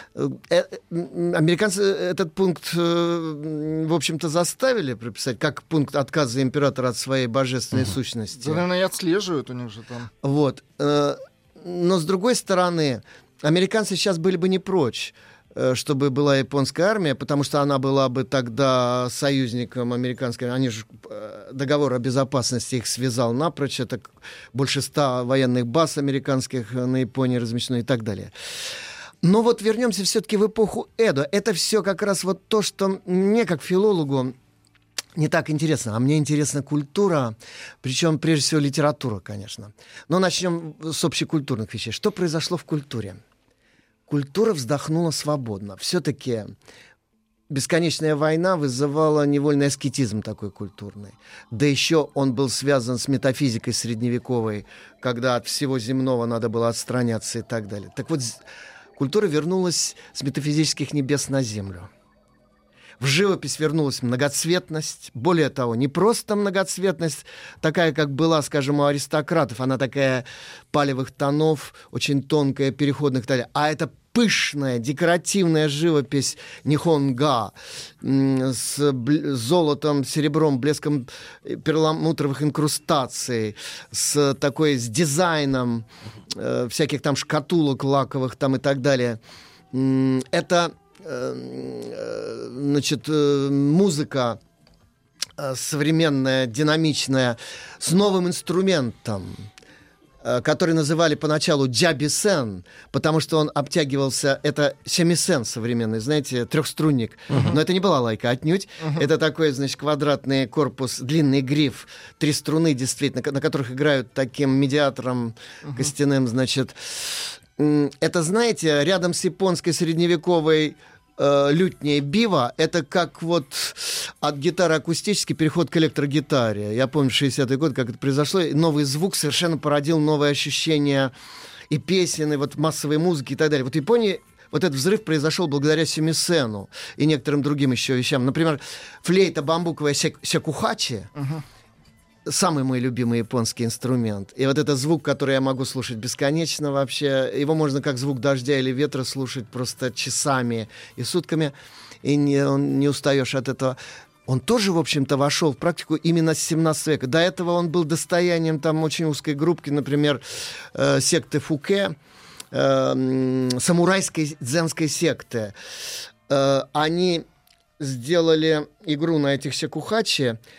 американцы этот пункт, в общем-то, заставили прописать, как пункт отказа императора от своей божественной сущности.
Да, наверное, и отслеживают у них же там.
Вот. Но, с другой стороны, американцы сейчас были бы не прочь, чтобы была японская армия, потому что она была бы тогда союзником американской. Они же договор о безопасности их связал напрочь. Это больше 100 военных баз американских на Японии размещено и так далее. Но вот вернемся все-таки в эпоху Эдо. Это все как раз вот то, что мне, как филологу, не так интересно. А мне интересна культура, причем прежде всего литература, конечно. Но начнем с общекультурных вещей. Что произошло в культуре? Культура вздохнула свободно. Все-таки бесконечная война вызывала невольный аскетизм такой культурный. Да еще он был связан с метафизикой средневековой, когда от всего земного надо было отстраняться и так далее. Так вот, культура вернулась с метафизических небес на землю. В живопись вернулась многоцветность. Более того, не просто многоцветность, такая, как была, скажем, у аристократов, она такая палевых тонов, очень тонкая, переходных и так далее, а это пышная, декоративная живопись нихонга с золотом, серебром, блеском перламутровых инкрустаций, с дизайном всяких там шкатулок лаковых там и так далее. Это музыка современная, динамичная, с новым инструментом, который называли поначалу джабисен, потому что он обтягивался, это семисен современный, знаете, трехструнник. Но это не была лайка отнюдь. Это такой, значит, квадратный корпус, длинный гриф, 3 струны, действительно, на которых играют таким медиатором костяным, значит. Это, знаете, рядом с японской средневековой лютней бива, это как вот от гитары акустический переход к электрогитаре. Я помню 60-й год, как это произошло. Новый звук совершенно породил новые ощущения и песен, и вот массовой музыки и так далее. Вот в Японии вот этот взрыв произошел благодаря семисену и некоторым другим еще вещам. Например, флейта бамбуковая сякухачи. Самый мой любимый японский инструмент. И вот этот звук, который я могу слушать бесконечно вообще, его можно как звук дождя или ветра слушать просто часами и сутками, и не устаешь от этого. Он тоже, в общем-то, вошел в практику именно с 17 века. До этого он был достоянием там очень узкой группки, например, секты Фуке, самурайской дзенской секты. Они сделали игру на этих сякухачи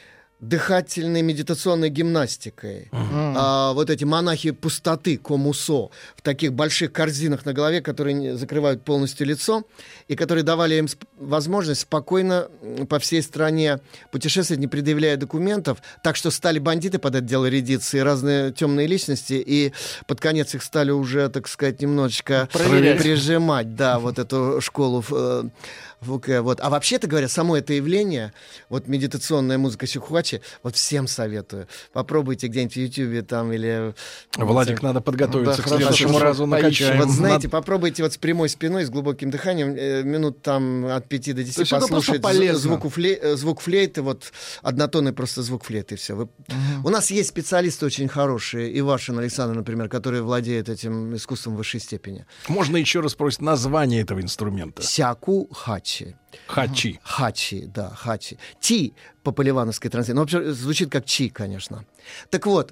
дыхательной медитационной гимнастикой. Вот эти монахи пустоты, комусо, в таких больших корзинах на голове, которые закрывают полностью лицо, и которые давали им возможность спокойно по всей стране путешествовать, не предъявляя документов. Так что стали бандиты под это дело рядиться, и разные темные личности, и под конец их стали уже, так сказать, немножечко прижимать, да, вот эту школу вот. А вообще-то говоря, само это явление, вот медитационная музыка сикхуачи, вот всем советую. Попробуйте где-нибудь в Ютьюбе там или...
Владик, надо подготовиться к следующему разу, накачаем.
Вот знаете, попробуйте вот с прямой спиной, с глубоким дыханием, минут там от 5 до 10 послушать звук флейты, вот однотонный просто звук флейты, и все. У нас есть специалисты очень хорошие, Ивашин Александр, например, который владеет этим искусством в высшей степени.
Можно еще раз спросить название этого инструмента?
Сякухачи. Хачи, да, хачи. Ти по поливановской транслации. Ну, вообще, звучит как чи, конечно. Так вот,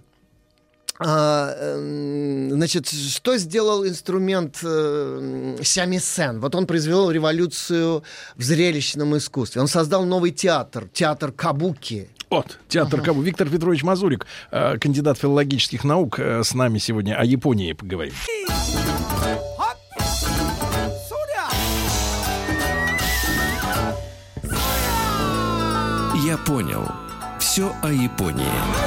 значит, что сделал инструмент сямисен? Вот он произвел революцию в зрелищном искусстве. Он создал новый театр кабуки.
Вот, театр Кабуки. Виктор Петрович Мазурик, кандидат филологических наук, с нами сегодня о Японии поговорим.
Я понял. Все о Японии.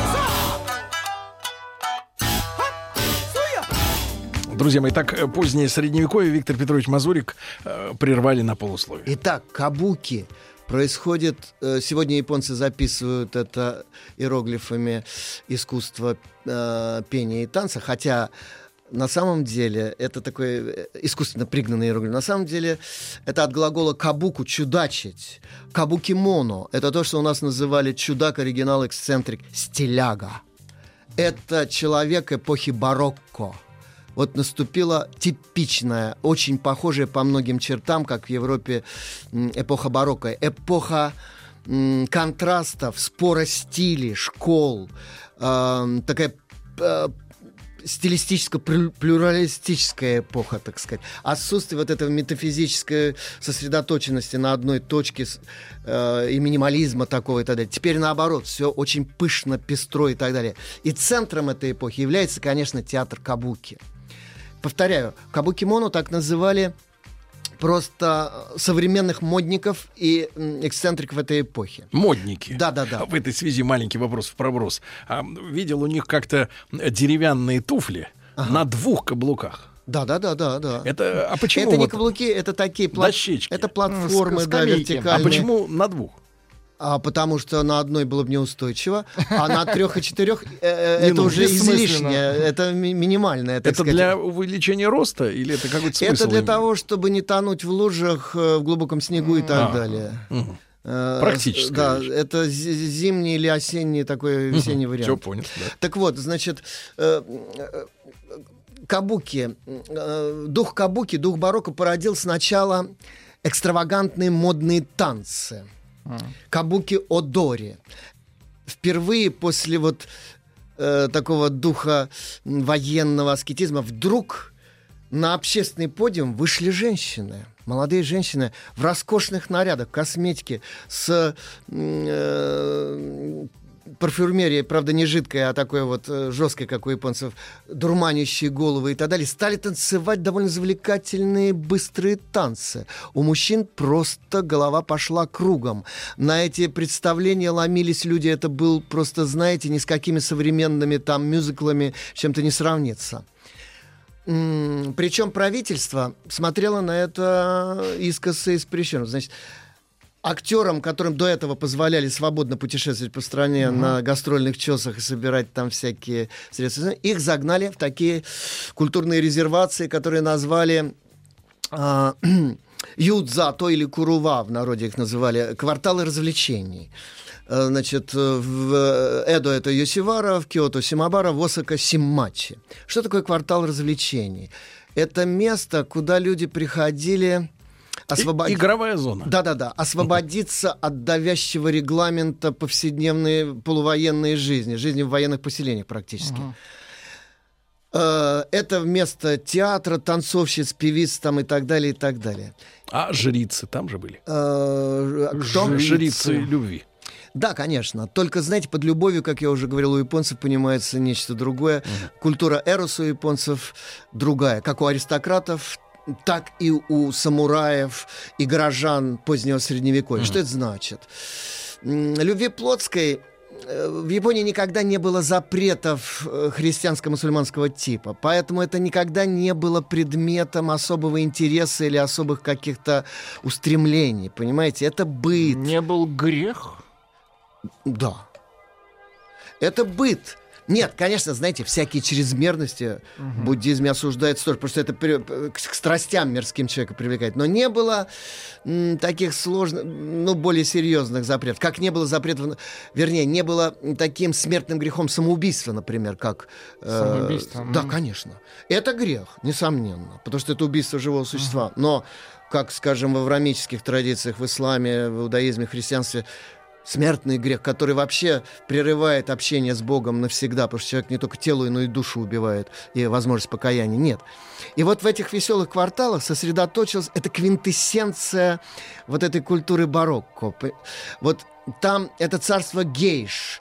Друзья мои, так позднее средневековье Виктор Петрович Мазурик прервали на полусловие.
Итак, кабуки происходит... Сегодня японцы записывают это иероглифами искусства пения и танца, хотя... На самом деле, это такой искусственно пригнанный иероглиф. На самом деле, это от глагола кабуку — чудачить. Кабукимоно — это то, что у нас называли чудак, оригинал, эксцентрик, стиляга. Это человек эпохи барокко. Вот наступила типичная, очень похожая по многим чертам, как в Европе, эпоха барокко. Эпоха контрастов, спора стилей, школ. Такая... стилистическо-плюралистическая эпоха, так сказать. Отсутствие вот этого метафизической сосредоточенности на одной точке и минимализма такого и так далее. Теперь наоборот, все очень пышно, пестро и так далее. И центром этой эпохи является, конечно, театр кабуки. Повторяю, кабуки-моно так называли просто современных модников и эксцентриков этой эпохи.
Модники.
Да.
В этой связи маленький вопрос в проброс. Видел у них как-то деревянные туфли на 2 каблуках.
Да.
Это, почему?
Это не каблуки, это такие
дощечки.
Это платформы, да, вертикальные.
А почему на 2?
Потому что на одной было бы неустойчиво, а на 3 и 4 это уже излишнее, это минимальное.
Это для увеличения роста или это какой-то смысл?
Это для того, чтобы не тонуть в лужах, в глубоком снегу и так далее.
Практически.
Да, это зимний или осенний такой весенний вариант.
Все понял. Да.
Так вот, значит, кабуки, дух кабуки, дух барокко породил сначала экстравагантные модные танцы. Кабуки одори. Впервые после вот такого духа военного аскетизма вдруг на общественный подиум вышли женщины. Молодые женщины в роскошных нарядах, косметике, с парфюмерией, правда, не жидкой, а такой вот жесткой, как у японцев, дурманящие головы и так далее, стали танцевать довольно завлекательные быстрые танцы. У мужчин просто голова пошла кругом. На эти представления ломились люди. Это был просто, знаете, ни с какими современными там мюзиклами чем-то не сравнится. Причем правительство смотрело на это искоса и с прищуром. Значит, актерам, которым до этого позволяли свободно путешествовать по стране на гастрольных чесах и собирать там всякие средства, их загнали в такие культурные резервации, которые назвали Юдзато или Курува, в народе их называли, кварталы развлечений. Значит, в Эдо это Йосивара, в Киото Симабара, в Осака Симмачи. Что такое квартал развлечений? Это место, куда люди приходили...
Игровая зона.
Да. Освободиться от давящего регламента повседневной полувоенной жизни в военных поселениях практически. Это место театра, танцовщиц, певиц там и так далее, и так далее.
А жрицы там же были?
Кто?
Жрицы любви.
Да, конечно. Только, знаете, под любовью, как я уже говорил, у японцев понимается нечто другое. Культура эроса у японцев другая. Как у аристократов, так и у самураев и горожан позднего Средневековья. Что это значит? Любви плотской в Японии никогда не было запретов христианско-мусульманского типа, поэтому это никогда не было предметом особого интереса или особых каких-то устремлений, понимаете? Это быт.
Не был грех?
Да. Это быт. Нет, конечно, знаете, всякие чрезмерности в буддизме осуждаются тоже, потому что это к страстям мирским человека привлекает. Но не было таких сложных, более серьезных запретов. Как не было запретов, вернее, не было таким смертным грехом самоубийства, например, как...
Самоубийство?
Да, конечно. Это грех, несомненно, потому что это убийство живого существа. Но, как, скажем, в авраамических традициях, в исламе, в иудаизме, в христианстве... Смертный грех, который вообще прерывает общение с Богом навсегда, потому что человек не только тело, но и душу убивает, и возможность покаяния нет. И вот в этих веселых кварталах сосредоточилась эта квинтэссенция вот этой культуры барокко. Вот там это царство гейш.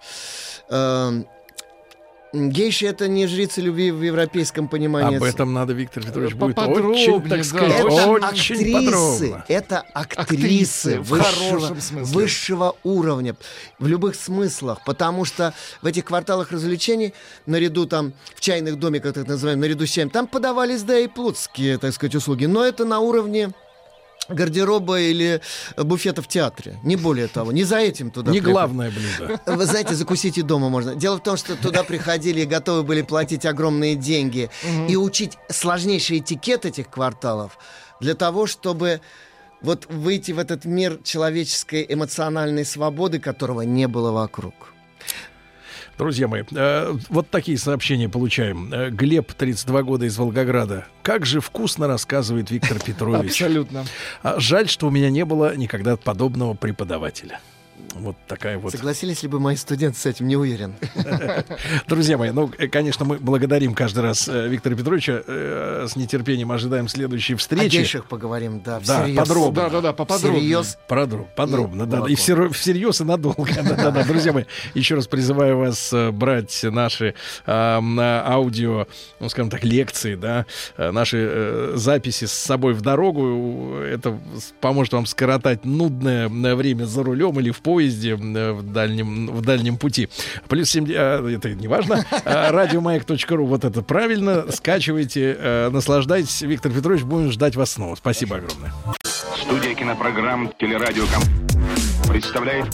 Гейши — это не жрицы любви в европейском понимании.
Об этом надо, Виктор Петрович, будет
поподробнее,
очень, так сказать,
это
очень
актрисы,
подробно.
это актрисы
в хорошем смысле.
высшего уровня в любых смыслах, потому что в этих кварталах развлечений, наряду там в чайных домиках, так называемых, наряду с чаем, там подавались, да, и плотские, так сказать, услуги, но это на уровне гардероба или буфета в театре. Не более того. Не за этим туда
Не
приходят.
главное блюдо.
Вы знаете, закусить и дома можно. Дело в том, что туда приходили и готовы были платить огромные деньги и учить сложнейший этикет этих кварталов для того, чтобы вот выйти в этот мир человеческой эмоциональной свободы, которого не было вокруг.
Друзья мои, вот такие сообщения получаем. Глеб, 32 года, из Волгограда. Как же вкусно рассказывает Виктор Петрович.
Абсолютно.
Жаль, что у меня не было никогда подобного преподавателя. Вот такая вот.
Согласились ли бы мои студенты с этим, не уверен.
Друзья мои, конечно, мы благодарим каждый раз Виктора Петровича. С нетерпением ожидаем следующей встречи.
О гейшах поговорим, да,
всерьез. Подробно.
Да, поподробнее.
Всерьез.
Подробно, да. И всерьез и надолго. Да. Друзья мои, еще раз призываю вас брать наши аудио, скажем так, лекции, да, наши записи с собой в дорогу. Это поможет вам скоротать нудное время за рулем или в поезде в дальнем пути. Плюс 7, это не важно. Радиомаяк.ру, вот это правильно. Скачивайте, наслаждайтесь. Виктор Петрович, будем ждать вас снова. Спасибо огромное.
Студия кинопрограмм «Телерадиоком» представляет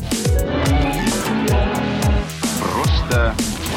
просто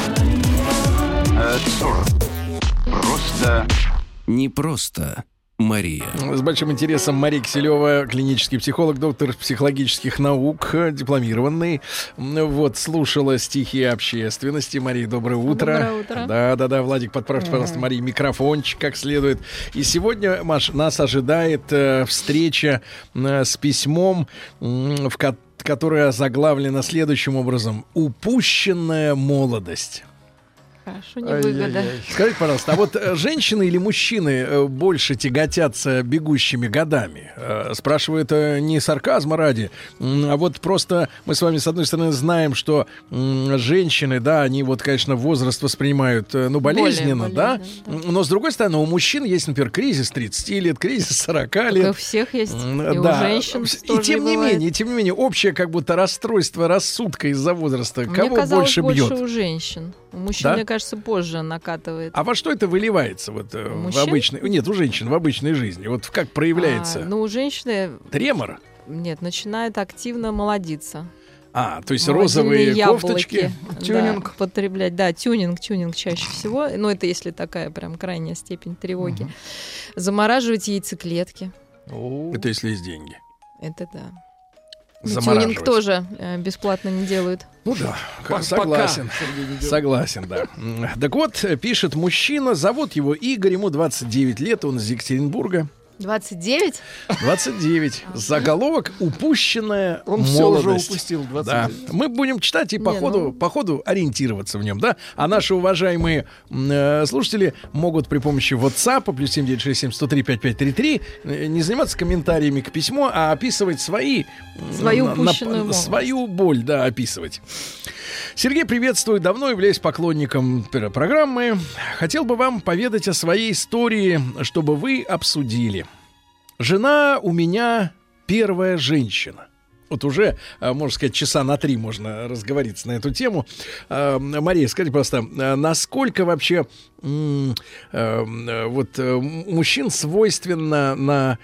не просто Мария.
С большим интересом Мария Киселева, клинический психолог, доктор психологических наук, дипломированный. Вот, слушала стихи общественности. Мария, доброе утро.
Доброе утро.
Да. Владик, подправьте, пожалуйста, Марии, микрофончик как следует. И сегодня, Маш, нас ожидает встреча с письмом, которое заглавлено следующим образом: «Упущенная молодость».
Хорошо, невыгода.
Скажите, пожалуйста, а вот женщины или мужчины больше тяготятся бегущими годами? Спрашиваю это не сарказма ради, а вот просто мы с вами, с одной стороны, знаем, что женщины, да, они вот, конечно, возраст воспринимают, болезненно, да? Но, с другой стороны, у мужчин есть, например, кризис 30 лет, кризис 40 лет.
Так у всех есть, и у женщин тоже
и тем не менее, общее как будто расстройство рассудка из-за возраста.
Мне
кого
казалось,
больше бьет?
больше у женщин. У мужчин,
Да?
мне кажется, позже накатывает.
А во что это выливается в обычной... Нет, у женщин в обычной жизни. Вот как проявляется?
У женщины...
Тремор?
Нет, начинает активно молодиться.
То есть розовые кофточки?
Тюнинг. Да, потреблять. Да, тюнинг чаще всего. Это если такая прям крайняя степень тревоги. Замораживать яйцеклетки.
Это если есть деньги.
Это да.
Замораживать.
Тюнинг тоже бесплатно не делают.
Согласен. Согласен, да. Так вот, пишет мужчина, зовут его Игорь, ему 29 лет, он из Екатеринбурга.
29?
29. Заголовок «Упущенная
Он
молодость».
все уже упустил, 29.
Да. Мы будем читать и по ходу ориентироваться в нем, да? А наши уважаемые слушатели могут при помощи WhatsApp +7 967 103 5533 не заниматься комментариями к письму, а описывать свою упущенную молодость. Свою боль, да, описывать. Сергей, приветствую. Давно являюсь поклонником программы. Хотел бы вам поведать о своей истории, чтобы вы обсудили. Жена у меня первая женщина. Вот уже, можно сказать, часа на 3 можно разговориться на эту тему. Мария, скажите, пожалуйста, насколько вообще мужчин свойственно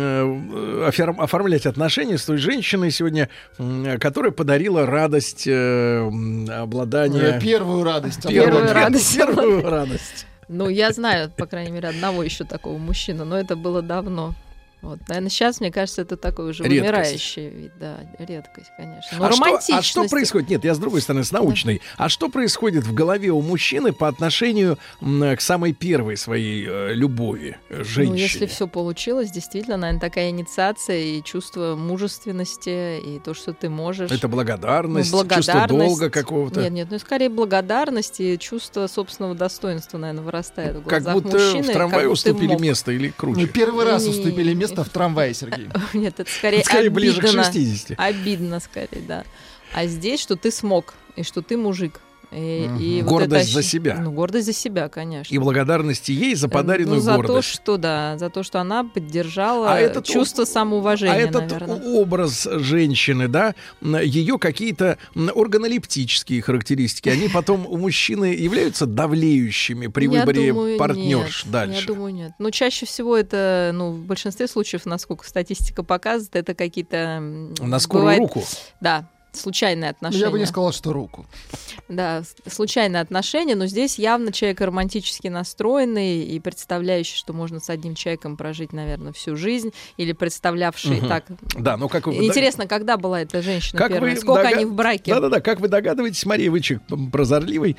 оформлять отношения с той женщиной сегодня, которая подарила радость обладания...
Первую радость.
Первую
радость.
Ну, я знаю, по крайней мере, одного еще такого мужчину, но это было давно. Вот, наверное, сейчас, мне кажется, это такой уже вымирающий вид, да, редкость, конечно. Но
а что происходит? Нет, я с другой стороны, с научной. Да. А что происходит в голове у мужчины по отношению к самой первой своей любови, женщине?
Ну, если все получилось, действительно, наверное, такая инициация и чувство мужественности, и то, что ты можешь.
Это благодарность, чувство долга какого-то?
Нет, скорее благодарность и чувство собственного достоинства, наверное, вырастает в глазах
мужчины. Как будто
мужчины,
в трамвае уступили место или круче?
Первый раз уступили место в трамвае, Сергей.
Нет, это скорее
ближе к 60.
Обидно, скорее, да. А здесь, что ты смог, и что ты мужик. И
гордость за себя.
Ну, гордость за себя, конечно.
И благодарность ей за подаренную гордость.
За то, что она поддержала чувство самоуважения,
этот образ женщины, да, ее какие-то органолептические характеристики, они потом у мужчины являются давлеющими при выборе партнерш дальше?
Я думаю, нет. Но чаще всего это, в большинстве случаев, насколько статистика показывает, это какие-то...
На скорую руку?
Да. Случайные отношения.
Я бы не сказала, что руку.
Да, случайные отношения, но здесь явно человек романтически настроенный и представляющий, что можно с одним человеком прожить, наверное, всю жизнь, или представлявший так...
Да, но как вы...
Интересно, когда была эта женщина первая? Сколько они в браке?
Да-да-да, как вы догадываетесь, Мария, вы человек прозорливый,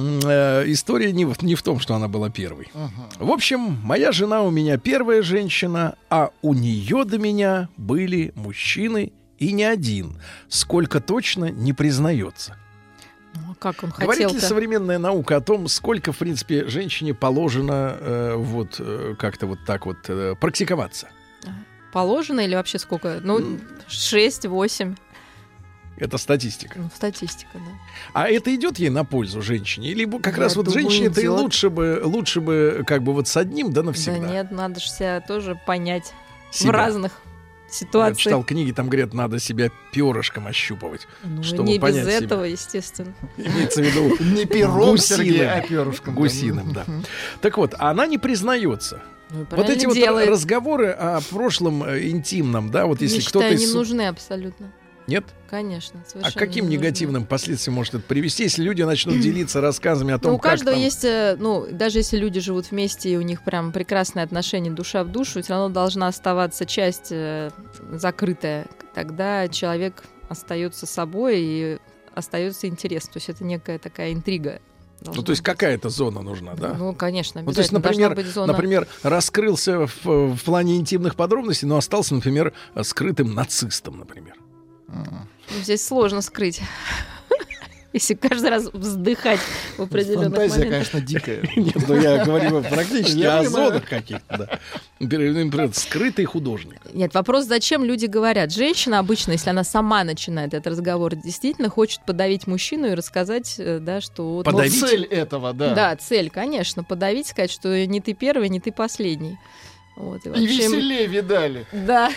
история не в том, что она была первой. В общем, моя жена у меня первая женщина, а у нее до меня были мужчины. И не один. Сколько точно не признается.
Как он
хотел-то? Говорит ли современная наука о том, сколько, в принципе, женщине положено как-то вот так вот практиковаться?
Положено или вообще сколько? 6-8.
Это статистика.
Статистика, да.
А это идет ей на пользу женщине? Или как раз вот женщине-то и лучше бы как бы вот с одним, да, навсегда?
Да нет, надо же себя тоже понять в разных ситуации.
Я читал книги, там говорят, надо себя перышком ощупывать, чтобы
не
понять
без
себя.
Этого, естественно.
Имеется в виду
не пером, Сергей, а перышком.
Гусиным, да. Так вот, она не признается. Вот эти вот разговоры о прошлом интимном, да, вот если кто-то...
Я считаю, не нужны абсолютно.
Нет?
Конечно, совершенно.
А каким негативным последствиям может это привести, если люди начнут делиться рассказами о том,
у каждого есть, даже если люди живут вместе, и у них прям прекрасные отношения душа в душу, все равно должна оставаться часть закрытая. Тогда человек остается собой и остается интерес. То есть это некая такая интрига.
То есть какая-то зона нужна, да?
Ну, конечно,
то есть, например, раскрылся в плане интимных подробностей, но остался, например, скрытым нацистом, например.
Здесь сложно скрыть. Если каждый раз вздыхать в определенных моментах.
Фантазия, конечно, дикая.
Нет, я говорю практически о зонах каких-то, да. Например, скрытый художник.
Нет, вопрос, зачем люди говорят. Женщина обычно, если она сама начинает этот разговор, действительно хочет подавить мужчину и рассказать, да, что...
Подавить?
Цель этого, да.
Да, цель, конечно, подавить, сказать, что не ты первый, не ты последний. Вот,
и веселее видали.
Да.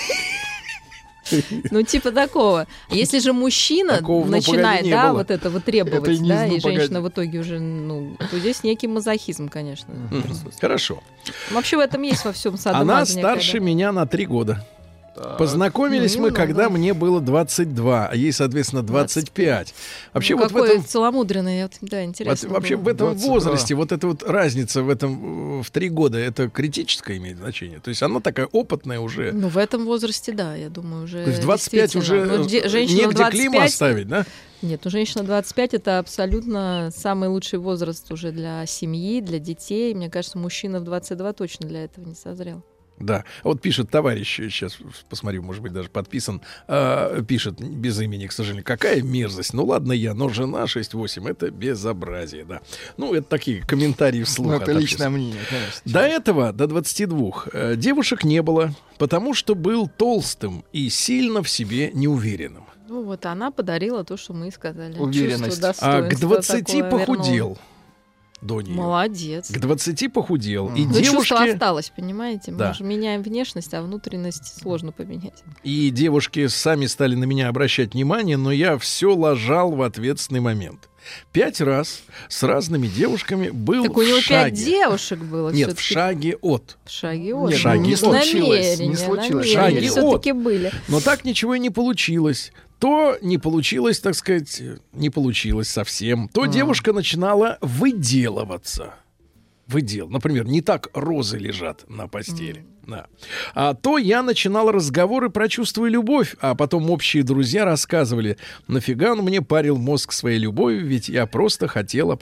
Типа такого. Если же мужчина начинает, да, вот этого требовать, да, и женщина в итоге уже, то здесь некий мазохизм, конечно, присутствует.
Хорошо.
Вообще в этом есть во всем саду.
Она старше меня на 3 года. Познакомились мы, когда мне было 22, а ей, соответственно, 25. Вообще вот
какой
в этом...
целомудренный, да, интересно.
Вообще в этом возрасте, вот эта вот разница в 3 года, это критическое имеет значение? То есть она такая опытная уже?
В этом возрасте, да, я думаю, уже.
То есть 25 уже негде клейма ставить, да?
Нет, женщина 25 — это абсолютно самый лучший возраст уже для семьи, для детей. Мне кажется, мужчина в 22 точно для этого не созрел.
Да. Вот пишет товарищ, сейчас посмотрю, может быть, даже подписан, пишет без имени, к сожалению, какая мерзость. Ну ладно я, но жена 6-8, это безобразие, да. Ну, это такие комментарии вслух.
Это личное мнение, конечно.
До этого, до 22, девушек не было, потому что был толстым и сильно в себе неуверенным.
Ну вот она подарила то, что мы и сказали.
Уверенность.
А к 20 похудел. До нее.
Молодец.
К 20 похудел. И
но
девушки...
чувство осталось, понимаете?
Да.
Мы же меняем внешность, а внутренность сложно поменять.
И девушки сами стали на меня обращать внимание, но я все ложал в ответственный момент. 5 раз с разными девушками был
так у него
в шаге.
5 девушек было.
Нет, в шаге от.
В шаге от.
В шаге
не
от.
случилось.
Не случилось.
В шаге
все-таки
от.
были.
Но так ничего и не получилось. То не получилось, так сказать, не получилось совсем. То девушка начинала выделываться. Например, не так розы лежат на постели. Да. А то я начинал разговоры про чувство и любовь, а потом общие друзья рассказывали, нафига он мне парил мозг своей любовью, ведь я просто хотела...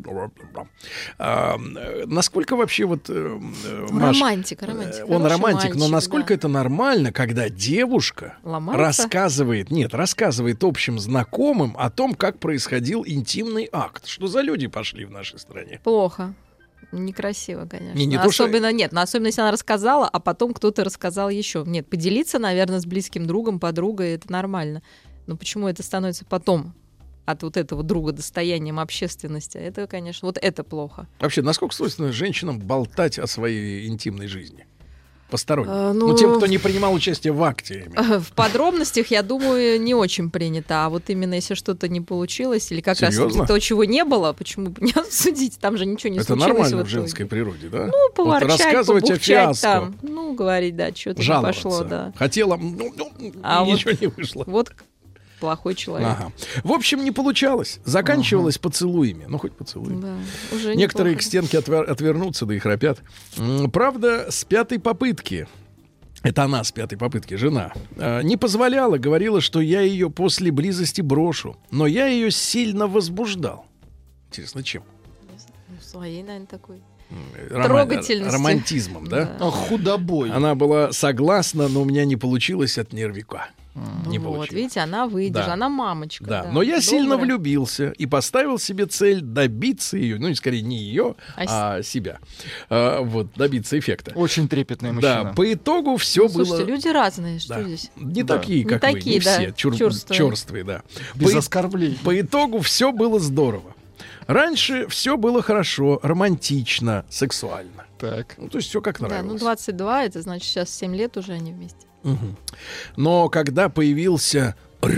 насколько вообще вот... Маш,
романтик.
Он романтик,
мальчик,
но насколько
да.
это нормально, когда девушка рассказывает общим знакомым о том, как происходил интимный акт. Что за люди пошли в нашей стране?
Плохо. Некрасиво, конечно.
Не
особенно, нет, но особенно если она рассказала, а потом кто-то рассказал еще. Нет, поделиться, наверное, с близким другом, подругой, это нормально. Но почему это становится потом от вот этого друга достоянием общественности? Это, конечно, вот это плохо.
Вообще, насколько свойственно женщинам болтать о своей интимной жизни? Посторонним. Тем, кто не принимал участие в акте.
В подробностях, я думаю, не очень принято. А вот именно если что-то не получилось, или как раз то, чего не было, почему бы не обсудить? Там же ничего не случилось.
Это нормально в женской природе, да?
Ну, поворчать,
вот рассказывать о фиаско.
Там. Ну, говорить, да, что-то не пошло, да.
Хотела, ничего не вышло.
Вот плохой человек.
Ага. В общем, не получалось. Заканчивалось поцелуями. Ну, хоть поцелуями.
Да, уже
некоторые
неплохо.
к стенке отвернутся, да и храпят. Правда, с 5-й попытки, это она с 5-й попытки, жена, не позволяла, говорила, что я ее после близости брошу. Но я ее сильно возбуждал. Интересно, чем?
Своей, наверное, такой...
Трогательностью. Романтизмом, да?
Худобой.
Она была согласна, но у меня не получилось от нервика. Не
вот,
получилось.
видите, она выдержала,
Да.
она мамочка.
Да.
Да.
Но я сильно
Добрая.
влюбился и поставил себе цель добиться ее, ну, скорее, не ее, а себя. Вот, добиться эффекта.
Очень трепетный мужчина.
Да, по итогу все было...
Слушайте, люди разные, что здесь?
Не такие, как
не
вы,
такие,
не
да,
все, черствые, да.
Без оскорблений.
По итогу все было здорово. Раньше все было хорошо, романтично, сексуально.
Так.
Ну, то есть все как
Да,
нравилось.
ну 22, это значит сейчас 7 лет уже они вместе.
Мгм. Но когда появился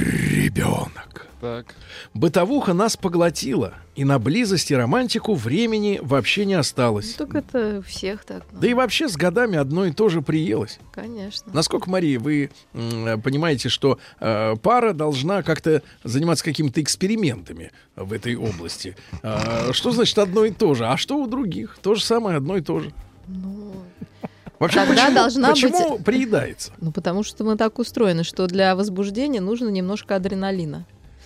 ребенок,
Так.
бытовуха нас поглотила, и на близость и романтику времени вообще не осталось.
Ну, так это у всех так. Ну,
Да и вообще с годами одно и то же приелось.
конечно.
Насколько, Мария, вы понимаете, что пара должна как-то заниматься какими-то экспериментами в этой области? Что значит одно и то же? А что у других? То же самое, одно и то же.
Ну,
Вообще,
тогда должна
почему
быть...
приедается?
Ну, потому что мы так устроены, что для возбуждения нужно немножко адреналина.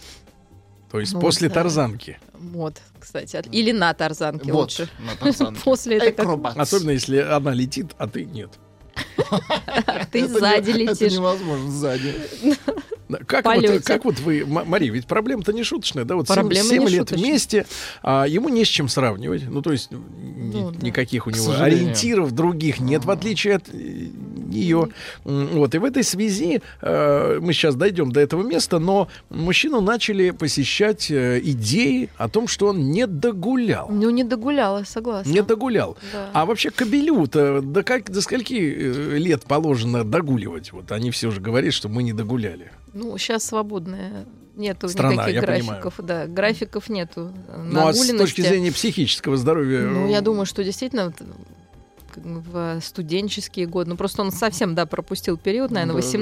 То есть
Вот,
после
да.
тарзанки.
Вот, кстати. Или на тарзанке
Вот,
лучше.
на тарзанке.
После это как
Акробат.
Особенно если она летит, а ты нет.
ты
Это
сзади
не-
летишь.
Это невозможно сзади.
Да,
полете.
как вот вы, Мария, ведь проблема-то не шуточная, да? Вот
Проблема
7
не
лет
шуточная.
вместе, а ему не с чем сравнивать. Ну, то есть
Ну, да.
никаких у
К
него
сожалению.
ориентиров других нет, в отличие от нее. Вот, и в этой связи мы сейчас дойдем до этого места, но мужчину начали посещать идеи о том, что он не догулял.
Ну, не догуляла, согласна.
Не догулял.
Да.
А вообще кобелю-то до скольки лет положено догуливать? Вот они все же говорят, что мы не догуляли.
Ну, сейчас свободная. Нету
Страна,
никаких
я
графиков. Да, графиков нету.
Ну, а с
Нагуленности.
точки зрения психического здоровья...
Ну, я думаю, что действительно вот, в студенческие годы, ну, просто он совсем, да, пропустил период, наверное,
Да,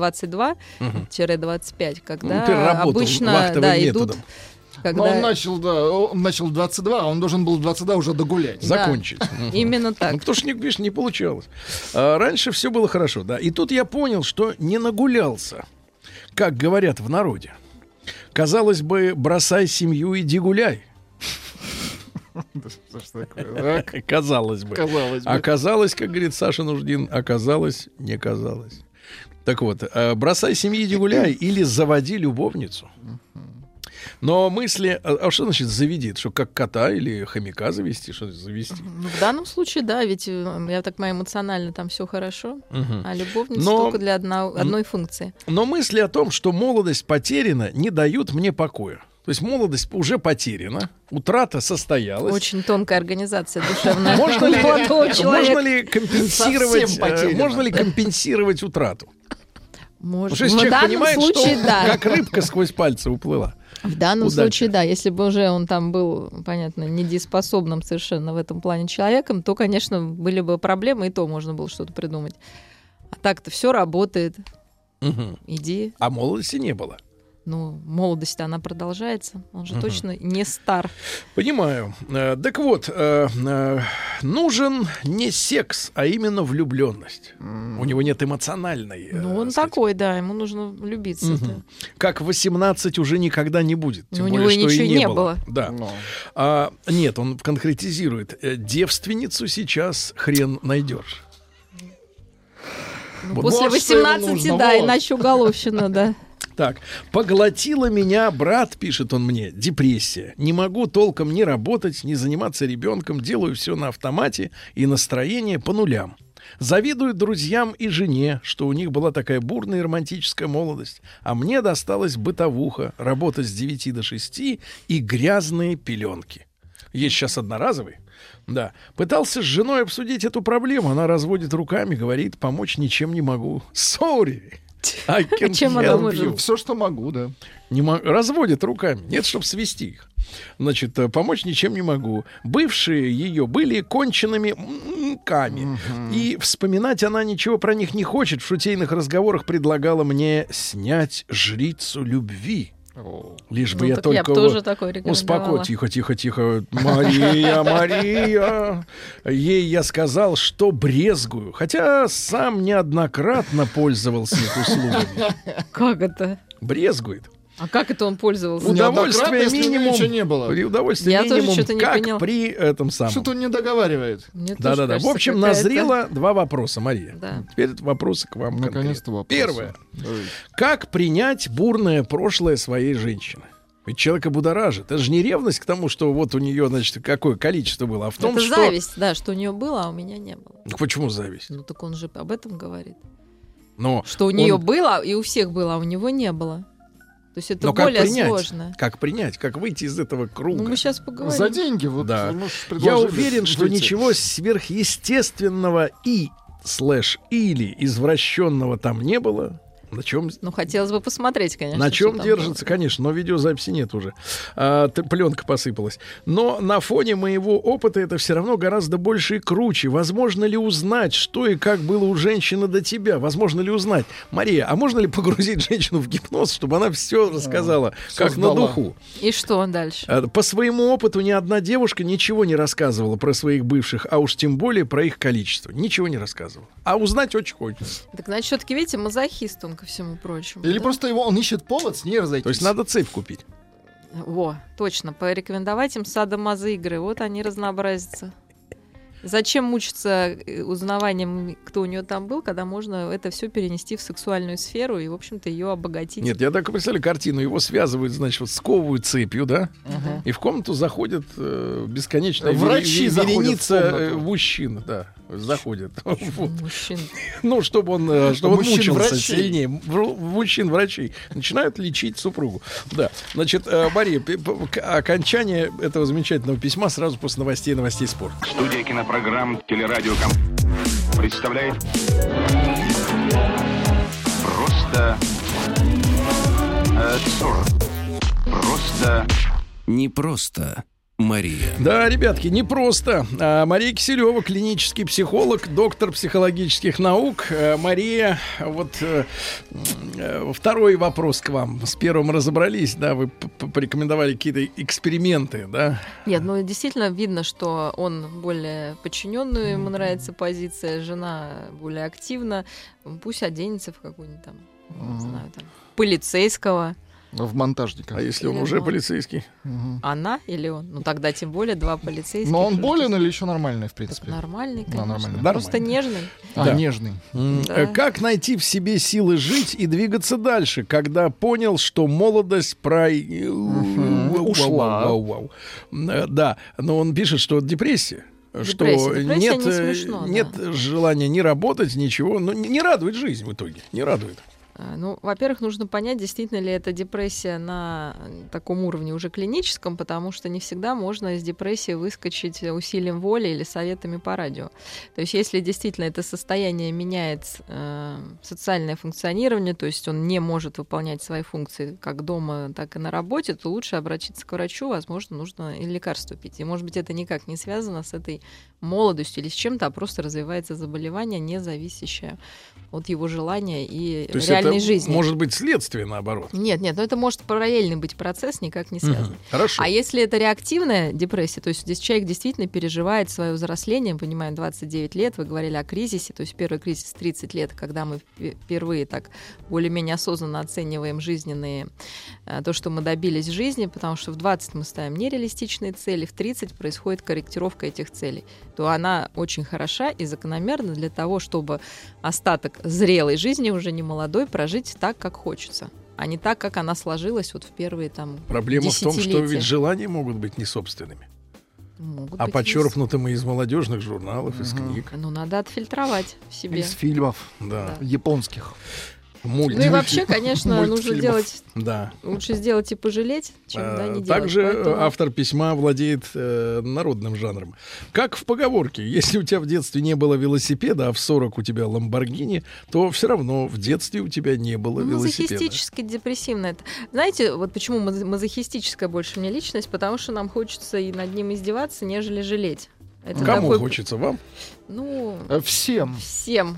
18-22-25, когда
переработал
обычно,
вахтовым
да,
методом.
идут...
Но
Когда...
он начал в 22, а он должен был в 22 уже догулять.
Да.
Закончить.
Именно так.
Ну, потому что, видишь, не получалось. Раньше все было хорошо, да. И тут я понял, что не нагулялся, как говорят в народе. Казалось бы, бросай семью, иди гуляй. Казалось бы. Оказалось, как говорит Саша Нуждин, оказалось, не казалось. Так вот, бросай семьи, иди гуляй или заводи любовницу. Но мысли... А что значит заведи? Что как кота или хомяка завести? Что завести?
Ну, в данном случае, да, ведь, я так понимаю, эмоционально там все хорошо, а любовница только для одной функции.
Но мысли о том, что молодость потеряна, не дают мне покоя. То есть молодость уже потеряна, утрата состоялась.
Очень тонкая организация душевная.
Можно ли компенсировать утрату?
Можно.
Потому что человек понимает, что как рыбка сквозь пальцы уплыла.
В данном случае, да. Если бы уже он там был, понятно, недееспособным совершенно в этом плане человеком, то, конечно, были бы проблемы, и то можно было что-то придумать. А так-то все работает. Иди.
А молодости не было.
Ну, молодость-то она продолжается. Он же точно не стар.
Понимаю. Так вот, нужен не секс, а именно влюбленность. У него нет эмоциональной.
Ну, он такой, да, ему нужно влюбиться.
Как 18 уже никогда не будет. Тем
у
более,
него
что
ничего
и
не было.
Да. Нет, он конкретизирует. Девственницу сейчас хрен найдешь.
Ну, после 18, да, иначе уголовщина, да.
Так, поглотила меня, брат, пишет он мне, депрессия. Не могу толком ни работать, ни заниматься ребенком. Делаю все на автомате и настроение по нулям. Завидую друзьям и жене, что у них была такая бурная и романтическая молодость. А мне досталась бытовуха, работа с 9 до 6 и грязные пеленки. Есть сейчас одноразовые. Да. Пытался с женой обсудить эту проблему. Она разводит руками, говорит, помочь ничем не могу. Sorry.
Чем она может?
Все, что могу, да.
Разводит руками. Нет, чтобы свести их. Значит, помочь ничем не могу. Бывшие ее были конченными мками. И вспоминать она ничего про них не хочет. В шутейных разговорах предлагала мне снять жрицу любви. Лишь бы я только успокой. Тихо. Мария. Ей я сказал, что брезгую. Хотя сам неоднократно пользовался их услугами.
Как это?
Брезгует.
А как это он пользовался?
Удовольствие минимум.
Ничего не было.
Удовольствие
я
минимум,
тоже что-то не
как
понял.
при этом самом.
Что-то он не договаривает.
Да. В общем, назрело два вопроса, Мария.
Да.
Теперь вопросы к вам.
Наконец-то вопросы.
Первое. Как принять бурное прошлое своей женщины? Ведь человека будоражит. Это же не ревность к тому, что вот у нее, значит, какое количество было, а в том,
это
что...
зависть, да, что у нее было, а у меня не было.
Почему зависть?
Ну так он же об этом говорит.
Но
что у нее было, и у всех было, а у него не было. То есть это более сложно.
Как принять? Как выйти из этого круга?
Ну, мы сейчас поговорим.
За деньги вот.
Да. Я уверен, что ничего сверхъестественного или извращенного там не было. На чем?
Ну, хотелось бы посмотреть, конечно.
На чем держится, конечно, но видеозаписи нет уже. Пленка посыпалась. Но на фоне моего опыта это все равно гораздо больше и круче. Возможно ли узнать, что и как было у женщины до тебя? Возможно ли узнать? Мария, а можно ли погрузить женщину в гипноз, чтобы она все рассказала, как на духу?
И что дальше?
По своему опыту ни одна девушка ничего не рассказывала про своих бывших, а уж тем более про их количество. Ничего не рассказывала. А узнать очень хочется.
Так, значит, все-таки, видите, мазохист он ко всему прочему.
Или просто он ищет повод с ней разойтись.
То есть надо цепь купить.
Во, точно. Порекомендовать им садомазо-игры. Вот они разнообразятся. Зачем мучиться узнаванием, кто у нее там был, когда можно это все перенести в сексуальную сферу и, в общем-то, ее обогатить?
Нет, я так представляю картину. Его связывают, значит, вот сковывают цепью, да? И в комнату заходят бесконечная вереница мужчин, да, заходят.
Мужчин.
Ну, чтобы он мучился сильнее. Мужчин-врачей. Начинают лечить супругу. Да. Значит, Мария, окончание этого замечательного письма сразу после новостей спорта.
Студия кинопрограмм «Телерадиоком» представляет просто
не просто Мария.
Да, ребятки, не просто. Мария Киселева, клинический психолог, доктор психологических наук. Мария, вот второй вопрос к вам. С первым разобрались, да, вы порекомендовали какие-то эксперименты, да?
Нет, ну действительно видно, что он более подчиненную, ему нравится позиция, жена более активна. Пусть оденется в какую-нибудь там, не знаю, там, полицейского.
В монтажниках.
А если он
Или
уже
он.
полицейский?
Она или он? Ну тогда тем более 2 полицейских.
Но он
уже.
болен или еще нормальный, в принципе?
Нормальный,
Да,
конечно.
нормальный.
Просто нежный.
Да.
Нежный.
Да.
Как найти в себе силы жить и двигаться дальше, когда понял, что молодость
Ушла.
Да, но он пишет, что депрессия. Что
Депрессия
нет,
не смешно,
нет желания ни работать, ничего. Ну, не радует жизнь в итоге. Не радует.
Ну, во-первых, нужно понять, действительно ли это депрессия на таком уровне уже клиническом, потому что не всегда можно из депрессии выскочить усилием воли или советами по радио. То есть если действительно это состояние меняет социальное функционирование, то есть он не может выполнять свои функции как дома, так и на работе, то лучше обратиться к врачу, возможно, нужно и лекарство пить. И, может быть, это никак не связано с этой молодостью или с чем-то, а просто развивается заболевание, не зависящее от его желания и
То есть
реальной
это
жизни.
может быть следствие, наоборот.
Нет, но это может параллельный быть процесс, никак не связанный.
Хорошо.
А если это реактивная депрессия, то есть здесь человек действительно переживает свое взросление, понимаем, 29 лет, вы говорили о кризисе, то есть первый кризис 30 лет, когда мы впервые так более-менее осознанно оцениваем жизненные, то, что мы добились в жизни, потому что в 20 мы ставим нереалистичные цели, в 30 происходит корректировка этих целей, то она очень хороша и закономерна для того, чтобы остаток зрелой жизни, уже не молодой, прожить так, как хочется, а не так, как она сложилась вот в первые там
Проблема в том, что
десятилетия.
ведь желания могут быть не собственными,
Могут
а
быть
почерпнутыми из молодежных журналов, из книг.
Ну, надо отфильтровать в себе.
Из фильмов
Да.
японских.
Ну и вообще, конечно, нужно делать...
Да.
Лучше сделать и пожалеть, чем не делать.
Также
Поэтому-
автор письма владеет народным жанром. Как в поговорке: если у тебя в детстве не было велосипеда, а в 40 у тебя ламборгини, то все равно в детстве у тебя не было велосипеда.
Мазохистически депрессивно это. Знаете, вот почему мазохистическая больше не личность? Потому что нам хочется и над ним издеваться, нежели жалеть. Это
Кому
такой-
хочется? Вам?
Ну,
Всем.
всем.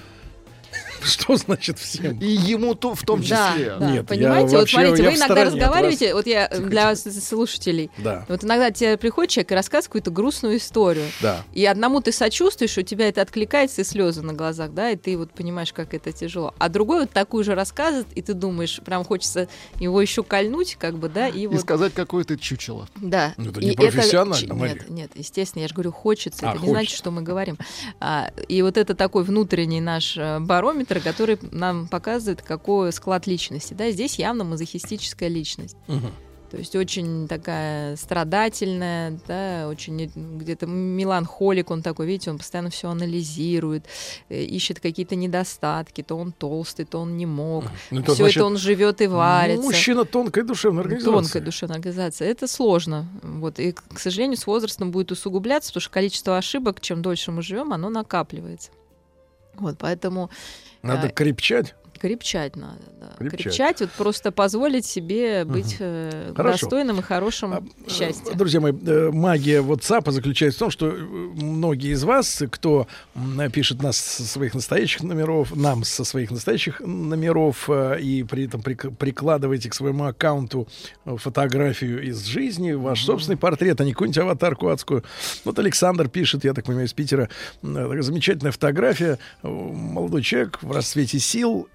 Что значит всем?
И ему в том числе.
Да,
Нет,
понимаете,
я
вот
вообще-
смотрите,
я
вы
в
иногда
стороне от
разговариваете,
вас.
вот я для слушателей,
Да.
вот иногда тебе приходит человек и рассказывает какую-то грустную историю,
Да.
и одному ты сочувствуешь, у тебя это откликается, и слезы на глазах, да, и ты вот понимаешь, как это тяжело. А другой вот такую же рассказывает, и ты думаешь, прям хочется его еще кольнуть, как бы, да, и
И
вот...
сказать, какое ты чучело.
Да.
Ну, это
И
не профессионально,
Нет,
Мария.
нет, естественно, я же говорю, хочется.
А,
Это не значит,
хочется.
что мы говорим. И вот это такой внутренний наш барометр, который нам показывает, какой склад личности. Да, здесь явно мазохистическая личность. То есть очень такая страдательная, да, очень где-то меланхолик он такой, видите, он постоянно все анализирует, ищет какие-то недостатки, то он толстый, то он не мог.
Ну, это
Все
значит,
это он живет и варится.
Мужчина тонкой душевной организации.
Тонкая душевная организация. Это сложно. Вот. И, к сожалению, с возрастом будет усугубляться, потому что количество ошибок, чем дольше мы живем, оно накапливается. Вот, поэтому...
Надо крепчать.
Крепчать надо, да.
Крепчать.
Крепчать, вот просто позволить себе быть
Хорошо.
достойным и хорошим счастья.
Друзья мои, магия WhatsApp заключается в том, что многие из вас, кто пишет нас со своих настоящих номеров, нам со своих настоящих номеров, и при этом прикладываете к своему аккаунту фотографию из жизни, ваш собственный портрет, а не какую-нибудь аватарку адскую. Вот Александр пишет, я так понимаю, из Питера, такая замечательная фотография. Молодой человек в расцвете сил,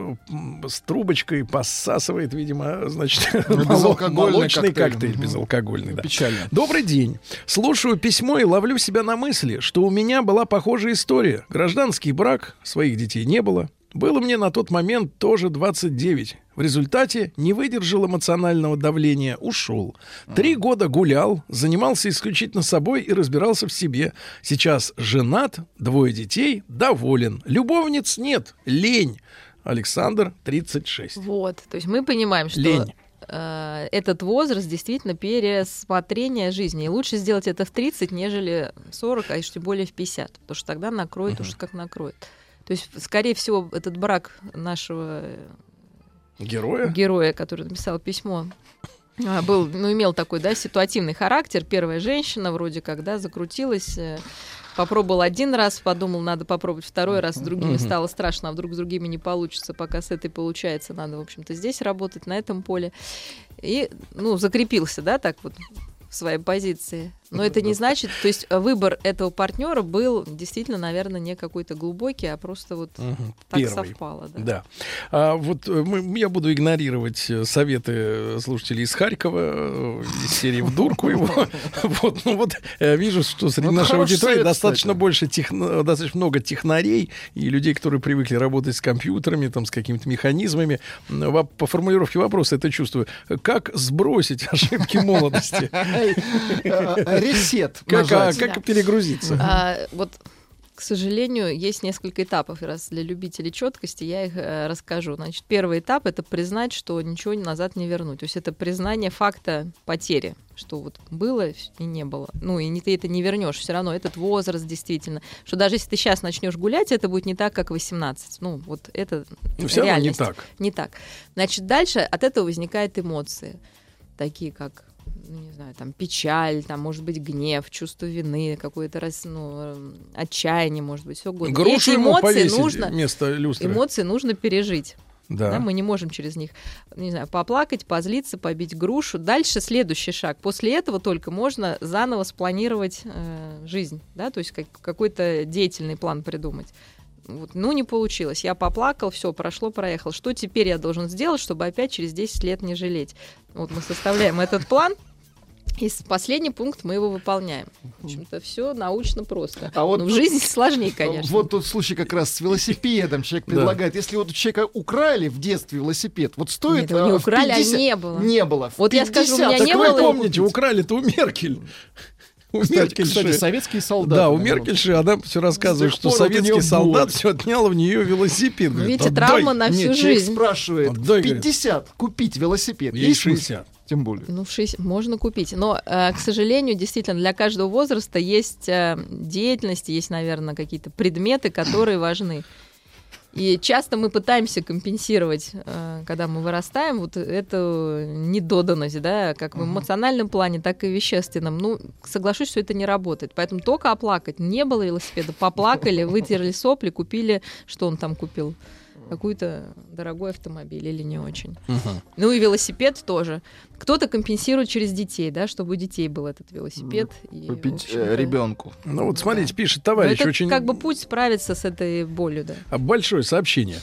с трубочкой посасывает, видимо, значит, молочный коктейль безалкогольный. Да.
Печально.
Добрый день. Слушаю письмо и ловлю себя на мысли, что у меня была похожая история. Гражданский брак, своих детей не было. Было мне на тот момент тоже 29. В результате не выдержал эмоционального давления, ушел. 3 года гулял, занимался исключительно собой и разбирался в себе. Сейчас женат, 2 детей, доволен. Любовниц нет, лень. Александр, 36.
Вот, то есть мы понимаем, что
Лень.
Этот возраст действительно пересмотрение жизни. И лучше сделать это в 30, нежели в 40, а еще тем более в 50, потому что тогда накроет уж как накроет. То есть, скорее всего, этот брак нашего героя, который написал письмо, был, имел такой, да, ситуативный характер. Первая женщина вроде как, да, закрутилась, попробовал 1 раз, подумал, надо попробовать 2 раз, с другими стало страшно, а вдруг с другими не получится, пока с этой получается, надо, в общем-то, здесь работать, на этом поле. И, закрепился, да, так вот в своей позиции. Но это не значит, то есть выбор этого партнера был действительно, наверное, не какой-то глубокий, а просто вот так
Первый.
совпало.
Да. Я буду игнорировать советы слушателей из Харькова, из серии «В дурку» его. Вижу, что среди нашей аудитории достаточно много технарей и людей, которые привыкли работать с компьютерами, там, с какими-то механизмами. По формулировке вопроса это чувствую. Как сбросить ошибки молодости?
Ресет.
Как перегрузиться?
К сожалению, есть несколько этапов. Раз для любителей четкости я их расскажу. Значит, первый этап — это признать, что ничего назад не вернуть. То есть это признание факта потери, что вот было и не было. Ну, и ты это не вернешь. Все равно этот возраст действительно. Что даже если ты сейчас начнешь гулять, это будет не так, как 18. Ну, вот это
все равно
реальность.
не так.
Не так. Значит, дальше от этого возникают эмоции, такие как, не знаю, там, печаль, там, может быть, гнев, чувство вины, какое-то отчаяние, может быть, все угодно.
Грушу
эти эмоции
вместо люстры.
Эмоции нужно пережить.
Да.
Да, мы не можем через них, не знаю, поплакать, позлиться, побить грушу. Дальше следующий шаг. После этого только можно заново спланировать жизнь, да, то есть какой-то деятельный план придумать. Вот, не получилось. Я поплакал, все, прошло, проехал. Что теперь я должен сделать, чтобы опять через 10 лет не жалеть? Вот мы составляем этот план, и последний пункт мы его выполняем. В общем-то, все научно просто.
А вот
в жизни сложнее, конечно.
Вот тот случай как раз с велосипедом. Человек предлагает, если вот у человека украли в детстве велосипед, вот стоит...
Нет, его не украли, 50... а не было.
Не было.
Вот 50... я скажу, у меня
так
не
вы
было...
помните, украли-то у Меркель.
Кстати, советские солдаты.
Да, у Меркельши она все рассказывает, что советский солдат все отнял у нее велосипед.
Видите, травма на всю жизнь.
Человек спрашивает, 50 купить велосипед.
Ей 60.
Тем более.
60 можно купить. Но, к сожалению, действительно, для каждого возраста есть деятельность, есть, наверное, какие-то предметы, которые важны. И часто мы пытаемся компенсировать, когда мы вырастаем, вот эту недоданность, да, как в эмоциональном плане, так и в вещественном. Соглашусь, что это не работает. Поэтому только оплакать. Не было велосипеда, поплакали, вытерли сопли, купили, что он там купил? Какой-то дорогой автомобиль или не очень. Ну и велосипед тоже. Кто-то компенсирует через детей, да, чтобы у детей был этот велосипед.
Купить ребенку.
Ну вот смотрите, пишет товарищ.
Это очень... как бы путь справиться с этой болью, да.
Большое сообщение.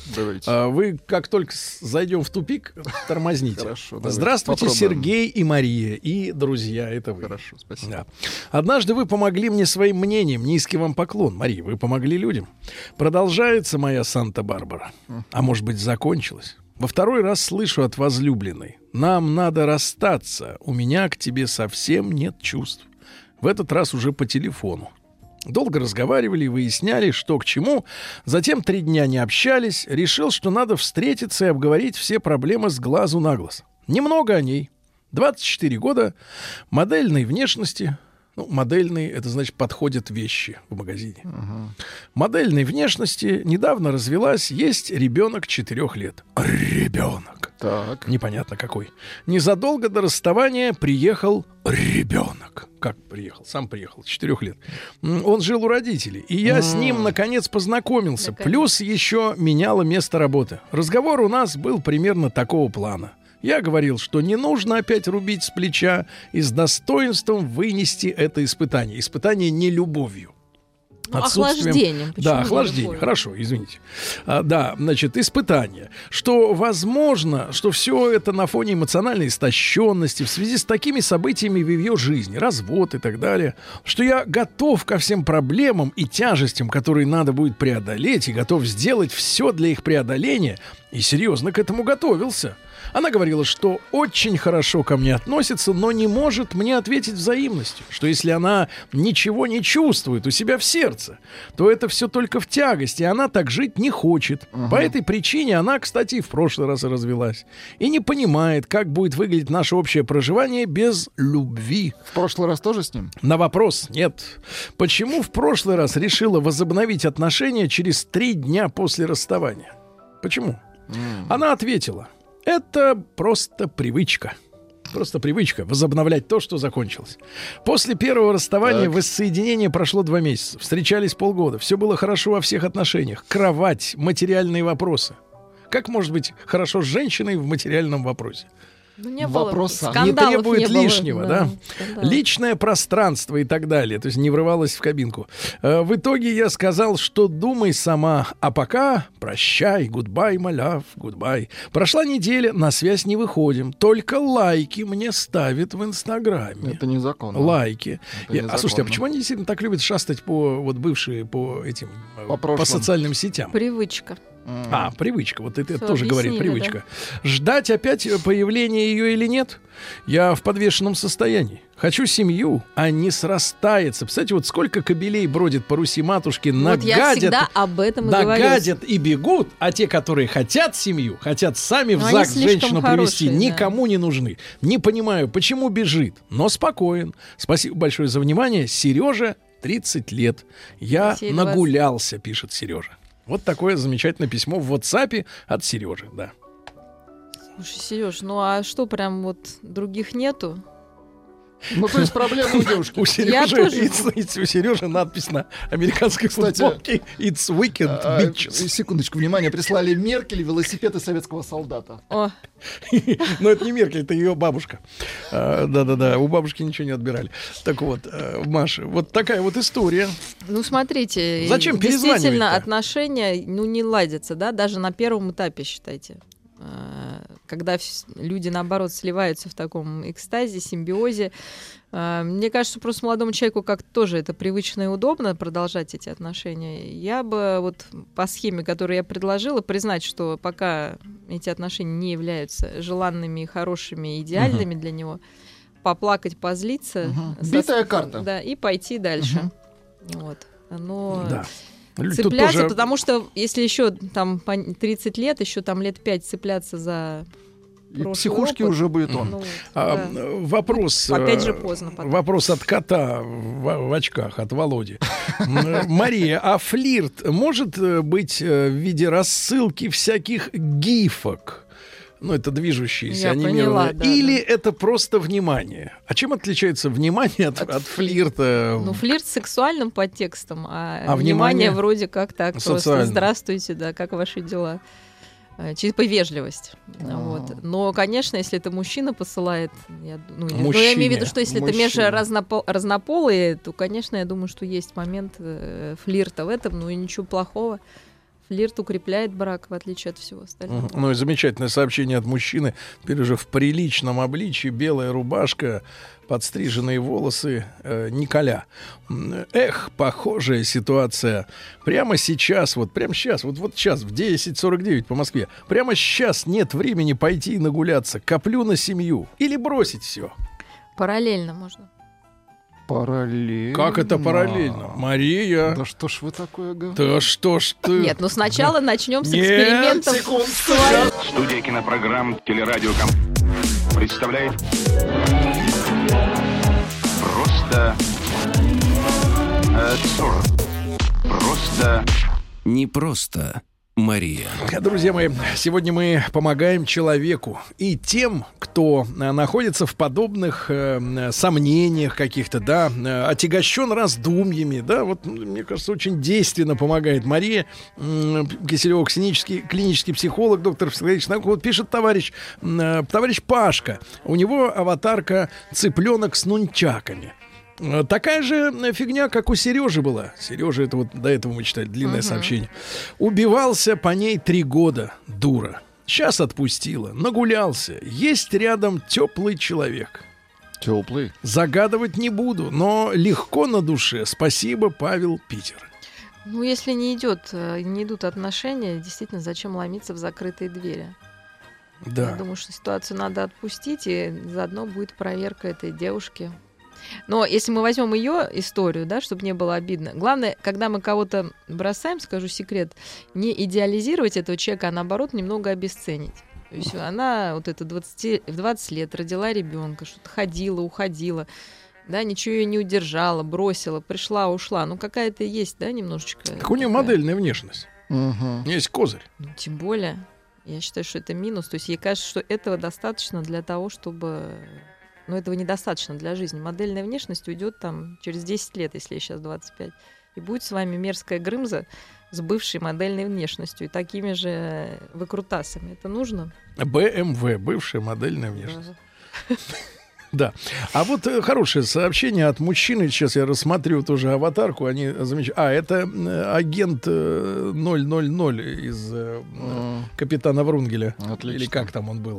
Вы как только зайдем в тупик, тормозните.
Хорошо.
Здравствуйте, Сергей и Мария. И друзья, это вы.
Хорошо, спасибо.
Да. Однажды вы помогли мне своим мнением. Низкий вам поклон, Мария. Вы помогли людям. Продолжается моя Санта-Барбара. А может быть, закончилась? Во второй раз слышу от возлюбленной: нам надо расстаться, у меня к тебе совсем нет чувств. В этот раз уже по телефону. Долго разговаривали и выясняли, что к чему. Затем 3 дня не общались. Решил, что надо встретиться и обговорить все проблемы с глазу на глаз. Немного о ней. 24 года, модельной внешности. Модельные, это значит, подходят вещи в магазине. Модельной внешности, недавно развелась, есть ребенок 4 лет. Ребенок.
Так.
Непонятно какой. Незадолго до расставания приехал ребенок. Как приехал? Сам приехал, 4 лет. Он жил у родителей, и я с ним, наконец, познакомился. Плюс еще меняла место работы. Разговор у нас был примерно такого плана. Я говорил, что не нужно опять рубить с плеча и с достоинством вынести это испытание. Испытание не любовью.
Охлаждением.
Да, охлаждение. Хорошо, извините. Да, значит, испытание. Что возможно, что все это на фоне эмоциональной истощенности в связи с такими событиями в ее жизни, развод и так далее, что я готов ко всем проблемам и тяжестям, которые надо будет преодолеть, и готов сделать все для их преодоления, и серьезно к этому готовился. Она говорила, что очень хорошо ко мне относится, но не может мне ответить взаимностью, что если она ничего не чувствует у себя в сердце, то это все только в тягости, и она так жить не хочет. По этой причине она, кстати, и в прошлый раз развелась. И не понимает, как будет выглядеть наше общее проживание без любви.
В прошлый раз тоже с ним?
На вопрос нет. Почему в прошлый раз решила возобновить отношения через 3 дня после расставания? Почему? Она ответила: это просто привычка. Просто привычка возобновлять то, что закончилось. После первого расставания воссоединение прошло 2 месяца. Встречались полгода. Все было хорошо во всех отношениях. Кровать, материальные вопросы. Как может быть хорошо с женщиной в материальном вопросе?
не
вопроса.
Не требует лишнего, да?
Скандалов.
Личное пространство и так далее. То есть не врывалась в кабинку. В итоге я сказал, что думай сама. А пока прощай, goodbye, my love, goodbye. Прошла неделя, на связь не выходим. Только лайки мне ставят в Инстаграме.
Это незаконно.
Лайки.
Это
слушайте, а почему они действительно так любят шастать по вот бывшие по этим по социальным сетям?
Привычка.
Привычка. Вот это
Всё
тоже говорит
объяснили,
привычка. Ждать опять появления ее или нет? Я в подвешенном состоянии. Хочу семью, а не срастается. Представляете, вот сколько кобелей бродит по Руси матушки,
Вот я всегда об этом и говорю.
нагадят и бегут, а те, которые хотят семью, хотят сами в
Но
ЗАГС
они слишком
женщину привести,
хорошие, да.
никому не нужны. Не понимаю, почему бежит, но спокоен. Спасибо большое за внимание. Сережа, 30 лет. Я
Алексей,
нагулялся, пишет Сережа. Вот такое замечательное письмо в WhatsApp от Сережи, да.
Слушай, Сереж, ну а что, прям вот других нету?
Ну, то есть проблема у девушки.
У Сережи надпись на американской футболке «It's weekend, bitches».
Секундочку, внимание, прислали Меркель велосипеды советского солдата.
О.
Но это не Меркель, это ее бабушка. Да-да-да, у бабушки ничего не отбирали. Так вот, Маша, вот такая вот история.
Ну, смотрите,
зачем
действительно отношения, не ладятся, да, даже на первом этапе, считайте. Когда люди, наоборот, сливаются в таком экстазе, симбиозе. Мне кажется, просто молодому человеку как-то тоже это привычно и удобно продолжать эти отношения. Я бы вот по схеме, которую я предложила, признать, что пока эти отношения не являются желанными, хорошими, идеальными для него, поплакать, позлиться.
Битая карта.
Да, и пойти дальше. Вот. Но...
Да.
Цепляться, тоже... потому что если еще там 30 лет, еще там лет 5 цепляться за
и психушки опыт, уже будет он.
Да. Вопрос.
Опять же поздно. Потом.
Вопрос от кота в очках, от Володи. Мария, а флирт может быть в виде рассылки всяких гифок? Ну, это движущиеся, анимированные.
Да,
или это просто внимание? А чем отличается внимание от флирта?
Ну, флирт с сексуальным подтекстом, а внимание вроде как так просто. Здравствуйте, да, как ваши дела? Чисто вежливость. Вот. Но, конечно, если это мужчина посылает, я имею в виду, что если это межразнополые, то, конечно, я думаю, что есть момент флирта в этом, но и ничего плохого. Флирт укрепляет брак, в отличие от всего остального.
Ну и замечательное сообщение от мужчины. Теперь уже в приличном обличии, белая рубашка, подстриженные волосы Николя. Эх, похожая ситуация. Прямо сейчас, вот сейчас, в 10:49 по Москве. Прямо сейчас нет времени пойти и нагуляться. Коплю на семью. Или бросить все.
Параллельно можно.
Параллельно.
Как это параллельно? Мария.
Да что ж вы такое говорите?
Да что ж ты?
Нет, ну сначала начнем с экспериментов.
Студия кинопрограмм «Телерадиоком» представляет просто
не просто Мария.
Друзья мои, сегодня мы помогаем человеку и тем, кто находится в подобных сомнениях каких-то, да, отягощен раздумьями, да, вот, мне кажется, очень действенно помогает Мария Киселева, клинический психолог, доктор психологических наук. Вот пишет товарищ Пашка, у него аватарка цыпленок с нунчаками. Такая же фигня, как у Сережи была. Сережа, это вот до этого мы читали длинное сообщение. Убивался по ней 3 года, дура. Сейчас отпустила, нагулялся. Есть рядом теплый человек.
Теплый?
Загадывать не буду, но легко на душе. Спасибо, Павел, Питер.
Ну, если не идут отношения, действительно, зачем ломиться в закрытые двери?
Да.
Я думаю, что ситуацию надо отпустить, и заодно будет проверка этой девушки. Но если мы возьмем ее историю, да, чтобы не было обидно, главное, когда мы кого-то бросаем, скажу секрет, не идеализировать этого человека, а наоборот немного обесценить. То есть она вот это в 20 лет родила ребенка, что-то ходила, уходила, да, ничего ее не удержала, бросила, пришла, ушла. Ну, какая-то есть, да, немножечко.
Так у нее модельная внешность. Есть козырь.
Ну, тем более, я считаю, что это минус. То есть ей кажется, что этого достаточно для того, чтобы... Но этого недостаточно для жизни. Модельная внешность уйдет там через 10 лет, если ей сейчас 25. И будет с вами мерзкая Грымза, с бывшей модельной внешностью и такими же выкрутасами. Это нужно?
BMW, бывшая модельная внешность. Да. А вот хорошее сообщение от мужчины. Сейчас я рассмотрю тоже аватарку. Они замечают. Это агент 000 из Капитана Врунгеля.
Отлично.
Или как там он был?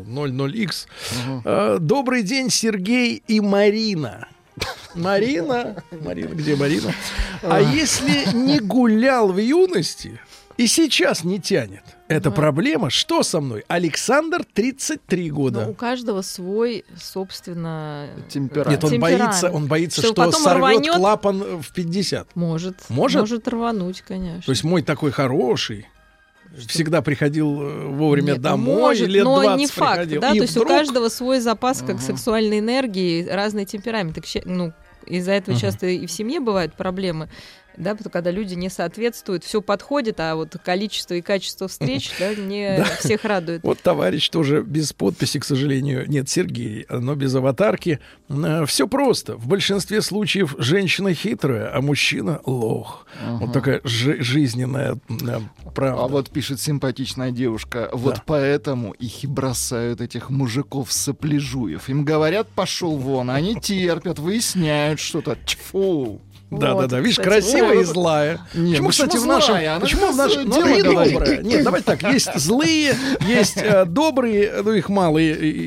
00X. Добрый день, Сергей и Марина. Марина, где Марина? А если не гулял в юности и сейчас не тянет? Это проблема? Что со мной? Александр, 33 года.
Но у каждого свой, собственно,
темперамент. Нет, он боится, что сорвет клапан в 50.
Может рвануть, конечно.
То есть мой такой хороший, всегда приходил вовремя домой, лет 20
но не факт,
приходил.
Да? То есть
вдруг...
у каждого свой запас как сексуальной энергии, разные темпераменты. Ну, из-за этого часто и в семье бывают проблемы. Да, потому когда люди не соответствуют, все подходит, а вот количество и качество встреч не всех радует.
Вот товарищ тоже без подписи, к сожалению, нет, Сергей, но без аватарки. Все просто. В большинстве случаев женщина хитрая, а мужчина лох. Вот такая жизненная правда.
А вот пишет симпатичная девушка, вот поэтому их и бросают, этих мужиков-сопляжуев. Им говорят, пошел вон, они терпят, выясняют что-то. Тьфу!
Да, видишь, красивая и злая. Почему, кстати, в нашем... Почему в нашем... Ну, и добрая. Нет, давайте так, есть злые, есть добрые, ну, их мало,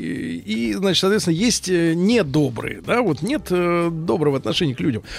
и, значит, соответственно, есть недобрые, да, вот нет доброго отношения к людям.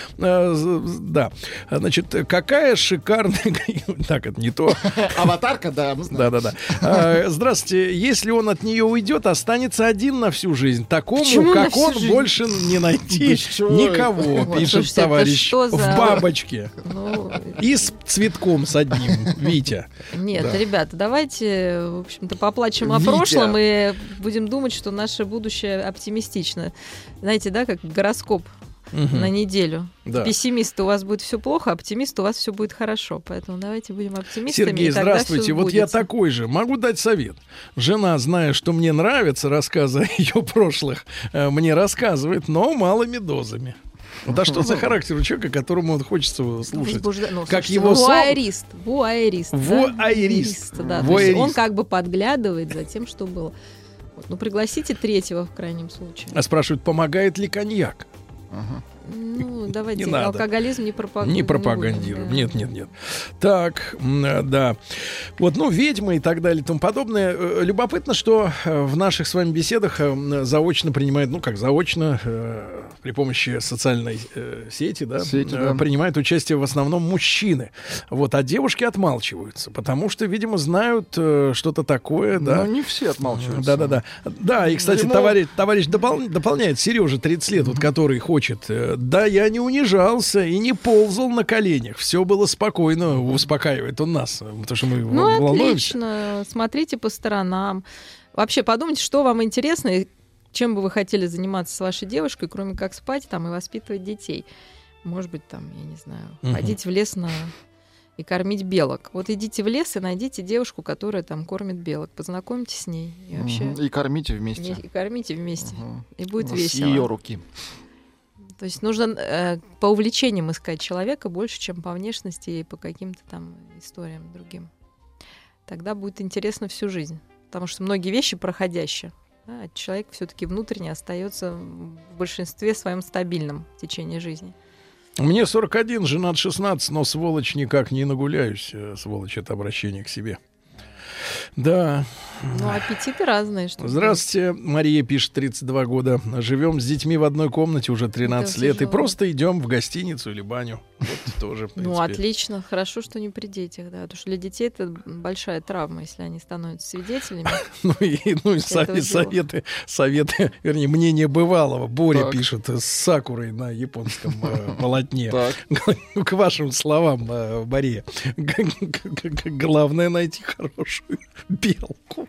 Да, значит, какая шикарная... Так, это не то.
Аватарка, да, мы знаем.
Да. Здравствуйте, если он от нее уйдет, останется один на всю жизнь. Такому, как он, больше не найти никого, пишет товарищ. В бабочке. И с цветком с одним, Витя.
Нет, ребята, давайте, в общем-то, поплачем о прошлом и будем думать, что наше будущее оптимистично. Знаете, да, как гороскоп на неделю. Да. Пессимисты, у вас будет все плохо, оптимисты, у вас все будет хорошо. Поэтому давайте будем оптимистами.
Сергей,
и тогда
здравствуйте. Вот я такой же. Могу дать совет. Жена, зная, что мне нравятся рассказы о ее прошлых, мне рассказывает, но малыми дозами. Да что за характер у человека, которому хочется слушать? Как его
вуайерист.
Вуайерист.
Да, он как бы подглядывает за тем, что было. Вот. Ну, пригласите третьего в крайнем случае.
А спрашивают, помогает ли коньяк?
Ну, давайте алкоголизм не пропагандируем.
Не пропагандируем. Нет. Так, да. Вот, ну, ведьмы и так далее и тому подобное. Любопытно, что в наших с вами беседах заочно принимают, ну, как заочно, при помощи социальной сети, да, принимают участие в основном мужчины. Вот, а девушки отмалчиваются, потому что, видимо, знают что-то такое, да.
Но не все отмалчиваются.
Да. Да, и, кстати, товарищ дополняет, Сережа, 30 лет, вот, который хочет... Да, я не унижался и не ползал на коленях. Все было спокойно, успокаивает он нас, потому что мы волнуемся.
Отлично, смотрите по сторонам. Вообще подумайте, что вам интересно и чем бы вы хотели заниматься с вашей девушкой, кроме как спать там и воспитывать детей. Может быть, там, я не знаю, ходить в лес и кормить белок. Вот идите в лес и найдите девушку, которая там кормит белок. Познакомьтесь с ней. И вообще...
И кормите вместе.
И будет весело.
С ее руки.
То есть нужно по увлечениям искать человека больше, чем по внешности и по каким-то там историям другим. Тогда будет интересно всю жизнь. Потому что многие вещи проходящие. Да, человек все-таки внутренне остается в большинстве своем стабильным в течение жизни.
Мне 41, женат 16, но сволочь никак не нагуляюсь. Сволочь — это обращение к себе. Да.
Ну, аппетиты разные. Что
Здравствуйте, Мария пишет, 32 года. Живем с детьми в одной комнате уже 13 лет. И просто идем в гостиницу или баню. Вот тоже, в принципе.
Ну, отлично. Хорошо, что не при детях, да. Потому что для детей это большая травма, если они становятся свидетелями.
Ну и советы, вернее, мнение бывалого. Боря пишет с сакурой на японском полотне. К вашим словам, Мария. Главное найти хорошую белку.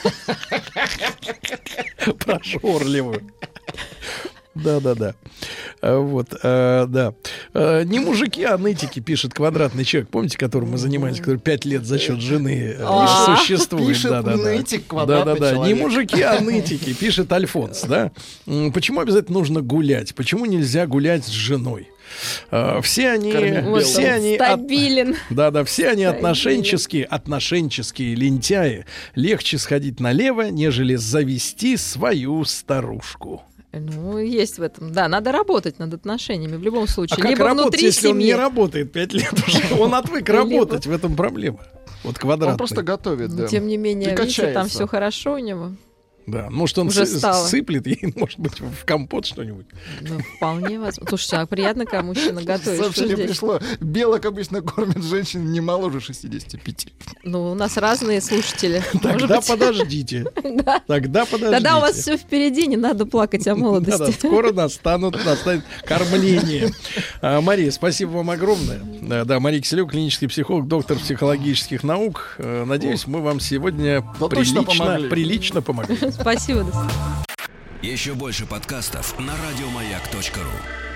Прожорливую. Да. Вот, да. Не мужики, а нытики, пишет квадратный человек. Помните, которым мы занимались, который 5 лет за счет жены существует?
Пишет нытик, квадратный человек.
Не мужики, а нытики, пишет Альфонс, да. Почему обязательно нужно гулять? Почему нельзя гулять с женой? Все они
стабилен.
Да, все они отношенческие лентяи. Легче сходить налево, нежели завести свою старушку.
Ну, есть в этом. Да, надо работать над отношениями в любом случае.
А как
либо
работать,
внутри
если
семьи.
он не работает 5 лет уже? Он отвык работать, в этом проблема. Вот квадратный.
Он просто готовит, да.
Тем не менее,
И
видите, там
качается.
все хорошо у него.
Да, может, он сыплет ей, может быть, в компот что-нибудь.
Ну, вполне возможно. Слушайте, а приятно, когда мужчина готовит.
Сообщение пришло. Белок обычно кормят женщин не моложе 65.
Ну, у нас разные слушатели.
Тогда подождите. Тогда подождите.
Тогда у вас все впереди, не надо плакать о молодости.
Скоро настанет кормление. Мария, спасибо вам огромное. Да, Мария Киселева, клинический психолог, доктор психологических наук. Надеюсь, мы вам сегодня прилично помогли.
Спасибо, до свидания.
Еще больше подкастов на радиомаяк.ру.